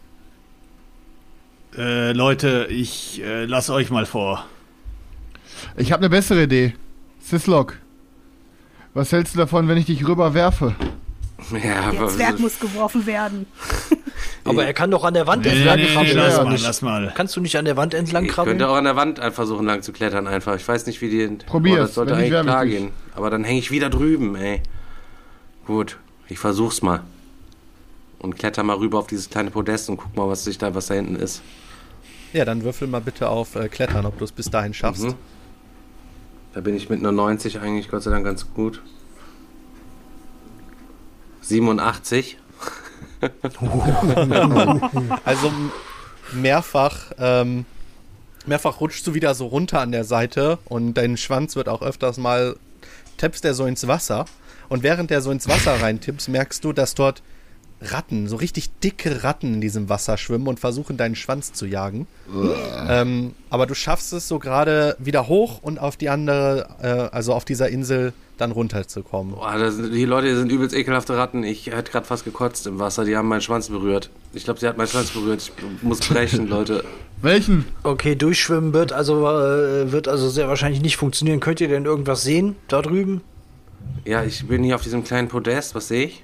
lang. Leute, ich lasse euch mal vor. Ich habe eine bessere Idee. Sislok, was hältst du davon, wenn ich dich rüber werfe? Ja, Der aber Zwerg muss geworfen werden. Aber er kann doch an der Wand Nee, entlang nee, krabbeln. lass oder mal, nicht? lass mal. Kannst du nicht an der Wand entlang ich krabbeln? könnte auch an der Wand versuchen, lang zu klettern einfach. Ich weiß nicht, wie die... Probier's, das sollte wenn nicht, eigentlich werfe klar ich dich. gehen. Aber dann hänge ich wieder drüben, ey. Gut, ich versuch's mal. Und kletter mal rüber auf dieses kleine Podest und guck mal, was da hinten ist. Ja, dann würfel mal bitte auf Klettern, ob du es bis dahin schaffst. Mhm. Da bin ich mit einer 90 eigentlich Gott sei Dank ganz gut. 87. Also mehrfach rutschst du wieder so runter an der Seite und dein Schwanz wird auch öfters mal, tappst der so ins Wasser. Und während der so ins Wasser reintippst, merkst du, dass dort Ratten, so richtig dicke Ratten in diesem Wasser schwimmen und versuchen, deinen Schwanz zu jagen. Aber du schaffst es so gerade wieder hoch und auf die andere, also auf dieser Insel dann runterzukommen. Boah, die Leute sind übelst ekelhafte Ratten. Ich hätte gerade fast gekotzt im Wasser. Die haben meinen Schwanz berührt. Ich glaube, sie hat meinen Schwanz berührt. Ich muss brechen, Leute. Welchen? Okay, durchschwimmen wird also sehr wahrscheinlich nicht funktionieren. Könnt ihr denn irgendwas sehen da drüben? Ja, ich bin hier auf diesem kleinen Podest. Was sehe ich?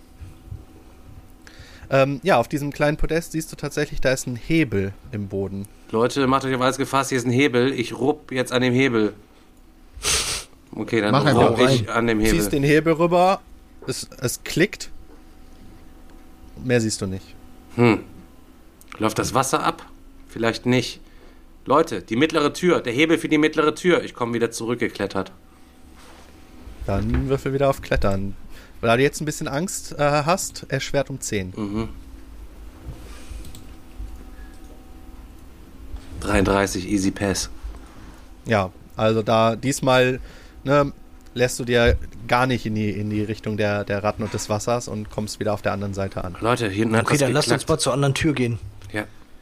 Ja, auf diesem kleinen Podest siehst du tatsächlich, da ist ein Hebel im Boden. Leute, macht euch auf alles gefasst. Hier ist ein Hebel. Ich rupp jetzt an dem Hebel. Okay, dann rupp ich an dem Hebel. Ziehst den Hebel rüber, es klickt. Mehr siehst du nicht. Läuft das Wasser ab? Vielleicht nicht. Leute, die mittlere Tür. Der Hebel für die mittlere Tür. Ich komme wieder zurückgeklettert. Dann würfel wieder auf Klettern. Weil du jetzt ein bisschen Angst hast, erschwert um 10. 33, easy pass. Ja, also da diesmal lässt du dir gar nicht in die Richtung der Ratten und des Wassers und kommst wieder auf der anderen Seite an. Leute, hier hinten hat Okay, dann lasst uns mal zur anderen Tür gehen. Ja.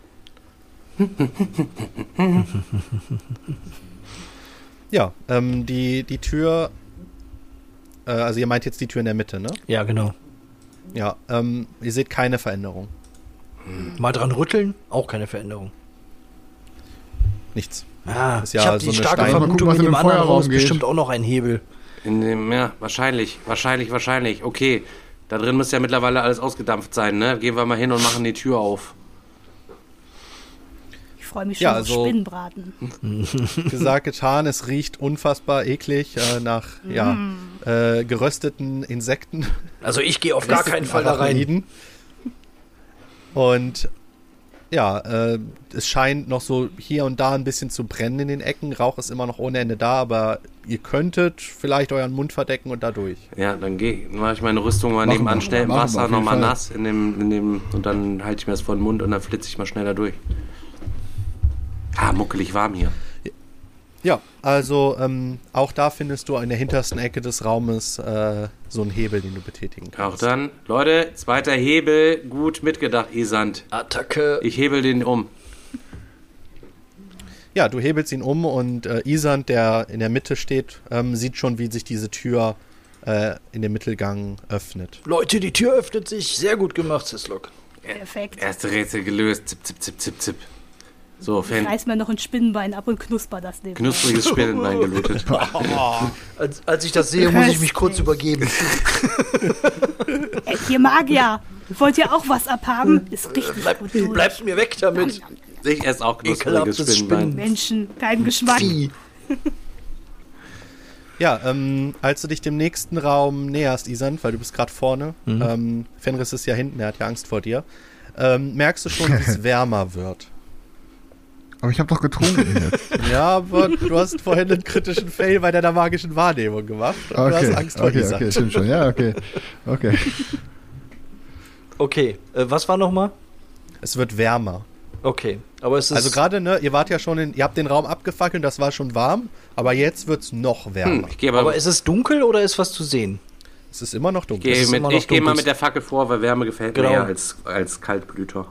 Ja, die Tür, also ihr meint jetzt die Tür in der Mitte, ne? Ja, genau. Ja, ihr seht keine Veränderung. Mal dran rütteln, auch keine Veränderung. Nichts. Ah, Ist ja ich habe so die eine starke Stein- Vermutung, Mal gucken, was in in dem dem anderen Feuerraum Haus geht. bestimmt auch noch ein Hebel. Ja, wahrscheinlich. Okay, da drin muss ja mittlerweile alles ausgedampft sein, ne? Gehen wir mal hin und machen die Tür auf. Ich freue mich schon Ja, auf also- Spinnenbraten. Gesagt, getan, es riecht unfassbar eklig nach gerösteten Insekten. Also ich gehe auf gar keinen Fall da rein. Arachniden. Und ja, es scheint noch so hier und da ein bisschen zu brennen in den Ecken. Rauch ist immer noch ohne Ende da, aber ihr könntet vielleicht euren Mund verdecken und da durch. Ja, dann mache ich meine Rüstung mal Machen nebenan, wir, schnell im machen wir Wasser, auf jeden nochmal Fall. nass in dem und dann halte ich mir das vor den Mund und dann flitze ich mal schneller durch. Muckelig warm hier. Ja, also auch da findest du in der hintersten Ecke des Raumes so einen Hebel, den du betätigen Auch kannst. dann, Leute, zweiter Hebel, gut mitgedacht, Isand. Attacke. Ich hebel den um. Ja, du hebelst ihn um und Isand, der in der Mitte steht, sieht schon, wie sich diese Tür in dem Mittelgang öffnet. Leute, die Tür öffnet sich. Sehr gut gemacht, Sislok. Perfekt. Erste Rätsel gelöst. Zip, zip, zip, zip, zip. So, Ich reiß mir noch ein Spinnenbein ab und knusper das neben. knuspriges Spinnenbein gelötet. Als ich das sehe, muss ich mich kurz übergeben. Ihr Magier, wollt ihr auch was abhaben? Ist richtig gut durch. Bleibt mir weg damit. Ich esse auch knuspriges Ekelhaftes Spinnenbein. Menschen, kein Geschmack. Vieh. Ja, als du dich dem nächsten Raum näherst, Isand, weil du bist gerade vorne, Fenris ist ja hinten, er hat ja Angst vor dir, merkst du schon, wie es wärmer wird. Aber ich habe doch getrunken jetzt. Ja, aber du hast vorhin einen kritischen Fail bei deiner magischen Wahrnehmung gemacht. Und du hast Angst vor Isand. Okay, stimmt schon. Ja, okay. Okay, was war nochmal? Es wird wärmer. Okay, aber es ist... Also gerade, ne, ihr wart ja schon ihr habt den Raum abgefackelt, das war schon warm, aber jetzt wird's noch wärmer. Ich gehe aber ist es dunkel oder ist was zu sehen? Es ist immer noch dunkel. geh immer noch mal dunkel. mit der Fackel vor, weil Wärme gefällt mir Genau. eher als Kaltblüter.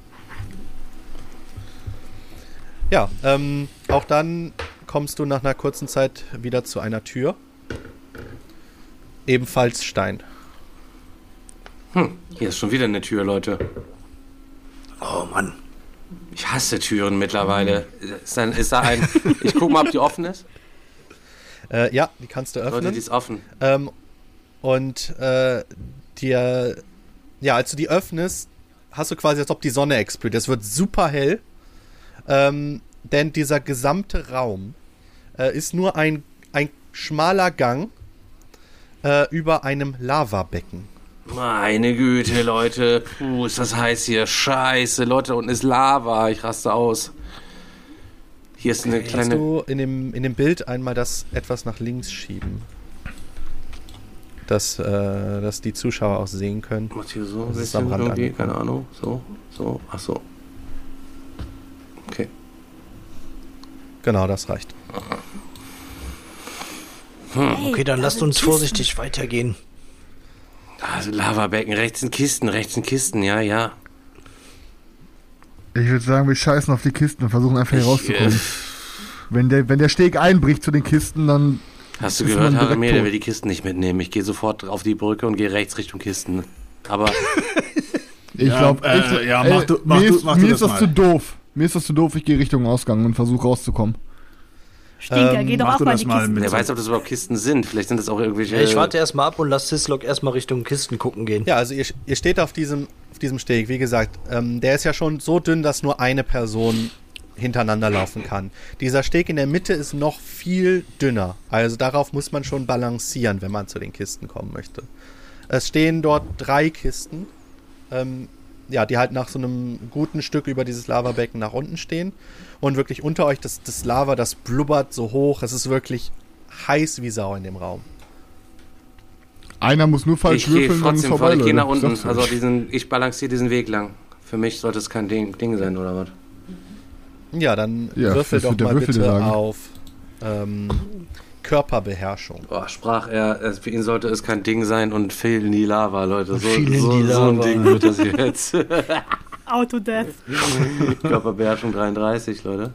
Ja, auch dann kommst du nach einer kurzen Zeit wieder zu einer Tür. Ebenfalls Stein. Hier ist schon wieder eine Tür, Leute. Oh Mann. Ich hasse Türen mittlerweile. Ist da ein... Ich guck mal, ob die offen ist. Ja, die kannst du Leute, öffnen. die ist offen. Und als du die öffnest, hast du quasi, als ob die Sonne explodiert. Es wird super hell, denn dieser gesamte Raum ist nur ein schmaler Gang über einem Lavabecken. Meine Güte, Leute. Puh, ist das heiß hier. Scheiße, Leute, da unten ist Lava. Ich raste aus. Hier ist eine Kannst kleine... du in dem Bild einmal das etwas nach links schieben? Dass die Zuschauer auch sehen können. Macht hier so ein Das ist am bisschen Rand irgendwie, angekommen. keine Ahnung. So, ach so. Okay. Genau, das reicht. Okay, dann lasst uns vorsichtig weitergehen. Also Lavabecken, rechts sind Kisten, ja. Ich würde sagen, wir scheißen auf die Kisten und versuchen einfach hier rauszukommen. Wenn der Steg einbricht zu den Kisten, dann... Hast du ist gehört, man direkt Haramir, der tot. will die Kisten nicht mitnehmen. Ich gehe sofort auf die Brücke und gehe rechts Richtung Kisten. Aber Ich glaube, ja, mach du mir ist das das zu mal. doof. Mir ist das zu doof, ich gehe Richtung Ausgang und versuche rauszukommen. Stinker, geh doch mach auch du mal das die mal Kisten. mit. wer weiß, ob das überhaupt Kisten sind. Vielleicht sind das auch irgendwelche... Ich warte erstmal ab und lass Syslok erstmal Richtung Kisten gucken gehen. Ja, also ihr steht auf diesem Steg. Wie gesagt, der ist ja schon so dünn, dass nur eine Person hintereinander laufen kann. Dieser Steg in der Mitte ist noch viel dünner. Also darauf muss man schon balancieren, wenn man zu den Kisten kommen möchte. Es stehen dort 3 Kisten, die halt nach so einem guten Stück über dieses Lavabecken nach unten stehen. Und wirklich unter euch, das Lava, das blubbert so hoch. Es ist wirklich heiß wie Sau in dem Raum. Einer muss nur falsch ich gehe würfeln, dann ist trotzdem vorbei, vor, ich gehe Leute. nach unten. Ich sag's euch. Also ich balanciere diesen Weg lang. Für mich sollte es kein Ding sein, oder was? Ja, dann Ja, würfel was doch wird der mal Würfel bitte sagen? auf Körperbeherrschung. Boah, sprach er, für ihn sollte es kein Ding sein und fiel in die Lava, Leute. So fiel in die so ein Lava. Ding wird das jetzt. Autodeath. Körperbeherrschung 33, Leute.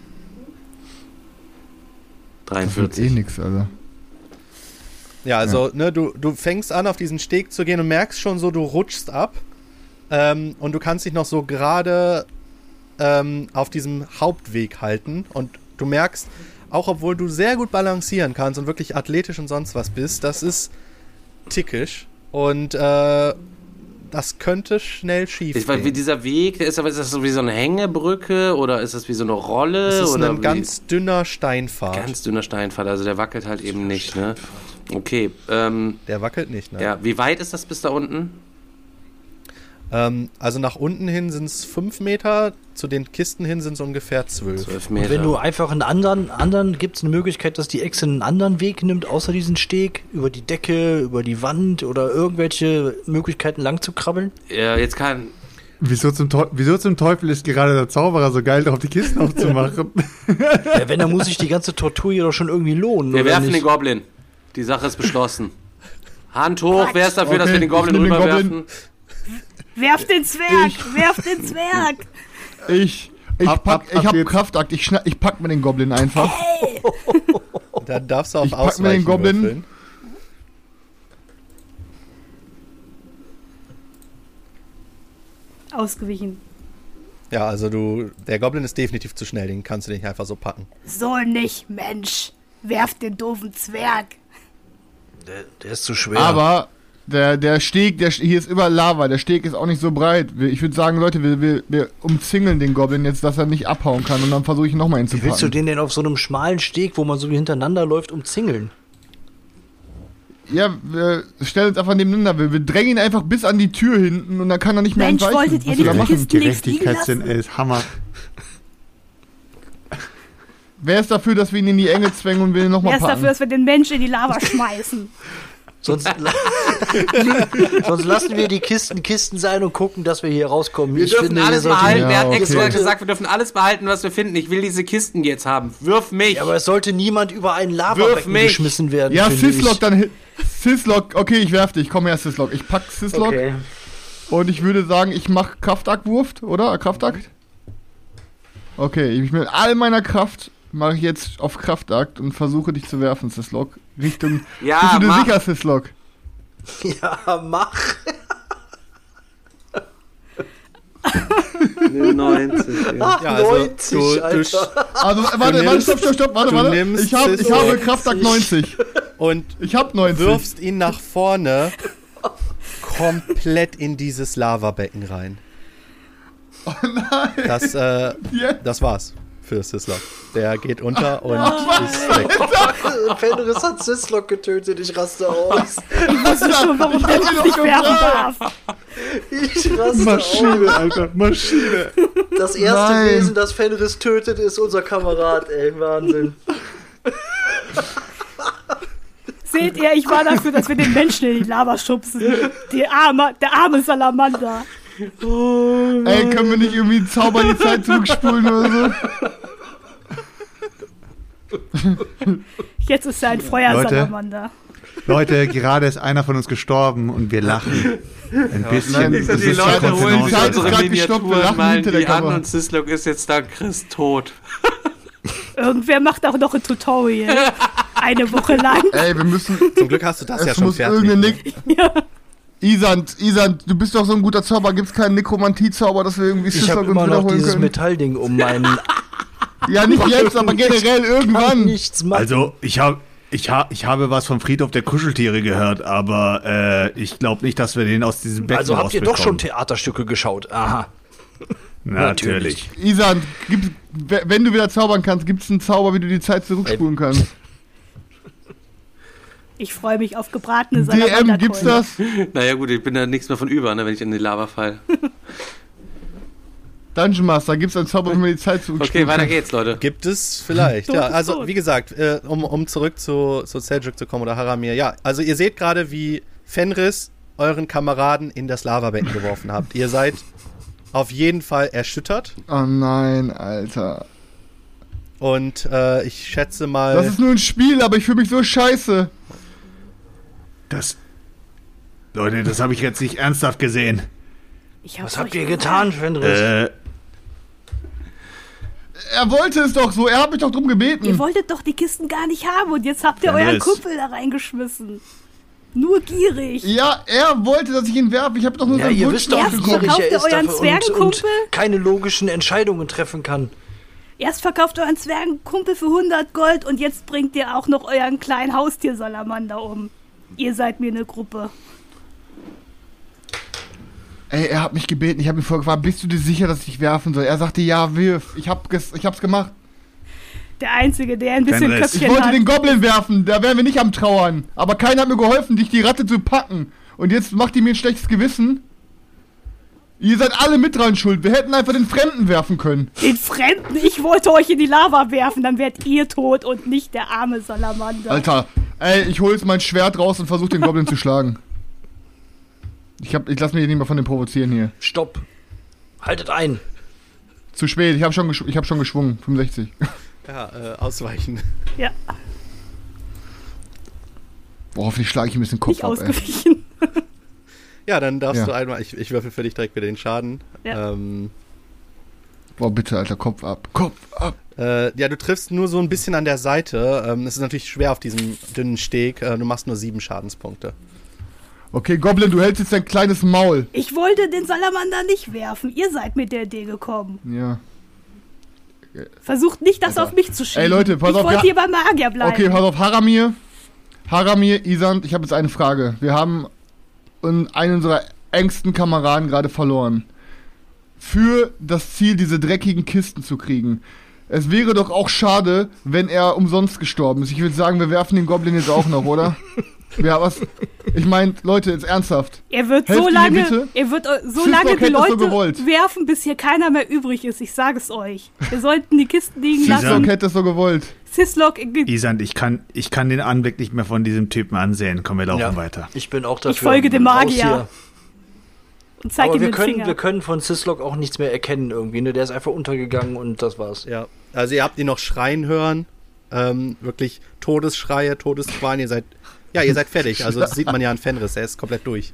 Das wird 43. nix, Alter. Ja, also du fängst an, auf diesen Steg zu gehen und merkst schon so, du rutschst ab und du kannst dich noch so gerade auf diesem Hauptweg halten und du merkst, auch obwohl du sehr gut balancieren kannst und wirklich athletisch und sonst was bist, das ist tückisch und das könnte schnell schief Ich weiß, wie gehen. dieser Weg, ist das so wie so eine Hängebrücke oder ist das wie so eine Rolle? Es ist oder ein ganz dünner Steinpfad. ganz dünner Steinpfad, also der wackelt halt eben nicht, ne? Okay, Der wackelt nicht, ne? ja, wie weit ist das bis da unten? Also nach unten hin sind es 5 Meter, zu den Kisten hin sind es ungefähr 12. 12 Und Meter. wenn du einfach einen anderen gibt es eine Möglichkeit, dass die Echse einen anderen Weg nimmt, außer diesen Steg, über die Decke, über die Wand oder irgendwelche Möglichkeiten lang zu krabbeln? ja, jetzt kann... Wieso zum Teufel ist gerade der Zauberer so geil drauf, die Kisten aufzumachen? Ja, wenn, dann muss sich die ganze Tortur hier doch schon irgendwie lohnen. Wir oder werfen nicht? den Goblin. Die Sache ist beschlossen. Hand hoch, wer ist dafür, dass Okay, wir den Goblin ich nehm den rüberwerfen? Werf den Zwerg! Werf den Zwerg! Ich ab hab jetzt. Kraftakt, ich pack mir den Goblin einfach. Dann darfst du auf Ich pack mir Ausweichen den Goblin. würfeln. Ausgewichen. Ja, also der Goblin ist definitiv zu schnell, den kannst du nicht einfach so packen. So nicht, Mensch! Werf den doofen Zwerg! Der ist zu schwer. Aber der Steg, hier ist überall Lava, der Steg ist auch nicht so breit. Ich würde sagen, Leute, wir umzingeln den Goblin jetzt, dass er nicht abhauen kann und dann versuche ich nochmal ihn zu Wie willst du packen. den denn auf so einem schmalen Steg, wo man so wie hintereinander läuft, umzingeln? Ja, wir stellen uns einfach nebeneinander, wir drängen ihn einfach bis an die Tür hinten und dann kann er nicht mehr Mensch, entweichen. wolltet ihr Was die wir da machen? Kisten links liegen Gerechtigkeitssinn lassen? ist Hammer. Wer ist dafür, dass wir ihn in die Enge zwängen und wir ihn Wer nochmal ist dafür, packen? dass wir den Menschen in die Lava schmeißen? Sonst, sonst lassen wir die Kisten sein und gucken, dass wir hier rauskommen. Wir dürfen alles behalten. Ja, Wer hat okay. extra gesagt, wir dürfen alles behalten, was wir finden. Ich will diese Kisten jetzt haben. Wirf mich. Ja, aber es sollte niemand über einen Wirf Lavabecken mich. geschmissen werden. Ja, finde Syslok, ich. dann Syslok, okay, ich werf dich, komm her, Syslok. Ich pack Syslok Okay. und ich würde sagen, ich mach Kraftaktwurf, oder? Kraftakt? Okay, ich mit all meiner Kraft mache ich jetzt auf Kraftakt und versuche dich zu werfen, Syslok. Richtung. Ja, bist du dir mach. sicher, Syslok? Ja, mach. 90. Ja. Ja, also 90, Alter. Also, warte, stopp, warte. nimmst Ich habe Syslok. Kraftakt 90. Und Ich habe 90. wirfst ihn nach vorne komplett in dieses Lavabecken rein. Oh nein. Das Jetzt? war's. für Syslok. Der geht unter und ist weg. Fenris hat Syslok getötet, ich raste aus. Ich wusste schon, warum der nicht werfen darf. Ich raste Maschine, Alter, Maschine. aus. Das erste Nein. Wesen, das Fenris tötet, ist unser Kamerad, ey. Wahnsinn. Seht ihr, ich war dafür, dass wir den Menschen in die Lava schubsen. Der arme Salamander. Ey, können wir nicht irgendwie einen Zauber in die Zeit zurückspulen oder so? Jetzt ist er ein Feuersalamander. Leute, gerade ist einer von uns gestorben und wir lachen. Ein bisschen. nein, Das Die ist Leute trotzdem holen noch- sich Zeit ist unsere grad gestoppt, wir Miniaturen, lachen malen hinter der die an Kamera. und Syslok ist jetzt dank Chris tot. Irgendwer macht auch noch ein Tutorial. Eine Woche lang. Ey, wir müssen. Zum Glück hast du das ja Es schon muss fertig. irgendeine Ne? Isand, du bist doch so ein guter Zauber. Gibt's keinen Nekromantie-Zauber, dass wir irgendwie Ich habe Syslok uns immer noch wiederholen dieses können? Metallding um meinen Ja, nicht jetzt, aber generell irgendwann. nichts machen. Also, ich habe was vom Friedhof der Kuscheltiere gehört, aber ich glaube nicht, dass wir den aus diesem Becken Also habt ihr doch schon rausbekommen. Theaterstücke geschaut. Aha. Natürlich. Isand, wenn du wieder zaubern kannst, gibt's einen Zauber, wie du die Zeit zurückspulen kannst? Ich freue mich auf gebratene Salamander. DM, gibt's das? Naja gut, ich bin da nichts mehr von über, ne, wenn ich in die Lava falle. Dungeon Master, gibt's einen Zauber, wenn wir die Zeit zurückspulen Okay, weiter kann? geht's, Leute. Gibt es vielleicht, Tot ja. ist Also, tot. wie gesagt, um zurück zu Seljuk zu kommen oder Haramir. Ja, also ihr seht gerade, wie Fenris euren Kameraden in das Lavabecken geworfen habt. Ihr seid auf jeden Fall erschüttert. Oh nein, Alter. Und ich schätze mal... Das ist nur ein Spiel, aber ich fühle mich so scheiße. Leute, das habe ich jetzt nicht ernsthaft gesehen. Was habt ihr getan, Fenris? Er wollte es doch so, er hat mich doch drum Ihr gebeten. wolltet doch die Kisten gar nicht haben und jetzt habt ihr Fenris. euren Kumpel da reingeschmissen. Nur gierig. Ja, er wollte, dass ich ihn werfe. Ich habe doch nur Ja, seinen ihr Wunsch wisst doch, wie Erst gierig verkauft er ihr ist euren dafür und Zwergenkumpel? keine logischen Entscheidungen treffen kann. Erst verkauft euren Zwergenkumpel für 100 Gold und jetzt bringt ihr auch noch euren kleinen Haustiersalamander um. Ihr seid mir eine Gruppe. Ey, er hat mich gebeten, ich habe ihn vorher gefragt, bist du dir sicher, dass ich werfen soll? Er sagte, ja, wirf. Ich hab's gemacht. Der Einzige, der ein bisschen Fenris. Ich Köpfchen wollte hat. den Goblin werfen, da wären wir nicht am Trauern. Aber keiner hat mir geholfen, dich die Ratte zu packen. Und jetzt macht ihr mir ein schlechtes Gewissen? Ihr seid alle mit dran schuld. Wir hätten einfach den Fremden werfen können. Den Fremden, ich wollte euch in die Lava werfen, dann wärt ihr tot und nicht der arme Salamander. Alter, ey, ich hol jetzt mein Schwert raus und versuche den Goblin zu schlagen. Ich lass mich hier nicht mehr von dem provozieren hier. Stopp. Haltet ein. Zu spät, ich hab schon geschwungen. 65. Ja, ausweichen. Ja, Boah, hoffentlich schlage ich ein bisschen Kopf nicht ab, ey. ausgewichen. Ja, dann darfst Ja. du einmal... Ich würfel für dich direkt wieder den Schaden. Ja. Boah, bitte, Alter, Kopf ab. Kopf ab. Ja, du triffst nur so ein bisschen an der Seite. Es ist natürlich schwer auf diesem dünnen Steg. Du machst nur 7 Schadenspunkte. Okay, Goblin, du hältst jetzt dein kleines Maul. Ich wollte den Salamander nicht werfen. Ihr seid mit der Idee gekommen. Ja. Versucht nicht, das auf mich zu schieben. Ey, Leute, pass ich auf, wollte ja. hier beim Magier bleiben. Okay, pass auf, Haramir, Isand, ich habe jetzt eine Frage. Wir haben einen unserer engsten Kameraden gerade verloren. Für das Ziel, diese dreckigen Kisten zu kriegen. Es wäre doch auch schade, wenn er umsonst gestorben ist. Ich würde sagen, wir werfen den Goblin jetzt auch noch, oder? Ja, was? Ich meine, Leute, jetzt ernsthaft. Er wird Helft so ihr lange, mir bitte? er wird so Syslok lange die hätte es so Leute gewollt. werfen, bis hier keiner mehr übrig ist. Ich sage es euch. Wir sollten die Kisten liegen Syslok lassen. hätte es so gewollt. Syslok, Isand, ich kann den Anblick nicht mehr von diesem Typen ansehen. Komm, wir laufen weiter. Ich bin auch dafür. ich folge dem Raus Magier hier. und zeige Aber ihm wir den können, Finger. wir können von Syslok auch nichts mehr erkennen irgendwie. Ne? Der ist einfach untergegangen und das war's. Ja, also ihr habt ihn noch schreien hören. Wirklich Todesschreie, Todesqualen. Ihr seid fertig. Also das sieht man ja an Fenris. Er ist komplett durch.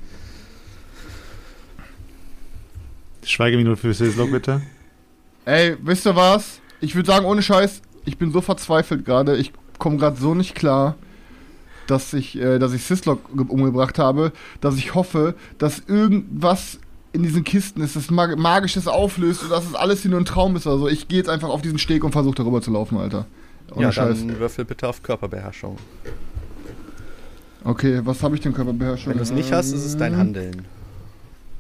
Schweigeminute für Syslok, bitte. Ey, wisst ihr was? Ich würde sagen, ohne Scheiß, ich bin so verzweifelt gerade. Ich komme gerade so nicht klar, dass ich Syslok umgebracht habe, dass ich hoffe, dass irgendwas in diesen Kisten ist, das Magisches auflöst und dass es alles hier nur ein Traum ist. Also ich gehe jetzt einfach auf diesen Steg und versuche darüber zu laufen, Alter. Ohne Ja, Scheiß. dann würfel bitte auf Körperbeherrschung. Okay, was habe ich denn Körperbeherrschung? Wenn du es nicht hast, ist es dein Handeln.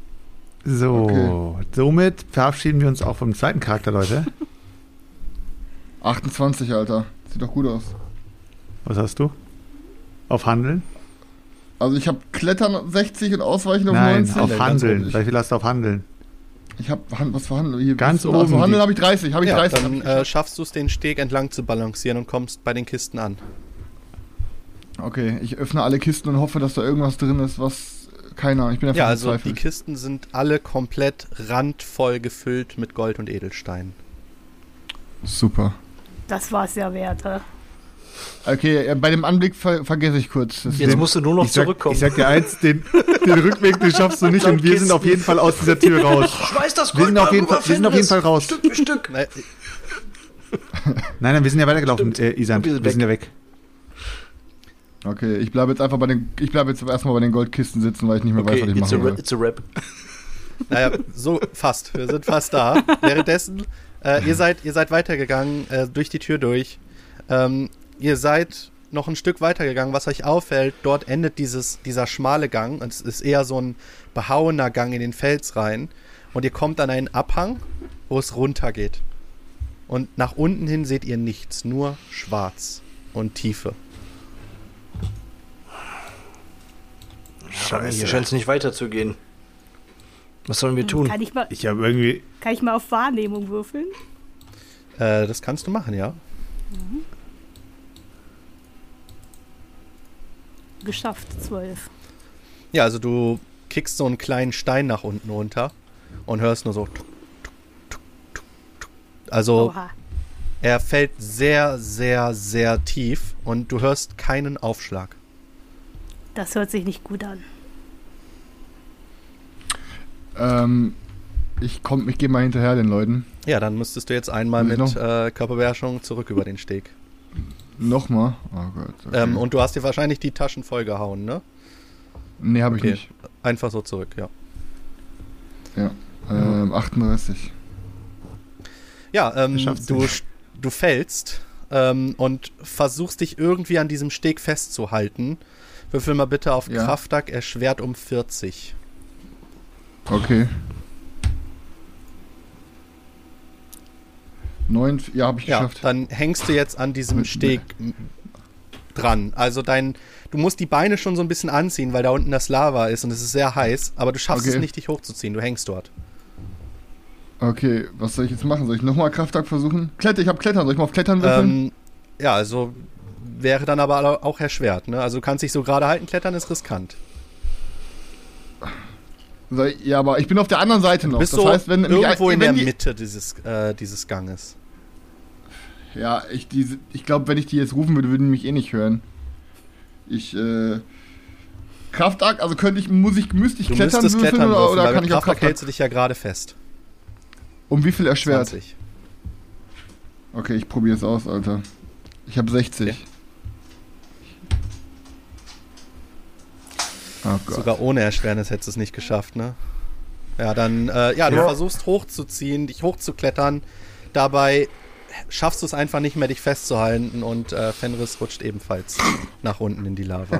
So, Okay. somit verabschieden wir uns auch vom zweiten Charakter, Leute. 28, Alter. Sieht doch gut aus. Was hast du? Auf Handeln? Also ich habe Klettern 60 und Ausweichen auf Nein, 90. auf Handeln. Wie viel hast du auf Handeln? Ich habe was für Handeln? Hier Ganz oben. Also Handeln habe ich 30. Habe ich 30. Dann schaffst du es, den Steg entlang zu balancieren und kommst bei den Kisten an. Okay, ich öffne alle Kisten und hoffe, dass da irgendwas drin ist, was keiner. Ich bin einfach Also die verzweifelt. Kisten sind alle komplett randvoll gefüllt mit Gold und Edelsteinen. Super. Das war's ja wert. Hä? Okay, bei dem Anblick vergesse ich kurz. Jetzt musst du nur noch zurückkommen. Ich sag dir eins, den Rückweg, den schaffst du nicht und wir sind auf jeden Fall aus dieser Tür raus. Schmeiß das Wir sind auf jeden Fall raus. Stück für Stück. Nein, wir sind ja weitergelaufen, Isan. Wir sind Wir sind ja weg. Okay, ich bleibe jetzt erstmal bei den Goldkisten sitzen, weil ich nicht mehr weiß, was ich machen soll. It's a rap. Naja, so fast. Wir sind fast da. Währenddessen, ihr seid weitergegangen, durch die Tür durch. Ihr seid noch ein Stück weitergegangen. Was euch auffällt, dort endet dieser schmale Gang. Und es ist eher so ein behauener Gang in den Fels rein. Und ihr kommt an einen Abhang, wo es runtergeht. Und nach unten hin seht ihr nichts, nur schwarz und Tiefe. Scheiße. Hier scheint es nicht weiterzugehen. Was sollen wir tun? Kann ich mal auf Wahrnehmung würfeln? Das kannst du machen, ja. Geschafft, 12. Ja, also du kickst so einen kleinen Stein nach unten runter und hörst nur so. Tuk, tuk, tuk, tuk. Also Oha. er fällt sehr, sehr, sehr tief und du hörst keinen Aufschlag. Das hört sich nicht gut an. Ich gehe mal hinterher den Leuten. Ja, dann müsstest du jetzt einmal mit Körperbeherrschung zurück über den Steg. Nochmal? Oh Gott. Okay. Und du hast dir wahrscheinlich die Taschen vollgehauen, ne? Nee, habe ich Okay. nicht. Einfach so zurück, ja. Ja. 38. Ja, Schaffst du fällst und versuchst dich irgendwie an diesem Steg festzuhalten. Würfel mal bitte auf Ja. Kraftakt erschwert um 40. Okay. 9, ja, habe ich Ja, geschafft. dann hängst du jetzt an diesem Steg dran. Also du musst die Beine schon so ein bisschen anziehen, weil da unten das Lava ist und es ist sehr heiß, aber du schaffst es nicht, dich hochzuziehen. Du hängst dort. Okay, was soll ich jetzt machen? Soll ich nochmal Krafttag versuchen? Ich habe Klettern. Soll ich mal auf Klettern würfeln? Ja, also wäre dann aber auch erschwert, ne? Also du kannst dich so gerade halten, Klettern ist riskant. Ja, aber ich bin auf der anderen Seite noch. Bist Das so heißt, wenn irgendwo in der die, Mitte dieses Ganges. Ja, ich glaube, wenn ich die jetzt rufen würde, würden die mich eh nicht hören. Kraftakt, also müsste ich Du klettern müsstest würfeln klettern würfeln, oder weil kann mit ich auf Kraftakt hältst Kraftakt? du dich ja gerade fest. Um wie viel erschwert? 20. Okay, ich probiere es aus, Alter. Ich habe 60. Okay. Oh Gott. Sogar ohne Erschwernis hättest du es nicht geschafft, ne? Ja, dann, du versuchst hochzuziehen, dich hochzuklettern. Dabei schaffst du es einfach nicht mehr, dich festzuhalten und Fenris rutscht ebenfalls nach unten in die Lava.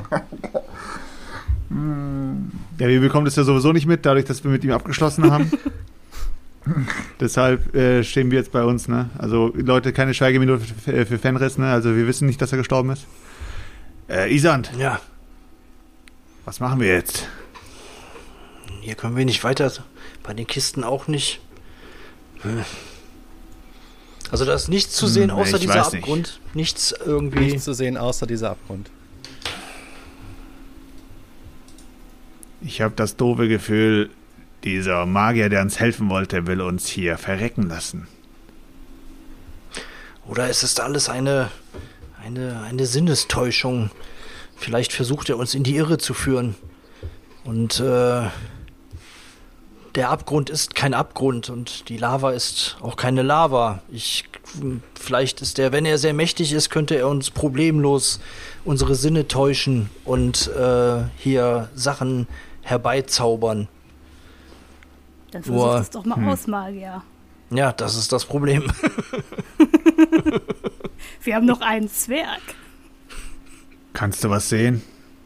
Ja, wir bekommen das ja sowieso nicht mit, dadurch, dass wir mit ihm abgeschlossen haben. Deshalb stehen wir jetzt bei uns, ne? Also, Leute, keine Schweigeminute für Fenris, ne? Also, wir wissen nicht, dass er gestorben ist. Isand, Ja, was machen wir jetzt? hier können wir nicht weiter. Bei den Kisten auch nicht. Also da ist nichts zu sehen, außer ich dieser weiß nicht. Abgrund. Nichts irgendwie. Nichts zu sehen, außer dieser Abgrund. Ich habe das doofe Gefühl, dieser Magier, der uns helfen wollte, will uns hier verrecken lassen. Oder ist es alles eine Sinnestäuschung? Vielleicht versucht er uns in die Irre zu führen. Und der Abgrund ist kein Abgrund und die Lava ist auch keine Lava. Vielleicht ist wenn er sehr mächtig ist, könnte er uns problemlos unsere Sinne täuschen und hier Sachen herbeizaubern. Dann Nur- versuch es doch mal aus, Magier. Ja, das ist das Problem. Wir haben noch einen Zwerg. Kannst du was sehen?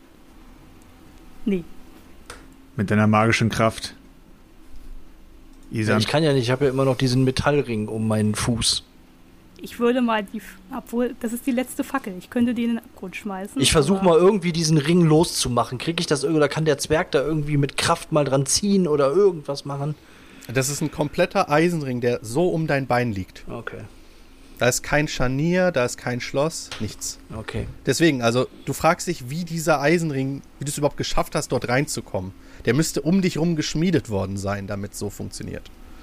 Nee. Mit deiner magischen Kraft? Ja, Isand, ich kann ja nicht, ich habe ja immer noch diesen Metallring um meinen Fuß. Ich würde mal obwohl, das ist die letzte Fackel. Ich könnte die in den Abgrund schmeißen. Ich versuche aber- mal irgendwie diesen Ring loszumachen. Kriege ich das irgendwie, oder kann der Zwerg da irgendwie mit Kraft mal dran ziehen oder irgendwas machen? Das ist ein kompletter Eisenring, der so um dein Bein liegt. Okay. Da ist kein Scharnier, da ist kein Schloss, nichts. Okay. Deswegen, also du fragst dich, wie dieser Eisenring, wie du es überhaupt geschafft hast, dort reinzukommen. Der müsste um dich rum geschmiedet worden sein, damit es so funktioniert.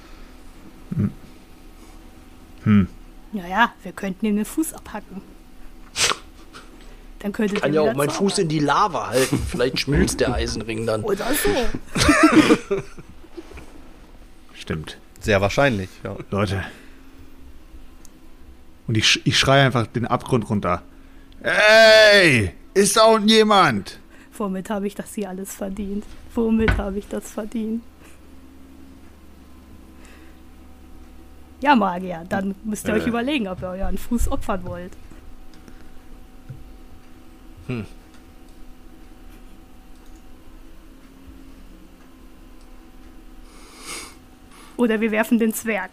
Naja, wir könnten ihm den Fuß abhacken. Dann könnte Ich kann ja auch meinen Fuß in die Lava halten. Vielleicht schmilzt der Eisenring dann. Oder so. Stimmt. Sehr wahrscheinlich, ja. Leute. Und ich schreie einfach den Abgrund runter. Ey! Ist da unten jemand? Womit habe ich das hier alles verdient? Womit habe ich das verdient? Ja, Magier, dann müsst ihr euch überlegen, ob ihr euren Fuß opfern wollt. Oder wir werfen den Zwerg.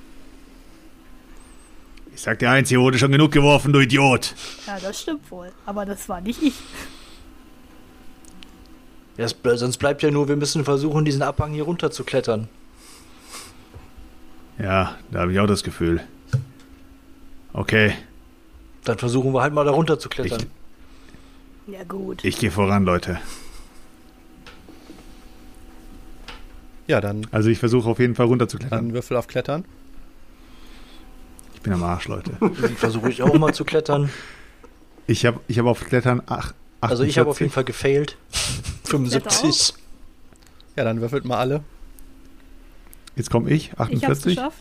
Ich sag dir eins, hier wurde schon genug geworfen, du Idiot. Ja, das stimmt wohl. Aber das war nicht ich. Ja, sonst bleibt ja nur, wir müssen versuchen, diesen Abhang hier runter zu klettern. Ja, da habe ich auch das Gefühl. Okay, Dann versuchen wir halt mal da runter zu klettern. Ja, gut. ich gehe voran, Leute. Ja, dann Also ich versuche auf jeden Fall runter zu klettern. Würfel auf Klettern. Ich bin am Arsch, Leute. Dann versuche ich auch mal zu klettern. Ich hab auf Klettern 8. Also ich habe auf jeden Fall gefailt. 75. Ja, dann würfelt mal alle. Jetzt komme ich, Ich hab's 48. geschafft.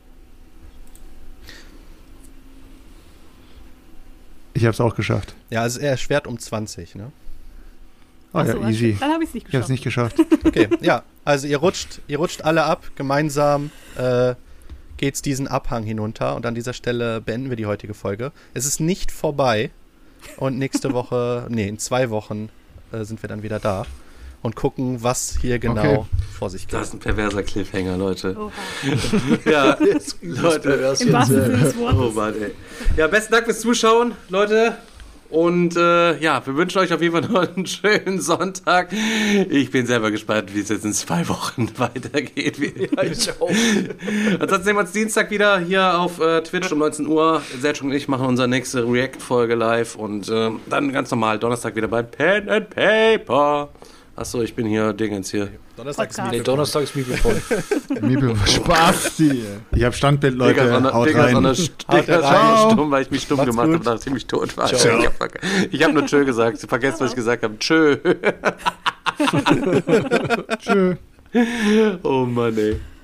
Ich habe es auch geschafft. Ja, also er erschwert um 20, ne? Oh Achso, ja, easy. Dann habe ich es nicht Ich habe es geschafft. nicht geschafft. Okay, ja. Also ihr rutscht alle ab. Gemeinsam geht's diesen Abhang hinunter. Und an dieser Stelle beenden wir die heutige Folge. Es ist nicht vorbei. Und nächste Woche, in 2 Wochen sind wir dann wieder da. Und gucken, was hier genau vor sich Das geht. ist ein perverser Cliffhanger, Leute. Oha. Ja, Leute. Im wahrsten Sinne des Wortes. Oh Mann, ey. Ja, besten Dank fürs Zuschauen, Leute. Und ja, wir wünschen euch auf jeden Fall noch einen schönen Sonntag. Ich bin selber gespannt, wie es jetzt in 2 Wochen weitergeht. Ja, ich auch. Ansonsten sehen wir uns Dienstag wieder hier auf Twitch um 19 Uhr. Sergio und ich machen unsere nächste React-Folge live. Und dann ganz normal Donnerstag wieder bei Pen and Paper. Achso, ich bin hier Dingens hier. Donnerstag ist Podcast. Donnerstag ist Mikrofon. Mir Spaß hier. Ich habe Standbild, Leute. Haut Digga rein. ist stumm, weil ich mich stumm Macht's gemacht gut. habe, nachdem ich tot war. Ciao. Ich habe nur Tschö gesagt. Vergesst, was ich gesagt habe. Tschö. Tschö. Oh Mann, ey.